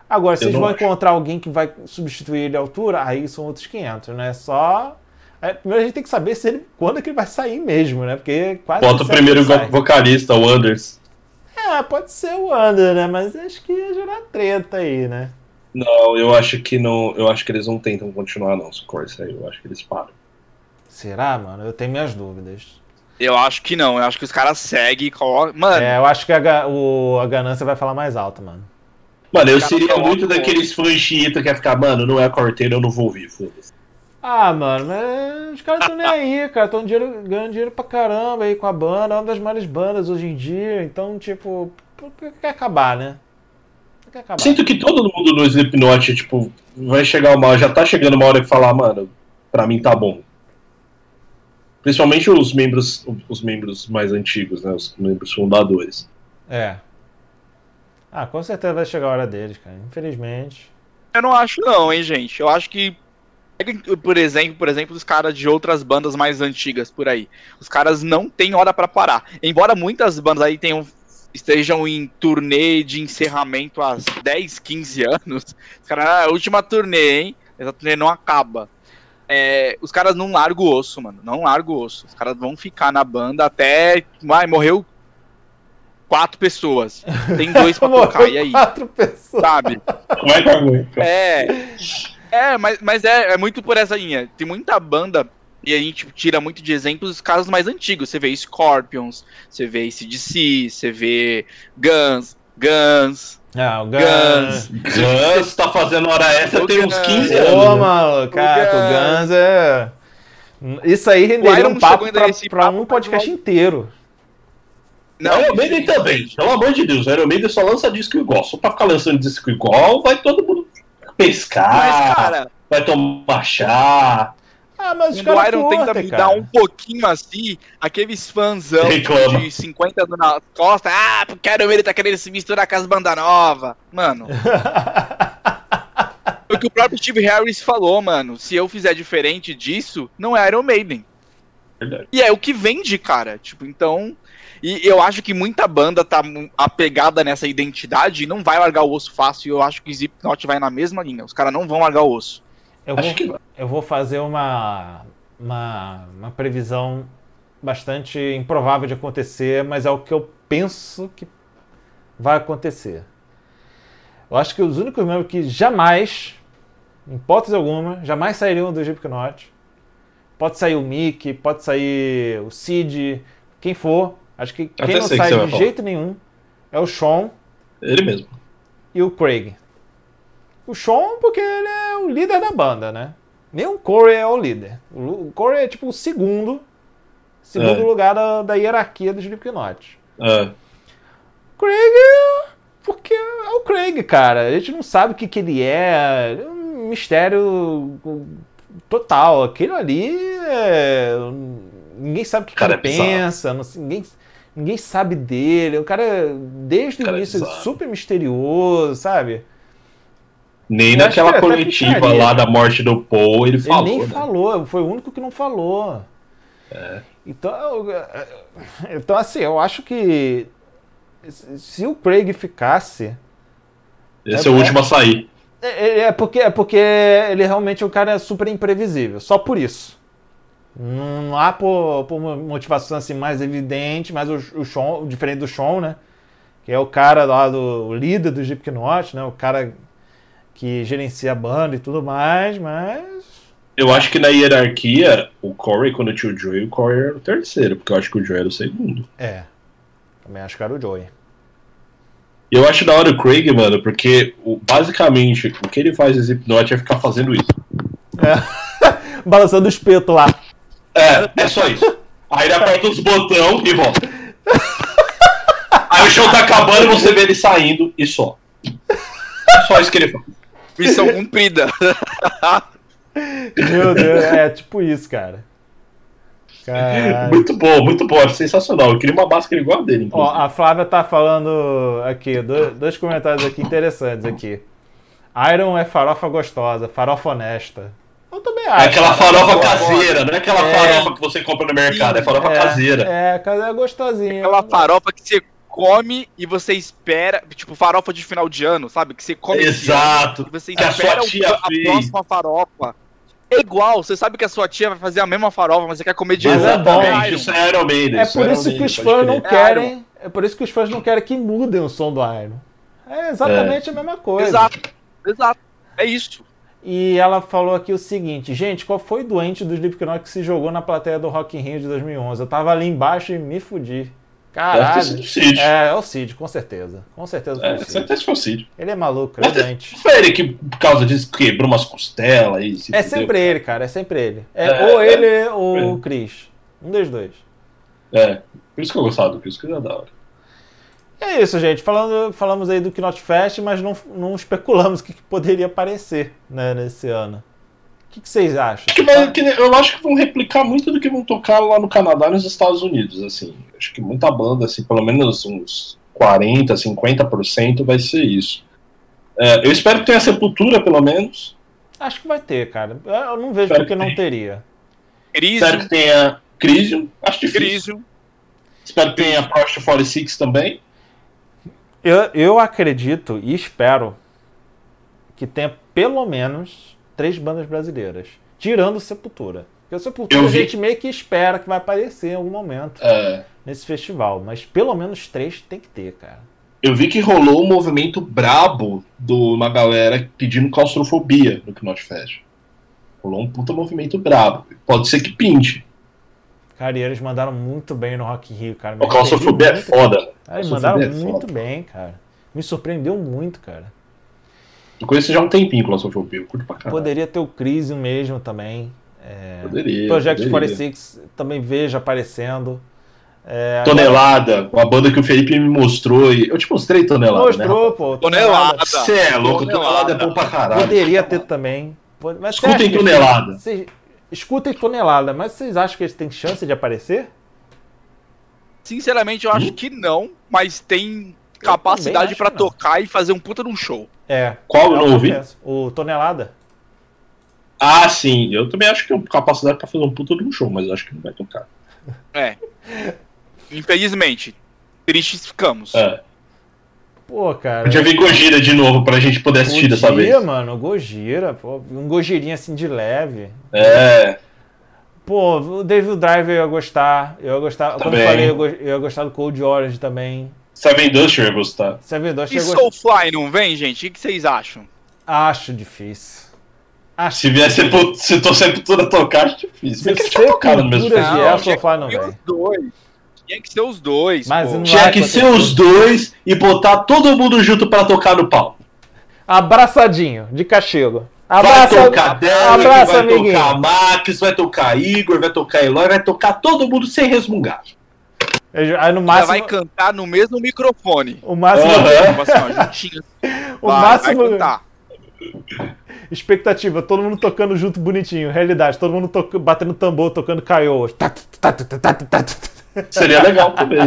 Agora, se eles vão encontrar alguém que vai substituir ele à altura, aí são outros 500, né? Primeiro a gente tem que saber quando é que ele vai sair mesmo, né? Porque quase.
Bota o primeiro vocalista, o Anders.
Pode ser o Anders, né? Mas acho que ia gerar treta aí, né?
Não, eu acho que não. Eu acho que eles não tentam continuar, não, se o Corey sair. Eu acho que eles param.
Será, mano? Eu tenho minhas dúvidas.
Eu acho que não. Eu acho que os caras seguem e colocam. Mano.
Eu acho que a ganância vai falar mais alto, mano.
Mano, eu seria muito daqueles fãs chiitas que ia ficar, mano, não é a Cortez, eu não vou ouvir, foda-se.
Mano, mas os caras estão nem aí, cara. Estão ganhando dinheiro pra caramba aí com a banda. É uma das maiores bandas hoje em dia. Então, tipo, quer acabar, né? Quer acabar.
Sinto que todo mundo no Slipknot, tipo, vai chegar já tá chegando uma hora que falar, mano, pra mim tá bom. Principalmente os membros mais antigos, né? Os membros fundadores.
Com certeza vai chegar a hora deles, cara. Infelizmente.
Eu não acho não, hein, gente. Eu acho que, por exemplo, os caras de outras bandas mais antigas por aí. Os caras não têm hora pra parar. Embora muitas bandas aí estejam em turnê de encerramento há 10, 15 anos. Os caras, a última turnê, hein? Essa turnê não acaba. Os caras não largam o osso, mano. Não largam o osso. Os caras vão ficar na banda até... morreu 4 pessoas. Tem 2 pra tocar, e aí?
4 pessoas.
Sabe?
Como é que aguenta?
Mas é muito por essa linha. Tem muita banda, e a gente tira muito de exemplos dos casos mais antigos. Você vê Scorpions, você vê AC/DC, você vê Guns.
O Guns
tá fazendo hora extra tem uns 15 anos.
Mano, cara, o Guns é... Isso aí renderia um papo pra um podcast inteiro.
Não, Iron Maiden também, pelo amor de Deus. Iron Maiden só lança disco igual. Só pra ficar lançando disco igual, vai todo mundo pescar,
cara,
vai tomar chá.
Mas
o Iron tenta mudar um pouquinho assim, aqueles fãzão de 50 anos na costa, porque o Iron Maiden tá querendo se misturar com as bandas novas. Mano. O que o próprio Steve Harris falou, mano. Se eu fizer diferente disso, não é Iron Maiden.
Verdade.
E é o que vende, cara. Tipo, então... E eu acho que muita banda tá apegada nessa identidade e não vai largar o osso fácil. E eu acho que o Slipknot vai na mesma linha. Os caras não vão largar o osso.
Eu vou fazer uma previsão bastante improvável de acontecer, mas é o que eu penso que vai acontecer. Eu acho que os únicos membros que jamais, em hipótese alguma, jamais sairiam do Slipknot. Pode sair o Mick, pode sair o Sid, quem for. Acho que quem não sai de jeito nenhum é o Sean.
Ele mesmo.
E o Craig. O Sean, porque ele é o líder da banda, né? Nem o Corey é o líder. O Corey é tipo o segundo lugar da hierarquia do Slipknot. Craig, porque é o Craig, cara. A gente não sabe o que ele é. É um mistério total. Aquele ali ninguém sabe o que ele pensa. Ninguém sabe dele. O cara, desde o início, super misterioso, sabe?
Nem naquela coletiva lá da morte do Paul ele falou.
Ele nem falou, foi o único que não falou. Então, assim, eu acho que se o Craig ficasse...
Esse é o último a sair.
Porque ele realmente é um cara super imprevisível, só por isso. Não há por motivação assim mais evidente, mas o Sean, diferente do Sean, né? Que é o cara lá o líder do Slipknot, né? O cara que gerencia a banda e tudo mais, mas...
Eu acho que na hierarquia, o Corey, quando tinha o Joey, o Corey era o terceiro, porque eu acho que o Joey era o segundo.
Também acho que era o Joey.
E eu acho da hora o Craig, mano, porque basicamente o que ele faz no Slipknot é ficar fazendo isso.
Balançando o espeto lá.
É só isso. Aí ele aperta os botões e volta. Aí o show tá acabando e você vê ele saindo e só. É só isso que ele faz.
Missão cumprida.
Meu Deus, tipo isso, cara. Caralho.
Muito bom, é sensacional. Eu queria uma máscara igual a dele, inclusive.
A Flávia tá falando aqui, dois comentários aqui interessantes aqui. Iron é farofa gostosa, farofa honesta. Eu também acho.
É aquela farofa caseira, não é aquela farofa que você compra no mercado, é farofa caseira.
É gostosinha.
Aquela farofa que você come e você espera, tipo, farofa de final de ano, sabe? Que você come
Exato.
E você
que
espera
a sua tia
a próxima farofa. É igual, você sabe que a sua tia vai fazer a mesma farofa, mas você quer comer de
Mas
novo.
Exatamente, isso é Iron Maiden.
É por isso que os fãs não querem. É por isso que os fãs não querem que mudem o som do Iron. É exatamente a mesma coisa.
Exato. É isso.
E ela falou aqui o seguinte: gente, qual foi o doente do Slipknot que se jogou na plateia do Rock in Rio de 2011? Eu tava ali embaixo e me fudi. Caralho.
Deve ter sido o Cid.
É o Cid, com certeza. Com certeza foi o Cid.
Certeza foi o Cid.
Ele é maluco, ele é doente.
Foi ele que, por causa disso, quebrou umas costelas aí.
É sempre ele, cara, é sempre ele. Ou ele ou o Chris. Um dos dois.
Por isso que eu gostava do Chris, que é da hora.
É isso, gente. Falamos aí do Knot Fest, mas não especulamos o que poderia aparecer, né, nesse ano. O que vocês acham?
Eu acho que vão replicar muito do que vão tocar lá no Canadá e nos Estados Unidos. Assim. Acho que muita banda, assim, pelo menos uns 40%, 50% vai ser isso. Eu espero que tenha Sepultura, pelo menos.
Acho que vai ter, cara. Eu não vejo porque não teria.
Espero que tenha Crisium. Acho difícil. Espero que tenha Project 46 também.
Eu acredito e espero que tenha pelo menos 3 bandas brasileiras, tirando Sepultura. Porque o Sepultura a gente meio que espera que vai aparecer em algum momento nesse festival. Mas pelo menos 3 tem que ter, cara.
Eu vi que rolou um movimento brabo de uma galera pedindo claustrofobia no Knot Fest. Rolou um puta movimento brabo. Pode ser que pinte.
Cara, e eles mandaram muito bem no Rock in Rio, cara.
A claustrofobia é foda.
Eles mandaram muito bem, cara. Me surpreendeu muito, cara.
Eu conheço já um tempinho claustrofobia, eu curto pra caralho.
Poderia ter o Crisium mesmo também.
Poderia.
Project 46 também vejo aparecendo.
Tonelada, uma banda que o Felipe me mostrou. Eu te mostrei Tonelada,
mostrou,
né?
pô.
Tonelada.
Você é louco, Tonelada é bom pra caralho.
Poderia ter também. Mas
escutem Tonelada.
Escutem Tonelada, mas vocês acham que eles têm chance de aparecer?
Sinceramente, eu acho que não, mas tem capacidade pra tocar e fazer um puta de um show.
Qual eu não ouvi?
O Tonelada.
Ah, sim. Eu também acho que tem capacidade pra fazer um puta de um show, mas eu acho que não vai tocar.
Infelizmente. Tristes ficamos.
Pô, cara.
Podia vir Gojira de novo pra gente poder assistir dessa vez.
Mano, Gojira, pô. Um Gojirinho assim de leve. Pô, o Devil Driver eu ia gostar. Como eu falei, eu ia gostar do Cold Orange também.
Seven Dust eu ia gostar.
Seven Dust
e Soulfly não vem, gente? O que vocês acham?
Acho difícil.
Se vier se tô Sepultura tocar, acho difícil.
Se você tocar no mesmo festival, Soulfly não vem.
Tinha que ser os dois.
Tinha que ser os dois e botar todo mundo junto pra tocar no palco.
Abraçadinho, de cachego.
Vai tocar Derek, vai
amiguinho.
tocar Max, vai tocar Igor, vai tocar Eloy, vai tocar todo mundo sem resmungar.
Aí no máximo...
vai cantar no mesmo microfone.
O máximo...
juntinho.
O máximo... Vai cantar. Expectativa, todo mundo tocando junto bonitinho. Realidade, todo mundo batendo tambor, tocando Kaiô.
Seria legal também,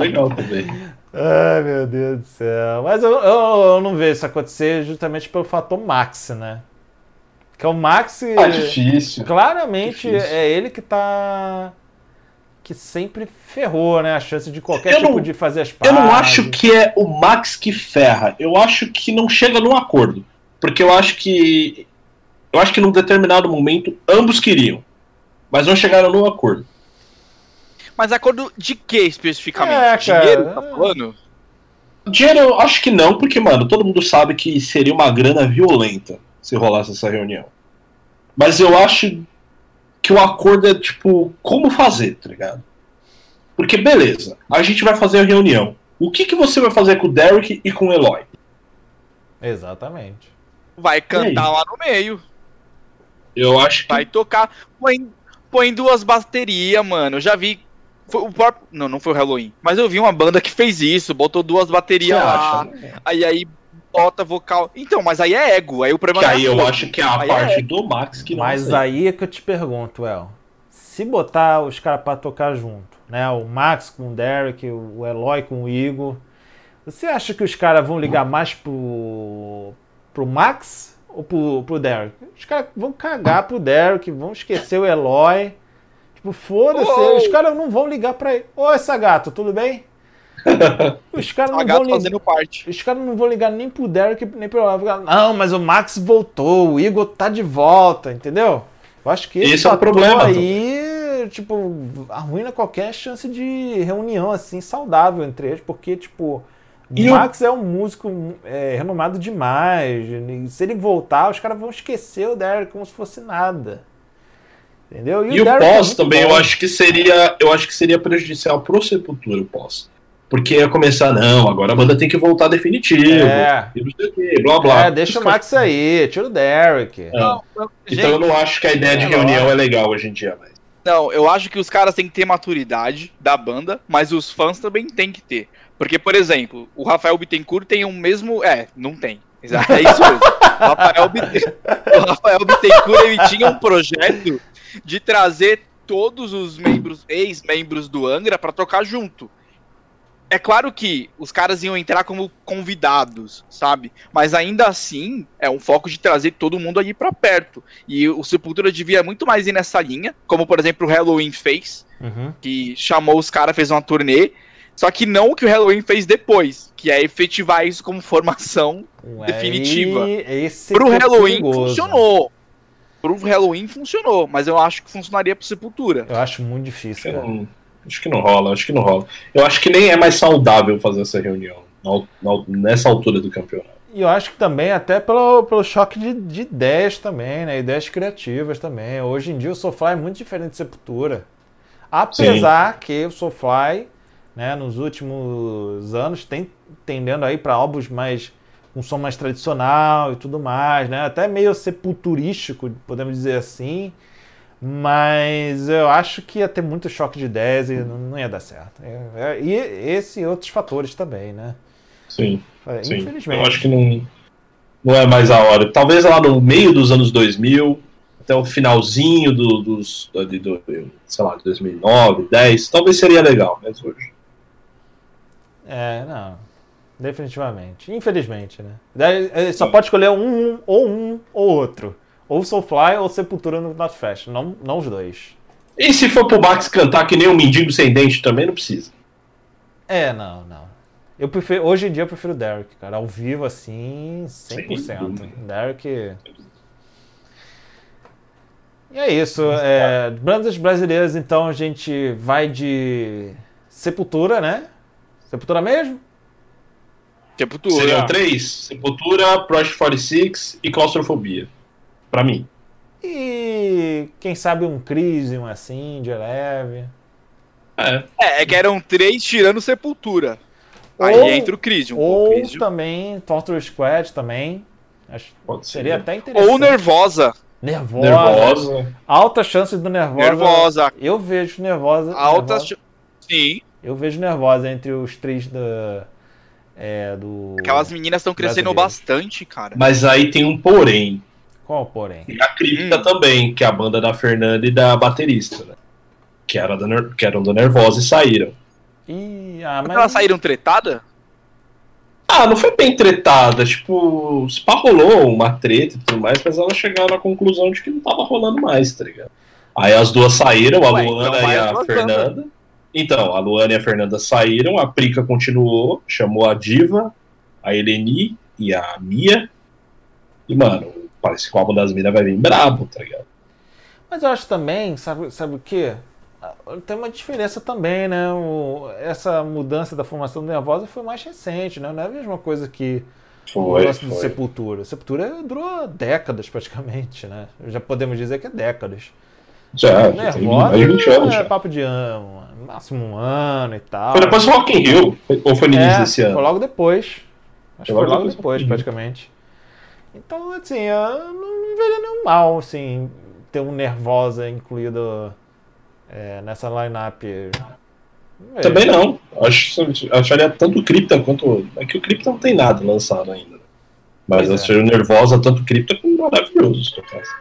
Ai, meu Deus do céu. Mas eu não vejo isso acontecer justamente pelo fator Max, né? Que é o Max...
difícil.
Claramente é ele que tá... que sempre ferrou, né? A chance de qualquer de fazer as pazes.
Eu não acho que é o Max que ferra. Eu acho que não chega num acordo. Porque eu acho que num determinado momento ambos queriam. Mas não chegaram num acordo.
Mas acordo de que especificamente? Dinheiro, tá falando?
Dinheiro eu acho que não, porque, mano, todo mundo sabe que seria uma grana violenta se rolasse essa reunião. Mas eu acho que o acordo é, tipo, como fazer, tá ligado? Porque, beleza, a gente vai fazer a reunião. O que você vai fazer com o Derek e com o Eloy?
Exatamente.
Vai cantar lá no meio.
Eu acho que...
Vai tocar. Põe 2 baterias, mano. Eu já vi... Não foi o Halloween. Mas eu vi uma banda que fez isso. Botou 2 baterias lá. Aí bota vocal. Então, mas aí é ego. Aí o problema
que aí eu acho que é a parte do Max que não
Mas
sei.
Aí é que eu te pergunto, se botar os caras pra tocar junto, né? O Max com o Derek, o Eloy com o Igor, você acha que os caras vão ligar mais pro Max ou pro Derek? Os caras vão cagar pro Derek, vão esquecer o Eloy. Tipo, foda-se, os caras não vão ligar pra ele. Ô, essa gata, tudo bem? Os caras não vão fazendo parte. Os caras não vão ligar nem pro Derek, nem pro Olavo. Não, mas o Max voltou, o Igor tá de volta, entendeu? Eu acho que
esse é o problema
aí, tipo, arruina qualquer chance de reunião, assim, saudável entre eles, porque, tipo, o Max é um músico renomado demais. E se ele voltar, os caras vão esquecer o Derek como se fosse nada. Entendeu?
E o pós também, eu acho que seria prejudicial pro Sepultura, o pós. Porque ia começar, não, agora a banda tem que voltar definitivo. E não sei o quê, blá blá.
Deixa o Max aí, tira o Derek.
Então eu não acho que a ideia de reunião é legal hoje em dia, mas.
Não, eu acho que os caras têm que ter maturidade da banda, mas os fãs também têm que ter. Porque, por exemplo, o Rafael Bittencourt tem o mesmo. Não tem. É isso mesmo. O Rafael Bittencourt, ele tinha um projeto de trazer todos os ex-membros do Angra pra tocar junto. É claro que os caras iam entrar como convidados, sabe? Mas ainda assim, é um foco de trazer todo mundo ali pra perto. E o Sepultura devia muito mais ir nessa linha, como por exemplo o Halloween fez, que chamou os caras, fez uma turnê. Só que não o que o Halloween fez depois, que é efetivar isso como formação definitiva. Pro Halloween funcionou. Pro Halloween funcionou, mas eu acho que funcionaria pro Sepultura.
Eu acho muito difícil, cara.
Acho que não rola. Eu acho que nem é mais saudável fazer essa reunião nessa altura do campeonato.
E eu acho que também até pelo choque de ideias também, né? Ideias criativas também. Hoje em dia o Soulfly é muito diferente de Sepultura. Apesar que o Soulfly, né, nos últimos anos tem tendendo aí para álbuns mais um som mais tradicional e tudo mais, né? Até meio sepulturístico, podemos dizer assim. Mas eu acho que ia ter muito choque de ideias e não ia dar certo. E esse e outros fatores também, né?
Sim.
Infelizmente.
Eu acho que não é mais a hora. Talvez lá no meio dos anos 2000, até o finalzinho sei lá, de 2009, 10, talvez seria legal, mas hoje.
Não. Definitivamente. Infelizmente, né? Só pode escolher um ou outro. Ou Soulfly ou Sepultura no Knotfest. Não os dois.
E se for pro Max cantar que nem um mendigo sem dente, também não precisa.
Não. Hoje em dia eu prefiro o Derek, cara. Ao vivo, assim, 100%. Derek... E é isso. Bandas brasileiras, então, a gente vai de Sepultura, né? Sepultura mesmo?
Sepultura.
Seriam 3. Sepultura, Project 46 e Claustrofobia. Pra mim.
E quem sabe um Crisium assim, de leve.
É que eram 3 tirando Sepultura. Aí entra o Crisium.
Ou também Torture Squad também. Acho que seria até interessante.
Ou Nervosa.
Alta chance do Nervosa. Eu vejo Nervosa.
Sim.
Eu vejo Nervosa entre os 3 do...
Aquelas meninas estão crescendo bastante, cara.
Mas aí tem um porém.
Qual porém?
E a Cripta também, que é a banda da Fernanda e da baterista, né? Que eram do Nervosa e saíram.
Mas elas saíram tretada?
Não foi bem tretada. Tipo, rolou uma treta e tudo mais, mas elas chegaram à conclusão de que não tava rolando mais, tá ligado? Aí as duas saíram, a Luana e a Fernanda. Então, a Luana e a Fernanda saíram, a Prica continuou, chamou a Diva, a Eleni e a Mia. E, mano, parece que o álbum das minas vai vir brabo, tá ligado?
Mas eu acho também, sabe o quê? Tem uma diferença também, né? Essa mudança da formação do Nervosa foi mais recente, né? Não é a mesma coisa que o negócio de Sepultura. Sepultura durou décadas praticamente, né? Já podemos dizer que é décadas. Nervosa
tem 20 anos já.
Papo de máximo um ano e tal.
Foi depois do Rock in Rio? Ou foi no início desse ano?
Foi logo depois. Acho que foi logo depois, praticamente. Então, assim, eu não veria nenhum mal, assim, ter um Nervosa incluído nessa line-up.
Também não. Acharia tanto o Crypta quanto... É que o Crypta não tem nada lançado ainda. Mas acharia Nervosa tanto o Crypta como maravilhoso, no caso.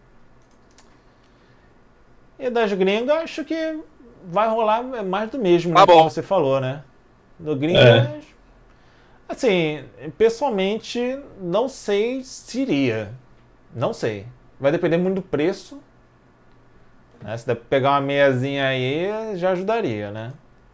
E das gringas, acho que vai rolar mais do mesmo, né? Como você falou, né? Do gringas... Assim, pessoalmente, não sei se iria. Não sei. Vai depender muito do preço. Né? Se der pra pegar uma meiazinha aí, já ajudaria, né?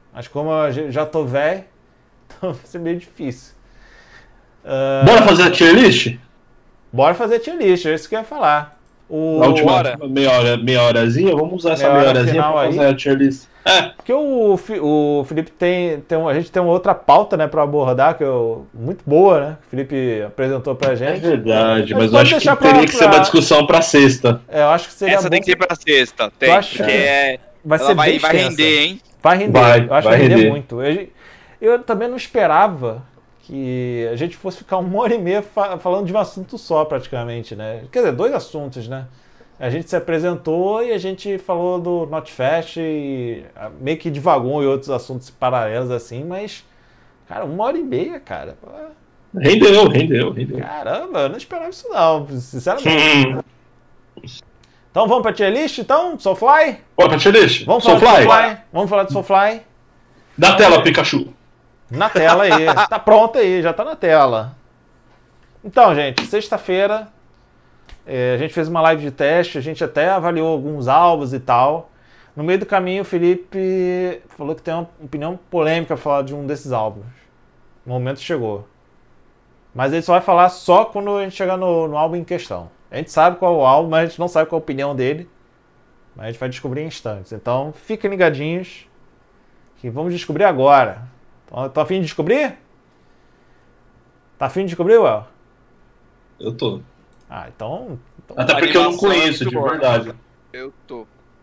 Mas como eu já tô velho, então vai ser meio difícil.
Bora fazer a tier list?
Bora fazer a tier list, é isso que eu ia falar.
Na última meia horazinha, vamos usar essa meia horazinha pra fazer a tier list.
Porque o Felipe a gente tem uma outra pauta, né, pra abordar, que é muito boa, né? Que o Felipe apresentou pra gente.
É verdade, mas eu acho que teria que ser uma discussão pra sexta.
Eu acho que seria
Essa tem que ser pra sexta, porque vai render, hein?
Vai render, eu acho que vai render muito. Eu também não esperava que a gente fosse ficar 1h30 falando de um assunto só, praticamente, né? Quer dizer, 2 assuntos, né? A gente se apresentou e a gente falou do Notfest e meio que divagou em outros assuntos paralelos, assim, mas, cara, 1h30, cara.
Rendeu.
Caramba, eu não esperava isso não, sinceramente. Então vamos pra tier list, então? Soulfly?
Bora pra tier list.
Vamos falar de Soulfly. Vamos falar de Soulfly.
Na tela, Pikachu.
Na tela aí. Tá pronto aí, já tá na tela. Então, gente, sexta-feira a gente fez uma live de teste, a gente até avaliou alguns álbuns e tal. No meio do caminho, o Felipe falou que tem uma opinião polêmica pra falar de um desses álbuns. O momento chegou. Mas ele só vai falar só quando a gente chegar no álbum em questão. A gente sabe qual é o álbum, mas a gente não sabe qual é a opinião dele. Mas a gente vai descobrir em instantes. Então, fiquem ligadinhos, que vamos descobrir agora. Tá a fim de descobrir? Tá a fim de descobrir, Well?
Eu tô.
Então
até porque eu não conheço, de verdade.
Eu tô.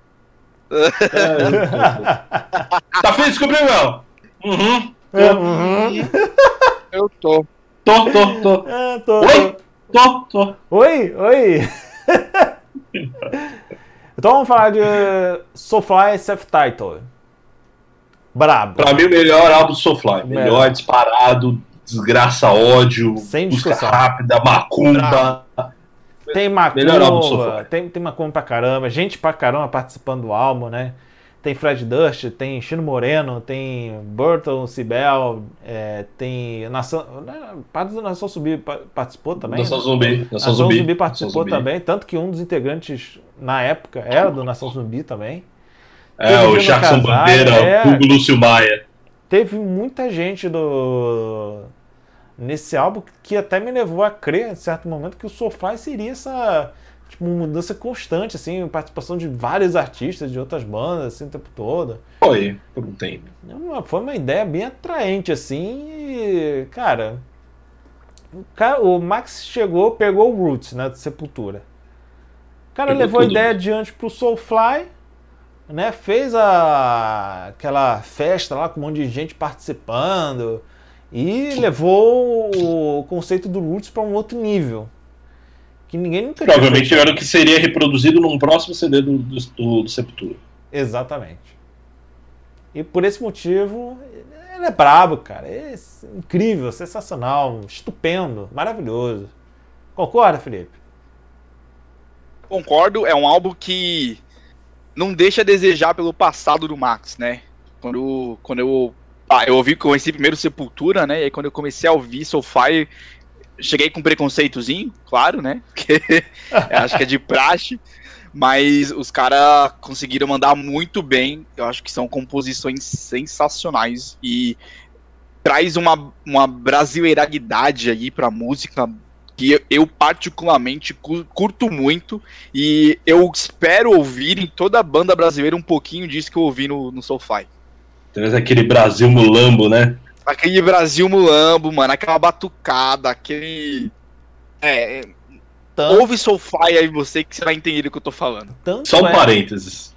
Tá fim de descobrir, Well?
Eu tô.
Tô. Oi? Tô.
Oi. Então vamos falar de Soulfly Self-Titled. Brabo.
Pra mim, o melhor álbum do Soulfly. Melhor, disparado, desgraça, ódio,
sem
música
discussão.
rápida, macumba.
Tem macumba,
melhor álbum do Soulfly.
Tem macumba pra caramba, gente pra caramba participando do álbum, né? Tem Fred Durst, tem Chino Moreno, tem Burton, Cibel, tem parte da Nação Zumbi participou também.
Nação Zumbi
participou também, tanto que um dos integrantes na época era do Nação Zumbi também.
O Jackson Bandeira, o Hugo Lúcio Maia.
Teve muita gente nesse álbum que até me levou a crer, em certo momento, que o Soulfly seria essa mudança constante, assim, participação de vários artistas de outras bandas, assim, o tempo todo.
Foi, por um tempo.
Foi uma ideia bem atraente, assim, e, cara, o Max chegou, pegou o Roots, né, de Sepultura. O cara levou a ideia adiante pro Soulfly, né, fez aquela festa lá com um monte de gente participando e levou o conceito do Roots para um outro nível. Que ninguém nunca
provavelmente era o que seria reproduzido num próximo CD do Sepultura.
Exatamente. E por esse motivo, ele é brabo, cara. É incrível, sensacional, estupendo, maravilhoso. Concorda, Felipe?
Concordo, é um álbum que não deixa a desejar pelo passado do Max, né? Quando eu conheci primeiro Sepultura, né? E aí quando eu comecei a ouvir Soulfly, cheguei com preconceitozinho, claro, né? Porque acho que é de praxe. Mas os caras conseguiram mandar muito bem. Eu acho que são composições sensacionais. E traz uma brasileiralidade aí pra música que eu particularmente curto muito. E eu espero ouvir em toda a banda brasileira um pouquinho disso que eu ouvi no Soulfly.
Traz aquele Brasil mulambo, né?
Aquele Brasil mulambo, mano, aquela batucada, aquele... Ouve Soulfly aí você que você vai entender o que eu tô falando.
Só um parênteses.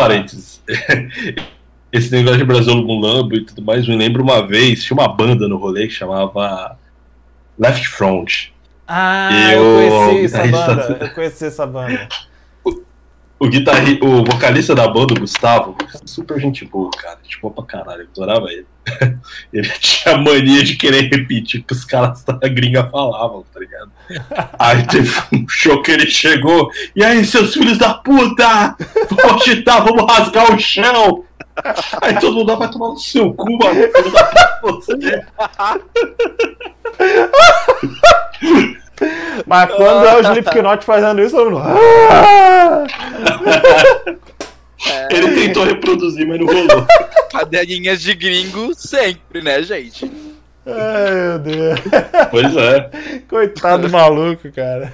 Esse negócio de Brasil mulambo e tudo mais, me lembra uma vez, tinha uma banda no rolê que chamava Left Front.
Eu conheci essa banda.
O vocalista da banda, o Gustavo, super gente boa, cara, gente boa pra caralho, eu adorava ele. Ele tinha mania de querer repetir o que os caras da gringa falavam, tá ligado? Aí teve um show que ele chegou, e aí, seus filhos da puta, vamos rasgar o chão. Aí todo mundo vai tomar no seu cu, mano, filho da puta, você.
Mas quando é o Slipknot fazendo isso, todo mundo...
Ele tentou reproduzir, mas não rolou.
Cadelinhas de gringo sempre, né, gente?
Ai, meu Deus.
Pois é.
Coitado do maluco, cara.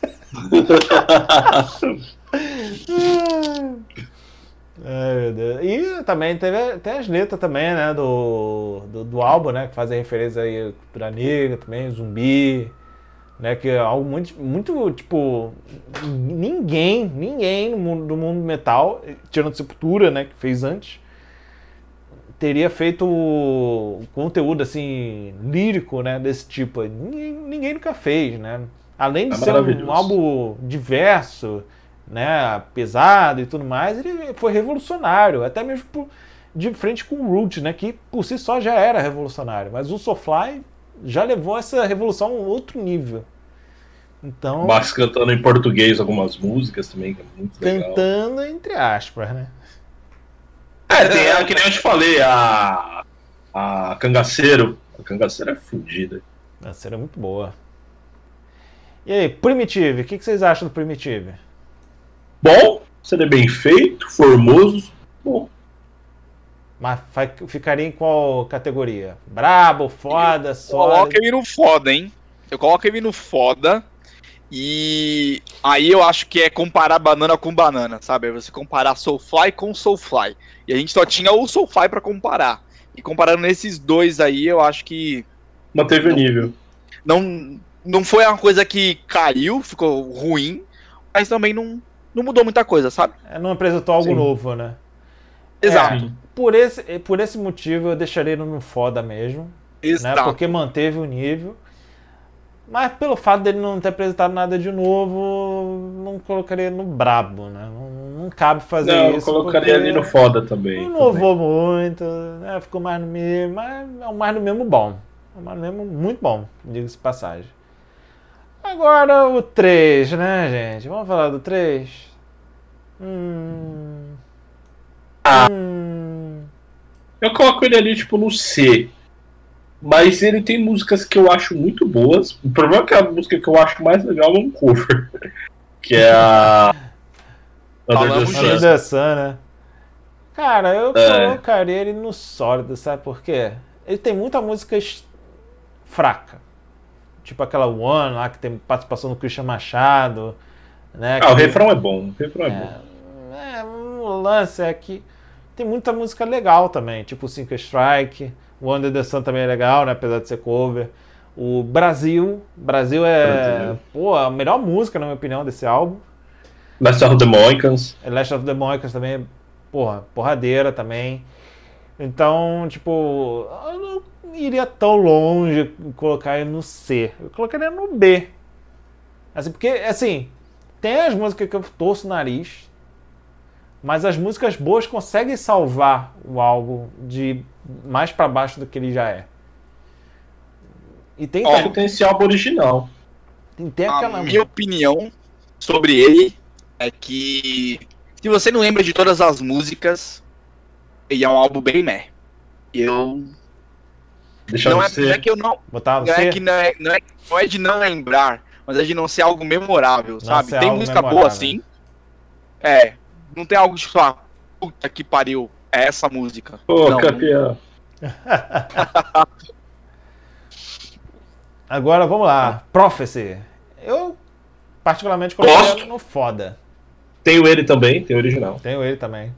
Ai, meu Deus. E também tem as letras também, né, do álbum, né, que fazem referência aí à cultura negra também, zumbi, né, que é algo muito tipo, ninguém no mundo, do mundo metal, tirando Sepultura, né, que fez antes, teria feito conteúdo, assim, lírico, né, desse tipo. Ninguém nunca fez, né, além de ser um álbum diverso, né, pesado e tudo mais, ele foi revolucionário, até mesmo de frente com o Root, né, que por si só já era revolucionário, mas o Soulfly já levou essa revolução a um outro nível. Então,
Max cantando em português algumas músicas também, que é muito legal.
Cantando entre aspas, né?
Tem a que nem eu te falei, a Cangaceiro. A Cangaceiro é fodida.
A Cangaceiro é muito boa. E aí, Primitive, o que vocês acham do Primitive?
Bom, CD bem feito, formoso, bom.
Mas ficaria em qual categoria? Brabo, foda, sólido?
Coloca ele no foda, hein? Eu coloco ele no foda. E aí eu acho que é comparar banana com banana, sabe? Você comparar Soulfly com Soulfly. E a gente só tinha o Soulfly pra comparar. E comparando esses dois aí, eu acho que...
manteve o nível.
Não foi uma coisa que caiu, ficou ruim, mas também não mudou muita coisa, sabe?
Não apresentou algo novo, né?
Exato.
Por esse motivo eu deixaria ele no foda mesmo.
Exato.
Né? Porque manteve o nível. Mas pelo fato dele não ter apresentado nada de novo, não colocaria no brabo, né? Não cabe fazer isso.
Eu colocaria ali no foda também.
Não inovou muito, né? Ficou mais no mesmo, mas é um mais no mesmo bom. É um mais no mesmo muito bom, diga-se de passagem. Agora o 3, né, gente? Vamos falar do 3?
Eu coloco ele ali, tipo, no C. Mas ele tem músicas que eu acho muito boas. O problema é que a música que eu acho mais legal é um cover. Que é a...
Under the Sun, né? Cara, eu colocaria ele no sólido, sabe por quê? Ele tem muita música fraca. Tipo aquela One lá, que tem participação do Christian Machado. Né?
O refrão é bom.
O lance é que tem muita música legal também. Tipo o Single Strike. O Under the Sun também é legal, né? Apesar de ser cover. O Brasil é a melhor música, na minha opinião, desse álbum.
Last of the Mohicans.
Last of the Mohicans também é, porradeira também. Então, tipo, eu não iria tão longe colocar ele no C. Eu colocaria no B. Assim, porque, assim, tem as músicas que eu torço o nariz, mas as músicas boas conseguem salvar o álbum de mais pra baixo do que ele já é. E tem
esse álbum original.
Tem aquela... A minha opinião sobre ele é que, se você não lembra de todas as músicas, ele é um álbum bem meh. Não é que eu não... Não é de não lembrar, mas é de não ser algo memorável, sabe? Tem música boa assim. Não tem algo de falar, puta que pariu, é essa música.
Campeão.
Agora vamos lá. Prophecy. Eu particularmente coloquei no foda.
Tenho ele também, tem o original.
Tenho ele também.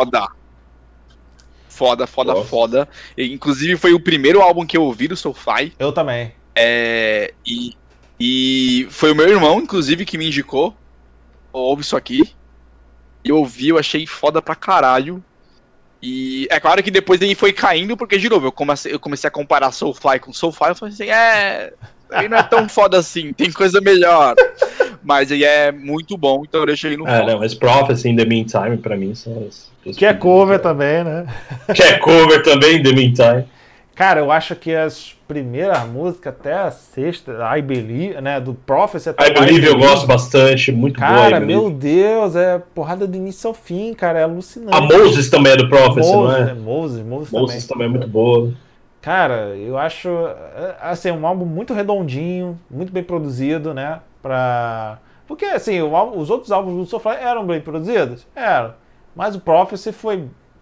Foda. E, inclusive foi o primeiro álbum que eu ouvi do Soulfly.
Eu também.
E foi o meu irmão, inclusive, que me indicou. Ouve isso aqui. Eu ouvi, eu achei foda pra caralho. E é claro que depois ele foi caindo, porque, de novo, eu comecei a comparar Soulfly com Soulfly, eu falei assim, ele não é tão foda assim, tem coisa melhor. Mas ele é muito bom, então eu deixei ele no foda.
Mas Prophecy in the Meantime, pra mim, são os
que é cover também, né?
Que é cover também, in the Meantime.
Cara, eu acho que as primeiras músicas, até a sexta, I Believe, né, do Prophecy até
I Believe eu gosto bastante, muito boa.
Cara, meu Deus, é porrada do início ao fim, cara, é alucinante.
A Moses também é do Prophecy, não é?
Moses
também é muito boa.
Cara, eu acho, assim, um álbum muito redondinho, muito bem produzido, né, porque, assim, os outros álbuns do Soulfly eram bem produzidos? Eram. Mas o Prophecy foi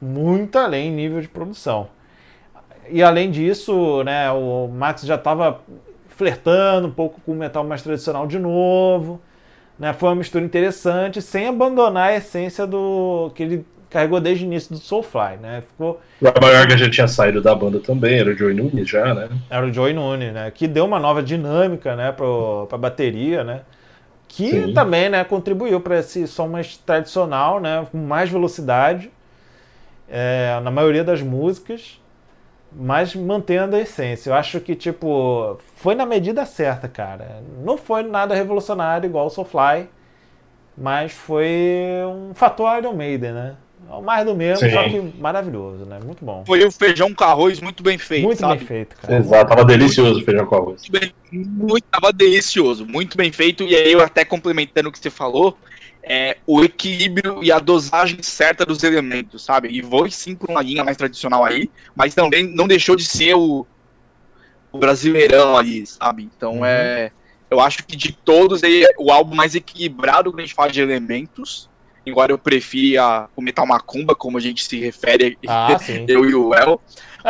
muito além em nível de produção. E além disso, né, o Max já estava flertando um pouco com o metal mais tradicional de novo, né? Foi uma mistura interessante, sem abandonar a essência do que ele carregou desde o início do Soulfly, né?
O Braga já tinha saído da banda também, era o Joey Nunes já, né?
Era o Joey Nunes, né? Que deu uma nova dinâmica, né, pra bateria, né? Que Sim. também, né, contribuiu para esse som mais tradicional, né, com mais velocidade na maioria das músicas, mas mantendo a essência. Eu acho que, tipo, foi na medida certa, cara. Não foi nada revolucionário igual o Soulfly, mas foi um fator Iron Maiden, né? Mais do mesmo, Sim. só que maravilhoso, né? Muito bom.
Foi um feijão com arroz muito bem feito,
Muito
sabe?
bem feito, cara.
Exato, tava delicioso o feijão com arroz.
Tava delicioso, muito bem feito. E aí eu até complementando o que você falou, o equilíbrio e a dosagem certa dos elementos, sabe? E vou sim por uma linha mais tradicional aí, mas também não deixou de ser o brasileirão ali, sabe? Então eu acho que de todos o álbum mais equilibrado quando a gente fala de elementos, embora eu prefira o Metal Macumba, como a gente se refere, eu e o El.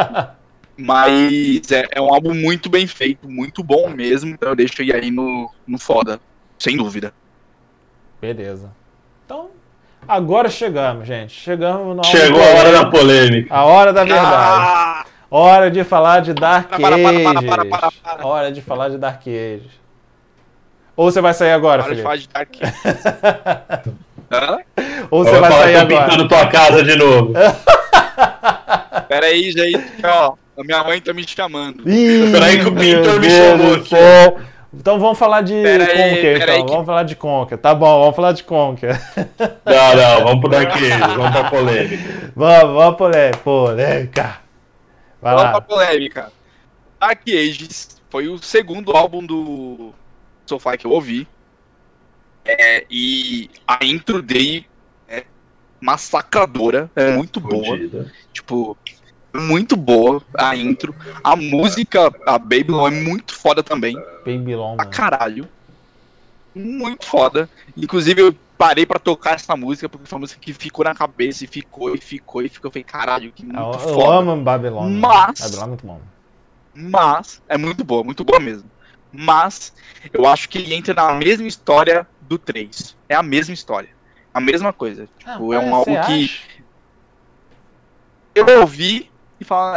Mas é um álbum muito bem feito, muito bom mesmo, então eu deixo aí no foda, sem dúvida.
Beleza. Então, agora chegamos, gente. Chegou
a hora da polêmica.
A hora da verdade. Hora de falar de Dark Ages. Hora de falar de Dark Ages. Ou você vai sair agora, Felipe?
Hora de falar de Dark Ages.
Ou você vai sair agora?
Pintando tua casa de novo.
Pera aí, gente, ó. A minha mãe tá me chamando.
Peraí que o pintor me chamou aqui.
Então vamos falar de Conker, então. Vamos falar de Conker. Tá bom, vamos falar de Conker.
Não, vamos pro Dark Ages, vamos pra polêmica.
Vamos pra polêmica. Vai lá.
Vamos pra polêmica. Dark Ages foi o segundo álbum do Soulfly que eu ouvi. E a intro dele é massacradora, muito boa. Tipo, muito boa a intro. A música, a Babylon, é muito foda também.
Babylon,
pra caralho. Muito foda. Inclusive, eu parei pra tocar essa música, porque foi uma música que ficou na cabeça, e ficou. Eu falei, caralho, que muito foda.
Eu amo Babylon. Babylon é muito bom.
Mas, é muito boa mesmo. Mas, eu acho que ele entra na mesma história do 3. É a mesma história. A mesma coisa. Tipo, é um álbum que eu ouvi e falo,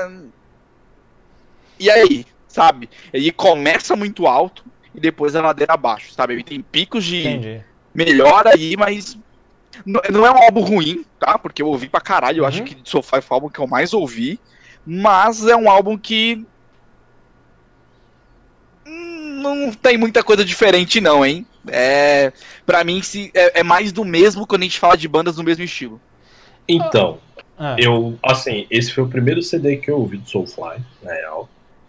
e aí, sabe? Ele começa muito alto e depois a ladeira abaixo, sabe? Ele tem picos de melhora aí, mas não é um álbum ruim, tá? Porque eu ouvi pra caralho, eu acho que de Soulfly foi o álbum que eu mais ouvi, mas é um álbum que não tem muita coisa diferente não, hein? Pra mim é mais do mesmo quando a gente fala de bandas do mesmo estilo.
Então, esse foi o primeiro CD que eu ouvi do Soulfly, na real.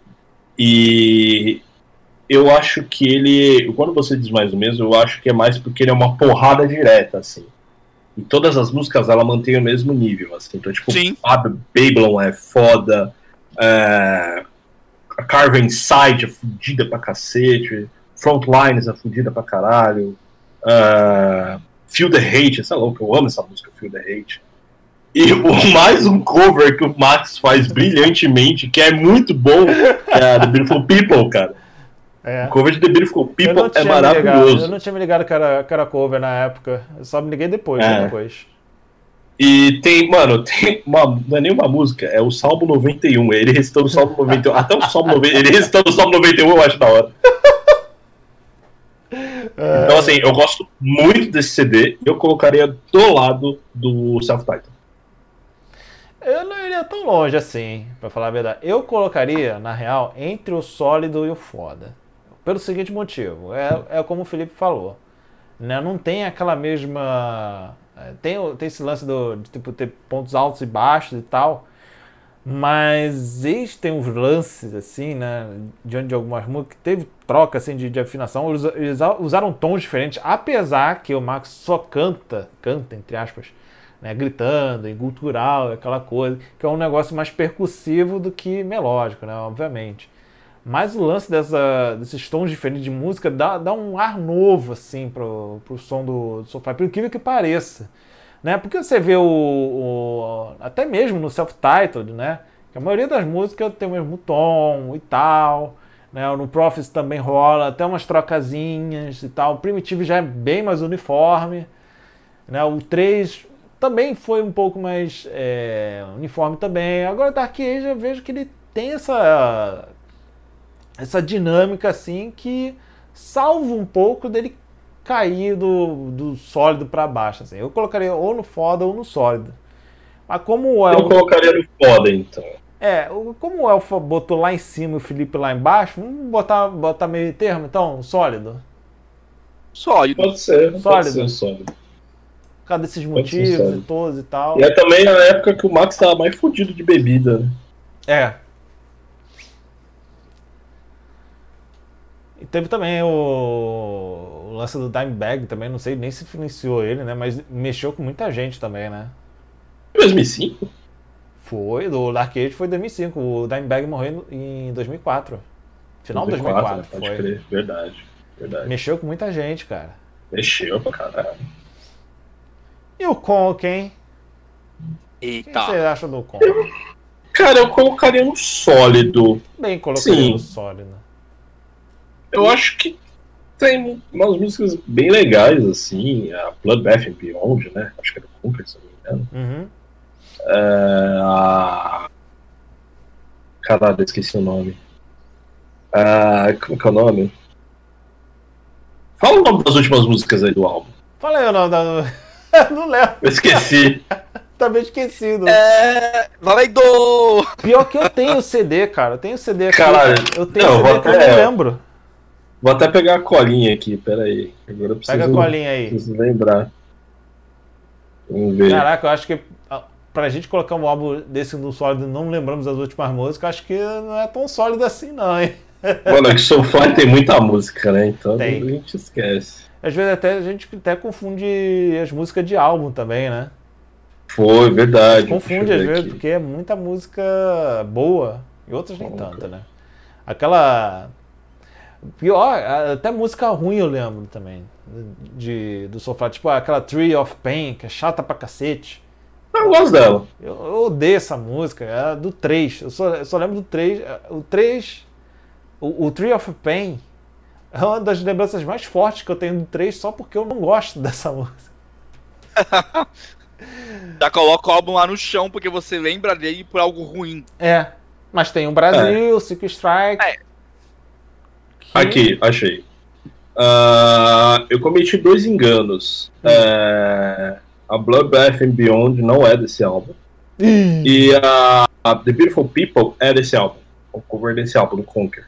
E eu acho que ele, quando você diz mais do mesmo, eu acho que é mais porque ele é uma porrada direta, assim. E todas as músicas, ela mantém o mesmo nível, assim. Então, tipo, a Babylon é foda, a Carve Inside é fudida pra cacete, Frontlines é fudida pra caralho, Feel the Hate, essa é louca, eu amo essa música, Feel the Hate. E mais um cover que o Max faz brilhantemente, que é muito bom, é The Beautiful People, cara. O cover de The Beautiful People é maravilhoso.
Eu não tinha me ligado que era cover na época, eu só me liguei depois.
E não é nenhuma música, é o Salmo 91, ele recitando o Salmo 91, até o Salmo 91, ele recitando o Salmo 91 eu acho da hora. Então assim, eu gosto muito desse CD, eu colocaria do lado do Self-Titled.
Eu não iria tão longe assim, pra falar a verdade. Eu colocaria, na real, entre o sólido e o foda. Pelo seguinte motivo, é como o Felipe falou, né? Não tem aquela mesma... Tem esse lance de tipo, ter pontos altos e baixos e tal, mas eles têm uns lances, assim, né? Diante de algumas músicas, que teve troca, assim, de afinação, eles usaram tons diferentes, apesar que o Max só canta, entre aspas, né, gritando, em gutural, aquela coisa, que é um negócio mais percussivo do que melódico, né, obviamente. Mas o lance desses tons diferentes de música dá um ar novo, assim, pro som do Soulfly, por incrível que pareça. né? Porque você vê até mesmo no self-titled, né? Que a maioria das músicas tem o mesmo tom e tal, né? No Prophecy também rola até umas trocazinhas e tal. O Primitive já é bem mais uniforme, né? O 3 também foi um pouco mais uniforme também. Agora Dark Age eu vejo que ele tem essa dinâmica assim que salva um pouco dele cair do sólido para baixo. Assim. Eu colocaria ou no foda ou no sólido. Mas como
eu colocaria no foda, então.
Como o Elfa botou lá em cima e o Felipe lá embaixo, vamos botar meio termo, então, sólido.
Sólido.
Pode ser,
sólido.
Pode ser sólido.
Por causa desses motivos e todos e tal.
E é também a época que o Max tava mais fudido de bebida, né?
E teve também o lance do Dimebag também, não sei nem se influenciou ele, né? Mas mexeu com muita gente também, né?
2005?
Foi, do Dark Age foi 2005. O Dimebag morreu em 2004. Final de 2004.
Né? Pode crer, verdade.
Mexeu com muita gente, cara.
Mexeu pra caralho.
E o Conk, hein?
Eita.
O que você acha do Conk?
Cara, eu colocaria no sólido.
Bem, colocaria no sólido.
Eu acho que tem umas músicas bem legais, assim. A Bloodbath and Beyond, né? Acho que era o Conker, se não me engano.
Uhum.
Caralho, esqueci o nome. Como que é o nome? Fala o nome das últimas músicas aí do álbum.
Fala aí o nome da... Não lembro.
Eu esqueci.
Tá bem esquecido.
Valendo!
Pior que eu tenho o CD, cara. Eu tenho o CD aqui.
Caralho.
Eu tenho o CD que eu não lembro.
Vou até pegar a colinha aqui, peraí. Agora eu preciso,
pega a colinha aí.
Preciso lembrar. Vamos ver.
Caraca, eu acho que pra gente colocar um álbum desse no sólido e não lembramos das últimas músicas, acho que não é tão sólido assim não, hein?
Mano, que Soulfly tem muita música, né? Então a gente esquece.
Às vezes a gente até confunde as músicas de álbum também, né?
Foi, verdade.
Confunde às vezes, porque é muita música boa e outras nem tanto, né? Aquela... Pior, até música ruim eu lembro também do Soulfly, tipo aquela Tree of Pain, que é chata pra cacete.
Eu gosto dela.
Eu odeio essa música, é do 3. Eu só lembro do 3. O 3, o Tree of Pain, é uma das lembranças mais fortes que eu tenho do 3, só porque eu não gosto dessa música.
Já coloca o álbum lá no chão, porque você lembra dele por algo ruim.
Mas tem o Brasil, Sick Strike.
Aqui, achei. Eu cometi 2 enganos. A Bloodbath and Beyond não é desse álbum. E a The Beautiful People é desse álbum. O cover desse álbum, do Conker.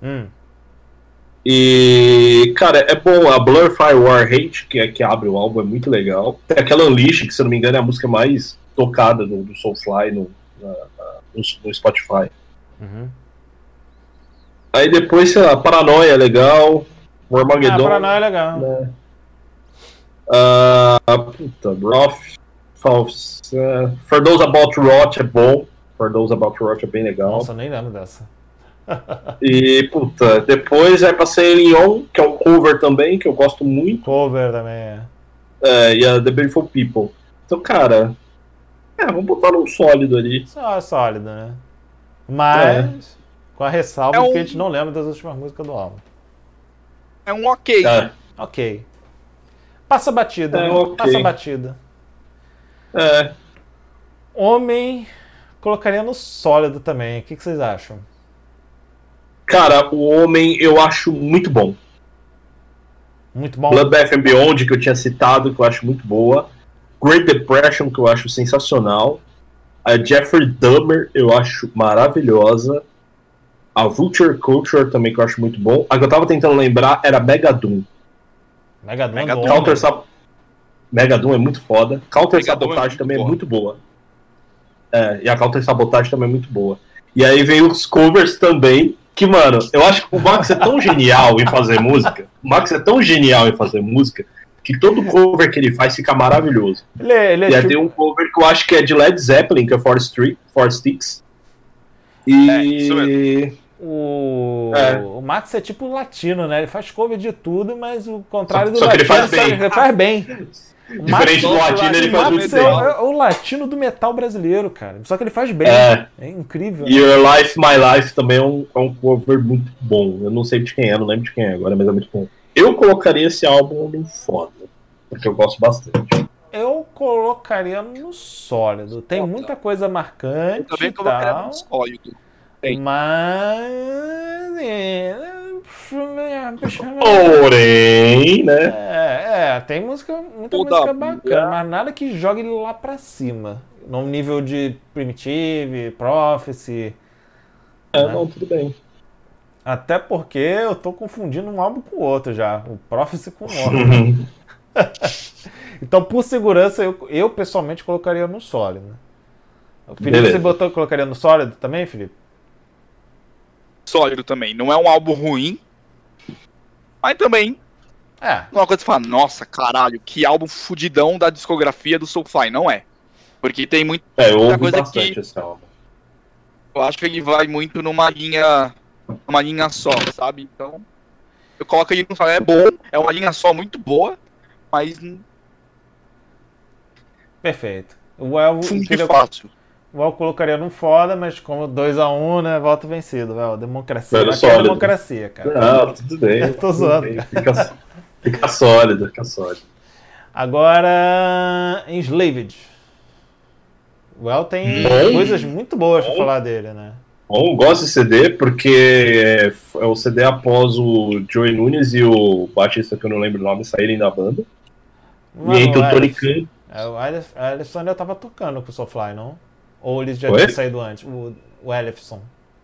E, cara, é bom. A Blur, Fire, War, Hate, que abre o álbum, é muito legal. Tem aquela Unleash, que se eu não me engano é a música mais tocada do Soulfly no Spotify. Aí depois, sei lá, Paranoia é legal. O Armageddon.
Paranoia é legal.
Né? Rough. For Those About to Rot é bom. For Those About to Rot é bem legal.
Nossa, eu nem lembro dessa.
E, depois é pra ser Leon, que é um cover também, que eu gosto muito.
Cover também,
e a The Beautiful People. Então, cara, vamos botar um sólido ali.
Sólido, né? Mas, com a ressalva que a gente não lembra das últimas músicas do álbum.
É um ok.
Ok. Passa batida.
Okay.
Passa batida. Homem, colocaria no sólido também. O que vocês acham?
Cara, o Homem eu acho muito bom.
Muito bom.
Bloodbath and Beyond, que eu tinha citado, que eu acho muito boa. Great Depression, que eu acho sensacional. A Jeffrey Dahmer, eu acho maravilhosa. A Vulture Culture também, que eu acho muito bom. A que eu tava tentando lembrar era Megadoom. Megadoom é muito foda. Counter Sabotage também é muito boa. E a Counter Sabotage também é muito boa. E aí vem os covers também, que, mano, eu acho que o Max é tão genial em fazer música. Que todo cover que ele faz fica maravilhoso. Tem um cover que eu acho que é de Led Zeppelin, que é Four Sticks. E
O Max é tipo latino, né? Ele faz cover de tudo, mas o contrário do
só
latino,
que ele faz bem.
Ele faz bem.
Diferente do latino, ele faz muito bem.
É o latino do metal brasileiro, cara. Só que ele faz bem. É incrível.
E Your Life, My Life também é um cover muito bom. Eu não sei de quem é, não lembro de quem é agora, mas é muito bom. Eu colocaria esse álbum no foda, porque eu gosto bastante.
Eu colocaria no sólido. Tem muita coisa marcante. Eu também colocaria no sólido. Mas.
Porém, né?
Tem muita música bacana, mas nada que jogue ele lá pra cima. No nível de Primitive, Prophecy.
Não, tudo bem.
Até porque eu tô confundindo um álbum com o outro já. O Prophecy com o outro. Então, por segurança, eu pessoalmente colocaria no sólido. O Felipe, você colocaria no sólido também, Felipe?
Sólido também. Não é um álbum ruim, mas também não é uma coisa que você fala, nossa, caralho, que álbum fudidão da discografia do Soulfly. Não é. Porque tem muita coisa que
esse álbum.
Eu acho que ele vai muito numa linha só, sabe? Então, eu coloco ele no sólido. É bom, é uma linha só muito boa, mas
perfeito. O El
fácil.
O El colocaria no foda, mas como 2-1, né? Voto vencido, velho. Democracia.
Aqui é
democracia, cara.
Não, tudo bem.
Eu tô zoando.
Fica sólido, fica sólido.
Agora, Enslaved. O El tem coisas muito boas pra falar dele, né?
Bom, gosto desse CD porque é o CD após o Joey Nunes e o baixista, que eu não lembro o nome, saírem da banda.
Mano,
e entre o Tony Khan.
O Ellefson ainda tava tocando com o Soulfly, não? Ou eles já tinham saído antes? O Ellefson.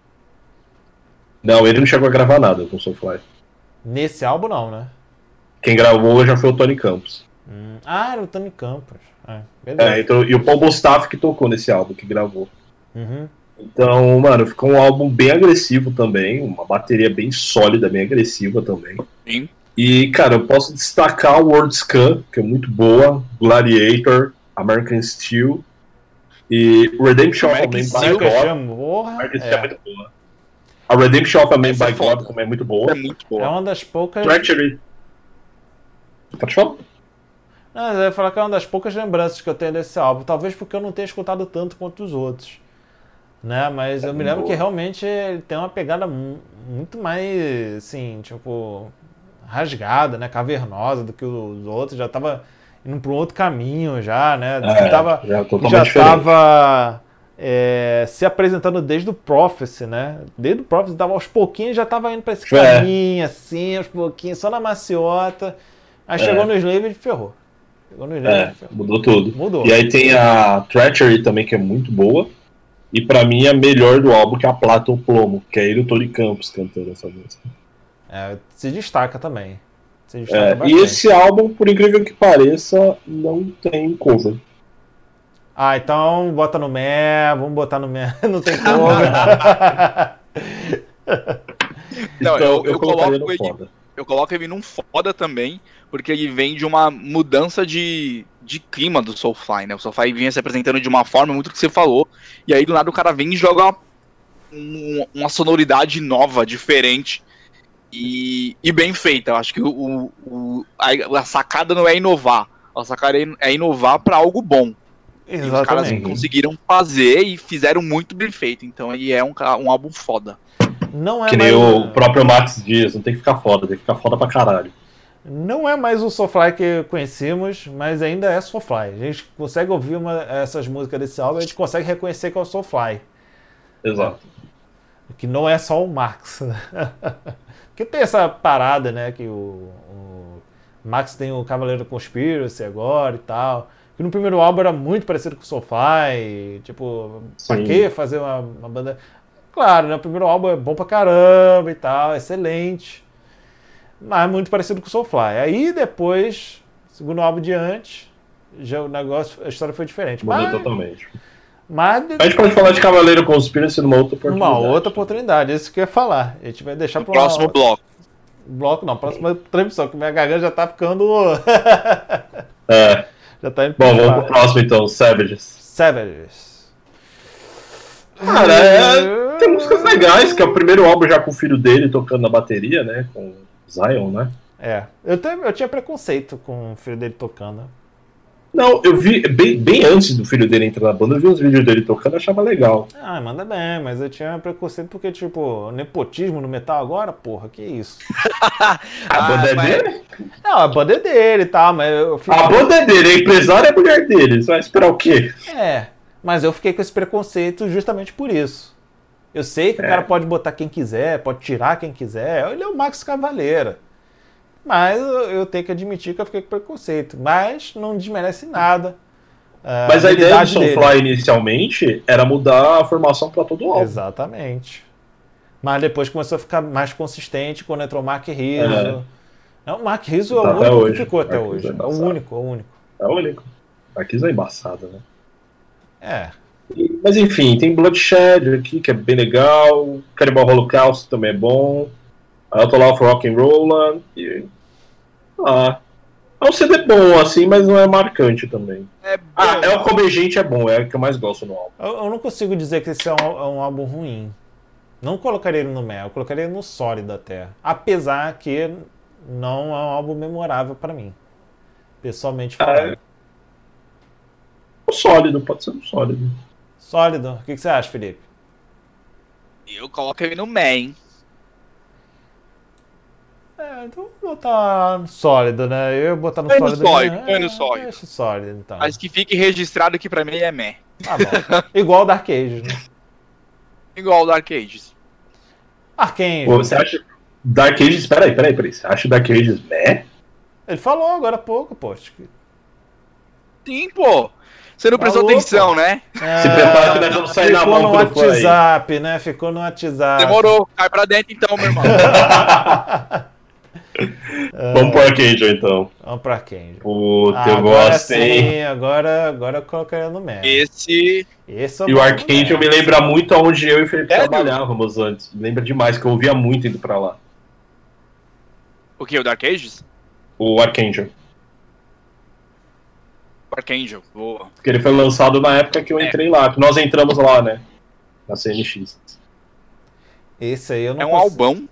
Não, ele não chegou a gravar nada com o Soulfly.
Nesse álbum não, né?
Quem gravou já foi o Tony Campos.
Era o Tony Campos.
Então, e o Paul Mustafa que tocou nesse álbum, que gravou.
Uhum.
Então, mano, ficou um álbum bem agressivo também, uma bateria bem sólida, bem agressiva também.
Sim.
E, cara, eu posso destacar o World Scan, que é muito boa, Gladiator, American Steel e Redemption of a Man by God.
É
muito boa. A Redemption of a Man by God também é muito boa.
É muito boa.
É uma das poucas...
Treachery. Pode falar?
Não, eu ia falar que é uma das poucas lembranças que eu tenho desse álbum. Talvez porque eu não tenha escutado tanto quanto os outros. Né? Mas eu me lembro que realmente ele tem uma pegada muito mais, assim, tipo... rasgada, né, cavernosa do que os outros, já tava indo para um outro caminho já, né, já tava se apresentando desde o Prophecy, né, desde o Prophecy tava aos pouquinhos, já tava indo para esse caminho, assim, aos pouquinhos, só na maciota, aí chegou no Slave e ferrou.
Mudou tudo.
Mudou.
E aí tem a Treachery também, que é muito boa, e pra mim a melhor do álbum, que é a Plata ou Plomo, que é ele e o Tony Campos cantando essa música.
Se destaca também.
E esse álbum, por incrível que pareça, não tem cover.
Então bota no Mé, vamos botar no Mé, não tem cover.
Não, então, eu coloco ele num foda também, porque ele vem de uma mudança de clima do Soulfly, né? O Soulfly vinha se apresentando de uma forma, muito que você falou, e aí do nada o cara vem e joga uma sonoridade nova, diferente. E bem feita. Eu acho que a sacada não é inovar. A sacada é inovar para algo bom.
Exatamente.
E os caras conseguiram fazer e fizeram muito bem feito. Então ele é um álbum foda.
Não é
que nem o próprio Max diz, não tem que ficar foda, tem que ficar foda pra caralho.
Não é mais o Soulfly que conhecemos, mas ainda é Soulfly. A gente consegue ouvir essas músicas desse álbum, a gente consegue reconhecer que é o Soulfly.
Exato.
Que não é só o Max. Porque tem essa parada, né, que o Max tem o Cavaleiro Conspiracy agora e tal. Que no primeiro álbum era muito parecido com o Soulfly. Tipo, pra que fazer uma banda... Claro, né, o primeiro álbum é bom pra caramba e tal, excelente. Mas muito parecido com o Soulfly. Aí depois, segundo álbum diante, já o negócio, a história foi diferente.
Mudou totalmente.
Mas
a gente pode falar de Cavaleiro Conspiracy numa outra oportunidade.
Uma outra oportunidade, isso que eu ia falar. A gente vai deixar para o
próximo bloco.
Bloco não, próxima transmissão, que minha garganta já tá ficando. Já tá indo.
Bom, vamos pro próximo então, Savages.
Cara,
Tem músicas legais, que é o primeiro álbum já com o filho dele tocando na bateria, né? Com Zion, né?
Eu tinha preconceito com o filho dele tocando.
Não, eu vi bem antes do filho dele entrar na banda, eu vi os vídeos dele tocando e achava legal.
Manda bem, mas eu tinha preconceito porque, tipo, nepotismo no metal agora, porra, que isso?
A banda é dele?
Não, a banda é dele, tá, mas eu fiquei...
A banda é dele, a empresária é a mulher dele, você vai esperar o quê?
Mas eu fiquei com esse preconceito justamente por isso. Eu sei que o cara pode botar quem quiser, pode tirar quem quiser, ele é o Max Cavaleira. Mas eu tenho que admitir que eu fiquei com preconceito. Mas não desmerece nada.
Mas a ideia do Soulfly inicialmente era mudar a formação para todo o álbum.
Exatamente. Mas depois começou a ficar mais consistente quando entrou o Mark Rizzo. O Mark Rizzo é o único que ficou até hoje. É o único.
É o único. Mark Rizzo é embaçado, né?
Mas
enfim, tem Bloodshed aqui, que é bem legal. Cannibal Holocaust também é bom. Autolaw for Rock and Roll. É um CD bom, assim, mas não é marcante também. O Como Gente é bom, é o que eu mais gosto no álbum.
Eu não consigo dizer que esse é um álbum ruim. Não colocaria ele no Meh, eu colocaria ele no Sólido até. Apesar que não é um álbum memorável pra mim. Pessoalmente falando.
O Sólido, pode ser um Sólido.
Sólido. O que você acha, Felipe?
Eu coloco ele no Meh, hein?
Então vou botar no Sólido, né? Eu ia botar no Sólido.
Põe no Sólido.
Deixa o Sólido, então.
Mas que fique registrado aqui pra mim é Meh.
Tá bom. Igual o Dark Ages, né?
Igual o Dark Ages.
Arcanjo.
Você acha Dark Ages... Peraí. Você acha Dark Ages Meh?
Ele falou agora há pouco, pô.
Sim, pô. Você não prestou atenção, né?
Se prepara que nós vamos sair na mão
pro WhatsApp, né? Ficou no WhatsApp.
Demorou. Cai pra dentro então, meu irmão.
Vamos pro Archangel, então.
Vamos pro Archangel.
Puta, eu gosto, hein?
Agora eu colocaria no Meh.
Esse
e o Archangel me lembra muito aonde eu e o Felipe trabalhávamos antes. Me lembra demais, que eu ouvia muito indo pra lá.
O que? O Dark Ages?
O Archangel.
Archangel, boa.
Porque ele foi lançado na época que eu entrei lá, que nós entramos lá, né? Na CNX.
Esse aí eu não
É um albão.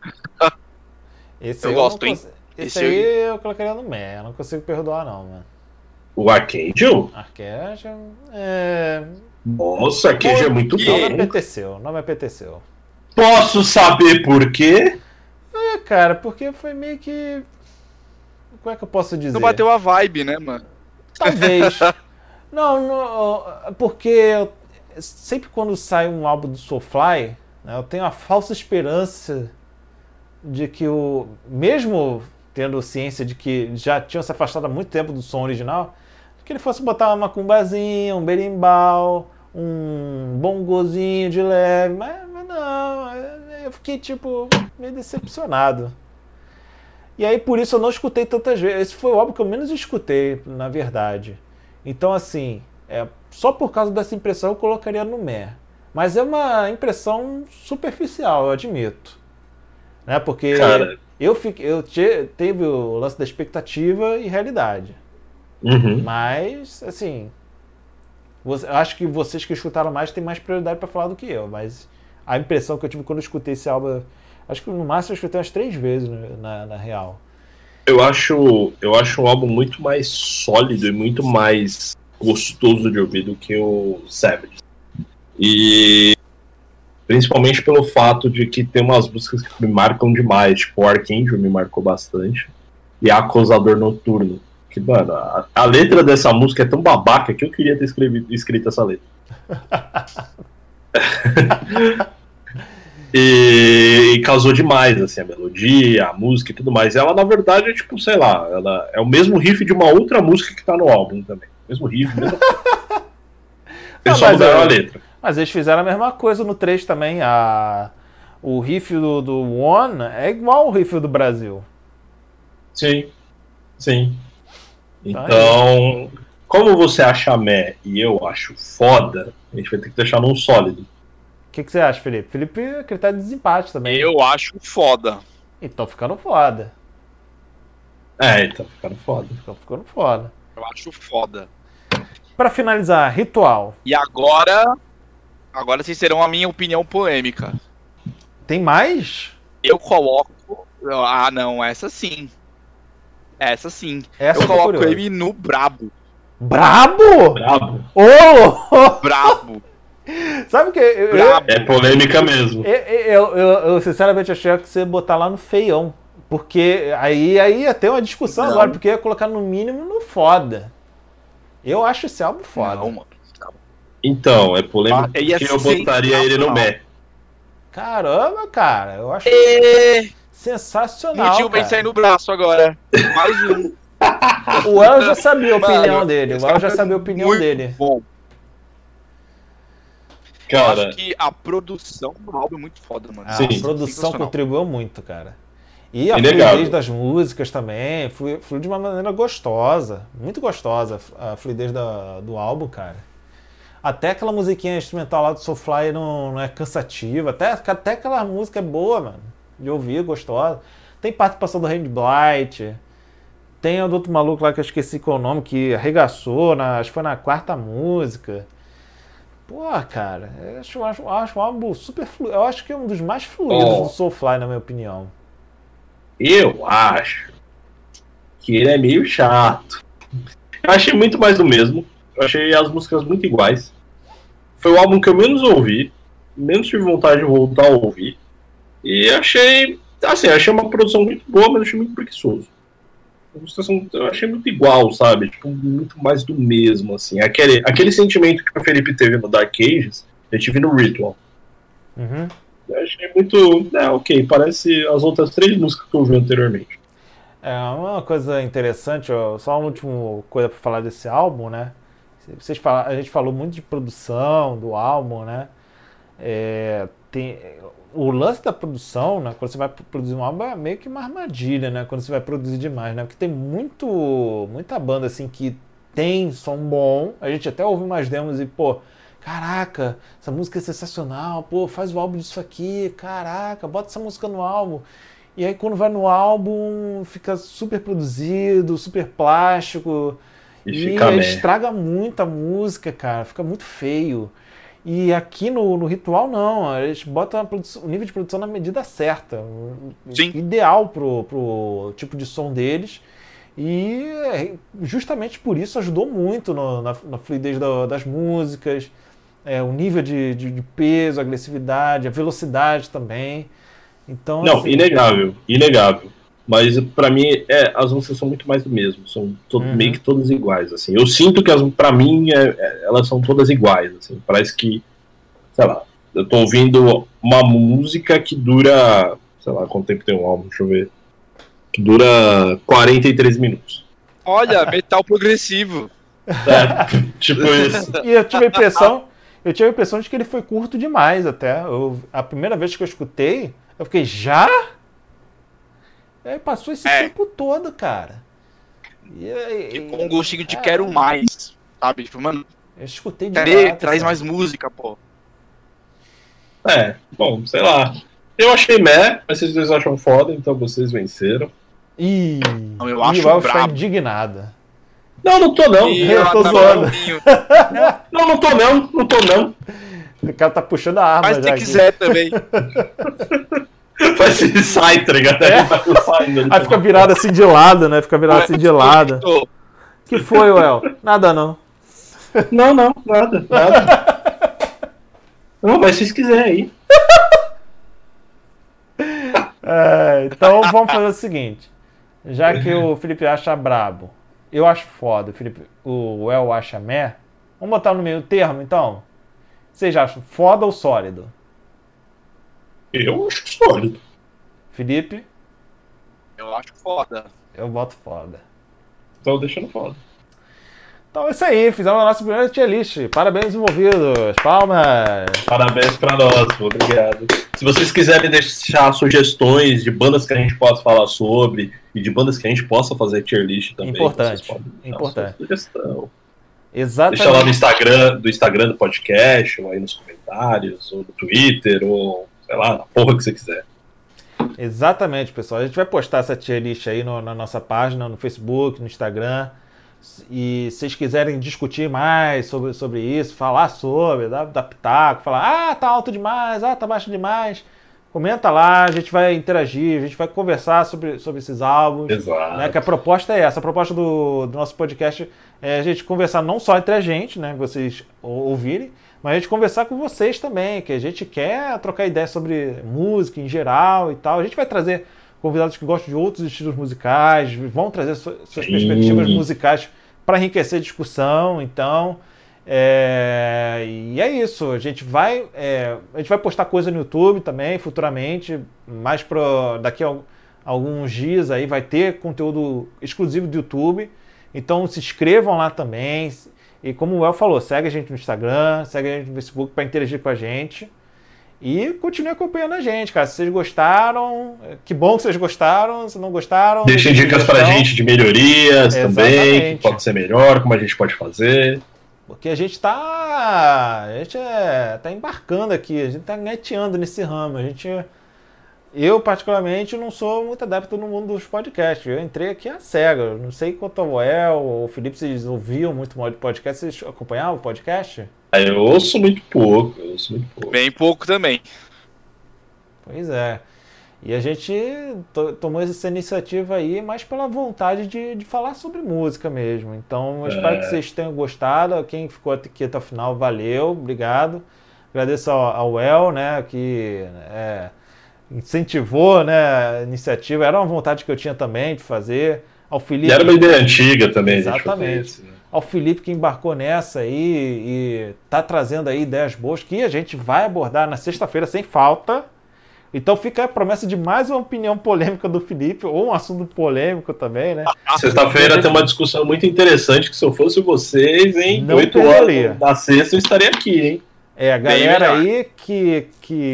Esse
eu gosto, hein?
Esse aí eu colocaria no Meh. Eu não consigo perdoar, não, mano.
O Archangel?
Archangel
Nossa, Archangel é muito bom.
Não me apeteceu.
Posso saber por quê?
Cara, porque foi meio que... Como é que eu posso dizer?
Não bateu a vibe, né, mano?
Talvez. não, porque sempre quando sai um álbum do Soulfly, né, eu tenho a falsa esperança de que mesmo tendo ciência de que já tinham se afastado há muito tempo do som original, que ele fosse botar uma macumbazinha, um berimbau, um bongozinho de leve, mas não, eu fiquei tipo meio decepcionado. E aí, por isso, eu não escutei tantas vezes. Esse foi o álbum que eu menos escutei, na verdade. Então, assim, só por causa dessa impressão eu colocaria no Meh. Mas é uma impressão superficial, eu admito. Né? Porque teve o lance da expectativa e realidade.
Uhum.
Mas, assim, acho que vocês que escutaram mais têm mais prioridade para falar do que eu. Mas a impressão que eu tive quando eu escutei esse álbum... Acho que no máximo eu escutei umas 3 vezes na real.
Eu acho um álbum muito mais sólido e muito mais gostoso de ouvir do que o Savage. E principalmente pelo fato de que tem umas músicas que me marcam demais. Tipo, o Archangel me marcou bastante. E Acosador Noturno. Que, mano, a letra dessa música é tão babaca que eu queria ter escrito essa letra. E causou demais, assim, a melodia, a música e tudo mais. Ela, na verdade, é tipo, sei lá, ela é o mesmo riff de uma outra música que tá no álbum também. Mesmo riff, mesmo. Eles só mudaram a letra.
Mas eles fizeram a mesma coisa no 3 também. O riff do One é igual ao riff do Brasil.
Sim. Então, como você acha Meh e eu acho foda, a gente vai ter que deixar num sólido.
O que você acha, Felipe? Felipe é critério de desempate também.
Eu acho foda.
Então ficando foda.
Então ficando foda.
Eu acho foda.
Pra finalizar, Ritual.
E agora Agora vocês terão a minha opinião polêmica.
Tem mais?
Eu coloco... Ah, não, essa sim. Essa sim.
Essa
eu coloco ele no Brabo.
Brabo?
Brabo.
Oh!
Brabo.
Sabe o que?
É polêmica mesmo.
Eu sinceramente achei que você botar lá no feião. Porque aí ia ter uma discussão agora, porque ia colocar no mínimo no foda. Eu acho esse álbum foda.
Não, mano.
Então, é polêmico porque eu botaria ele no Mé.
Caramba, cara. Eu acho sensacional.
Motivo bem sair no braço agora. Mais um.
O El já sabia a opinião dele. O El já sabia a opinião dele.
Bom.
Cara,
eu acho que a produção do álbum é muito foda, mano.
A produção contribuiu muito, cara. E a
Inegável.
fluidez das músicas também, flui de uma maneira gostosa, muito gostosa a fluidez do álbum, cara. Até aquela musiquinha instrumental lá do Soulfly não é cansativa, até aquela música é boa, mano, de ouvir, gostosa. Tem participação do Randy Blight, tem o do outro maluco lá que eu esqueci qual é o nome, que arregaçou, acho que foi na 4ª música. Pô, cara, eu acho um álbum super fluido, eu acho que é um dos mais fluidos do Soulfly, na minha opinião.
Eu acho que ele é meio chato. Eu achei muito mais do mesmo. Eu achei as músicas muito iguais. Foi o álbum que eu menos ouvi, menos tive vontade de voltar a ouvir. E achei, assim, achei uma produção muito boa, mas achei muito preguiçoso. As músicas eu achei muito igual, sabe? Tipo, muito mais do mesmo, assim. Aquele sentimento que o Felipe teve no Dark Ages, eu tive no Ritual.
Uhum.
Eu achei muito... ok, parece as outras 3 músicas que eu ouvi anteriormente.
Uma coisa interessante, só uma última coisa pra falar desse álbum, né? A gente falou muito de produção do álbum, né? O lance da produção, né? Quando você vai produzir um álbum é meio que uma armadilha, né? Quando você vai produzir demais, né? Porque tem muita banda assim que tem som bom, a gente até ouve umas demos e, pô, caraca, essa música é sensacional, pô, faz o álbum disso aqui, caraca, bota essa música no álbum. E aí quando vai no álbum, fica super produzido, super plástico, e estraga muito a música, cara, fica muito feio. E aqui no Ritual não, eles botam o nível de produção na medida certa, ideal pro tipo de som deles. E justamente por isso ajudou muito na fluidez das músicas, o nível de peso, a agressividade, a velocidade também. Então,
não,
assim,
inegável. Mas pra mim, as músicas são muito mais do mesmo, são meio que todas iguais. Assim. Eu sinto que pra mim elas são todas iguais. Assim. Parece que, sei lá, eu tô ouvindo uma música que dura, sei lá, quanto tempo tem um álbum, deixa eu ver. Que dura 43 minutos.
Olha, metal progressivo.
Tipo isso.
E eu tive a impressão de que ele foi curto demais até. A primeira vez que eu escutei, eu fiquei, já? E aí passou esse tempo todo, cara.
Com um gostinho de quero mais, sabe? Tipo, mano,
eu escutei de
traz mais música, pô.
Bom, sei lá. Eu achei mas vocês dois acham foda, então vocês venceram.
Não, eu acho brabo.
Tá indignada.
Não tô não.
Eu tô zoando.
Não tô não.
O cara tá puxando a arma.
Mas se quiser também.
Faz ele sai, tá ligado?
Aí fica virado assim de lado, né? Fica virado assim de lado. Que foi, Well? Nada não.
Não, nada. Não, vai se vocês quiserem aí.
Então vamos fazer o seguinte. Já que o Felipe acha brabo, eu acho foda, o El acha meh, vamos botar no meio termo, então? Vocês acham foda ou sólido?
Eu acho sólido.
Felipe?
Eu acho foda.
Eu boto foda.
Então deixando foda.
Então é isso aí, fizemos a nossa primeira tier list. Parabéns, envolvidos. Palmas.
Parabéns pra nós, obrigado. Se vocês quiserem deixar sugestões de bandas que a gente possa falar sobre e de bandas que a gente possa fazer tier list também.
Importante.
Sugestão.
Exatamente.
Deixa lá no Instagram do podcast, ou aí nos comentários, ou no Twitter, ou sei lá, na porra que você quiser.
Exatamente, pessoal. A gente vai postar essa tier list aí na nossa página, no Facebook, no Instagram. E se vocês quiserem discutir mais sobre isso, falar sobre, dar pitaco, falar, tá alto demais, tá baixo demais, comenta lá, a gente vai interagir, a gente vai conversar sobre esses álbuns.
Exato.
Né, que a proposta é essa, a proposta do nosso podcast é a gente conversar não só entre a gente, né, vocês ouvirem, mas a gente conversar com vocês também, que a gente quer trocar ideias sobre música em geral e tal. A gente vai trazer convidados que gostam de outros estilos musicais, vão trazer suas perspectivas musicais para enriquecer a discussão. Então, e é isso. A gente vai postar coisa no YouTube também, futuramente, mais daqui a alguns dias aí vai ter conteúdo exclusivo do YouTube. Então, se inscrevam lá também. E como o El falou, segue a gente no Instagram, segue a gente no Facebook para interagir com a gente. E continue acompanhando a gente, cara. Se vocês gostaram, que bom que vocês gostaram. Se não gostaram...
Deixem dicas pra gente de melhorias também, que pode ser melhor, como a gente pode fazer.
Porque a gente tá embarcando aqui, a gente tá neteando nesse ramo. Eu, particularmente, não sou muito adepto no mundo dos podcasts. Eu entrei aqui a cega. Não sei quanto ao El ou o Felipe, vocês ouviam muito podcast? Vocês acompanhavam o podcast?
Eu ouço muito pouco.
Bem pouco também.
Pois é. E a gente tomou essa iniciativa aí mais pela vontade de falar sobre música mesmo. Então, eu espero que vocês tenham gostado. Quem ficou aqui até o final, valeu, obrigado. Agradeço ao El, né, que... incentivou, né, a iniciativa, era uma vontade que eu tinha também de fazer. Ao Felipe,
e era uma ideia antiga também.
Exatamente. Isso, né? Ao Felipe que embarcou nessa aí e tá trazendo aí ideias boas que a gente vai abordar na sexta-feira sem falta. Então fica a promessa de mais uma opinião polêmica do Felipe, ou um assunto polêmico também, né?
Sexta-feira tem uma discussão muito interessante que se eu fosse vocês, hein, 8 horas da sexta eu estaria aqui, hein?
A galera aí que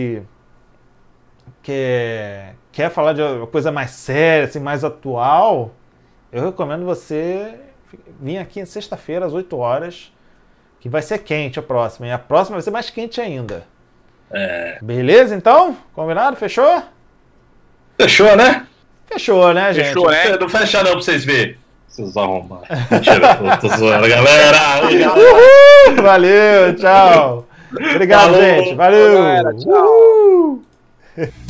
quer falar de uma coisa mais séria, assim, mais atual, eu recomendo você vir aqui sexta-feira às 8 horas, que vai ser quente a próxima, e a próxima vai ser mais quente ainda. Beleza, então? Combinado? Fechou?
Fechou, né?
Fechou, né, gente?
Fechou, né? Não fecha não pra vocês verem. Vocês arrombaram. Mentira, tô zoando, galera.
Uhul! Valeu, tchau. Obrigado, gente. Valeu.
Galera, tchau.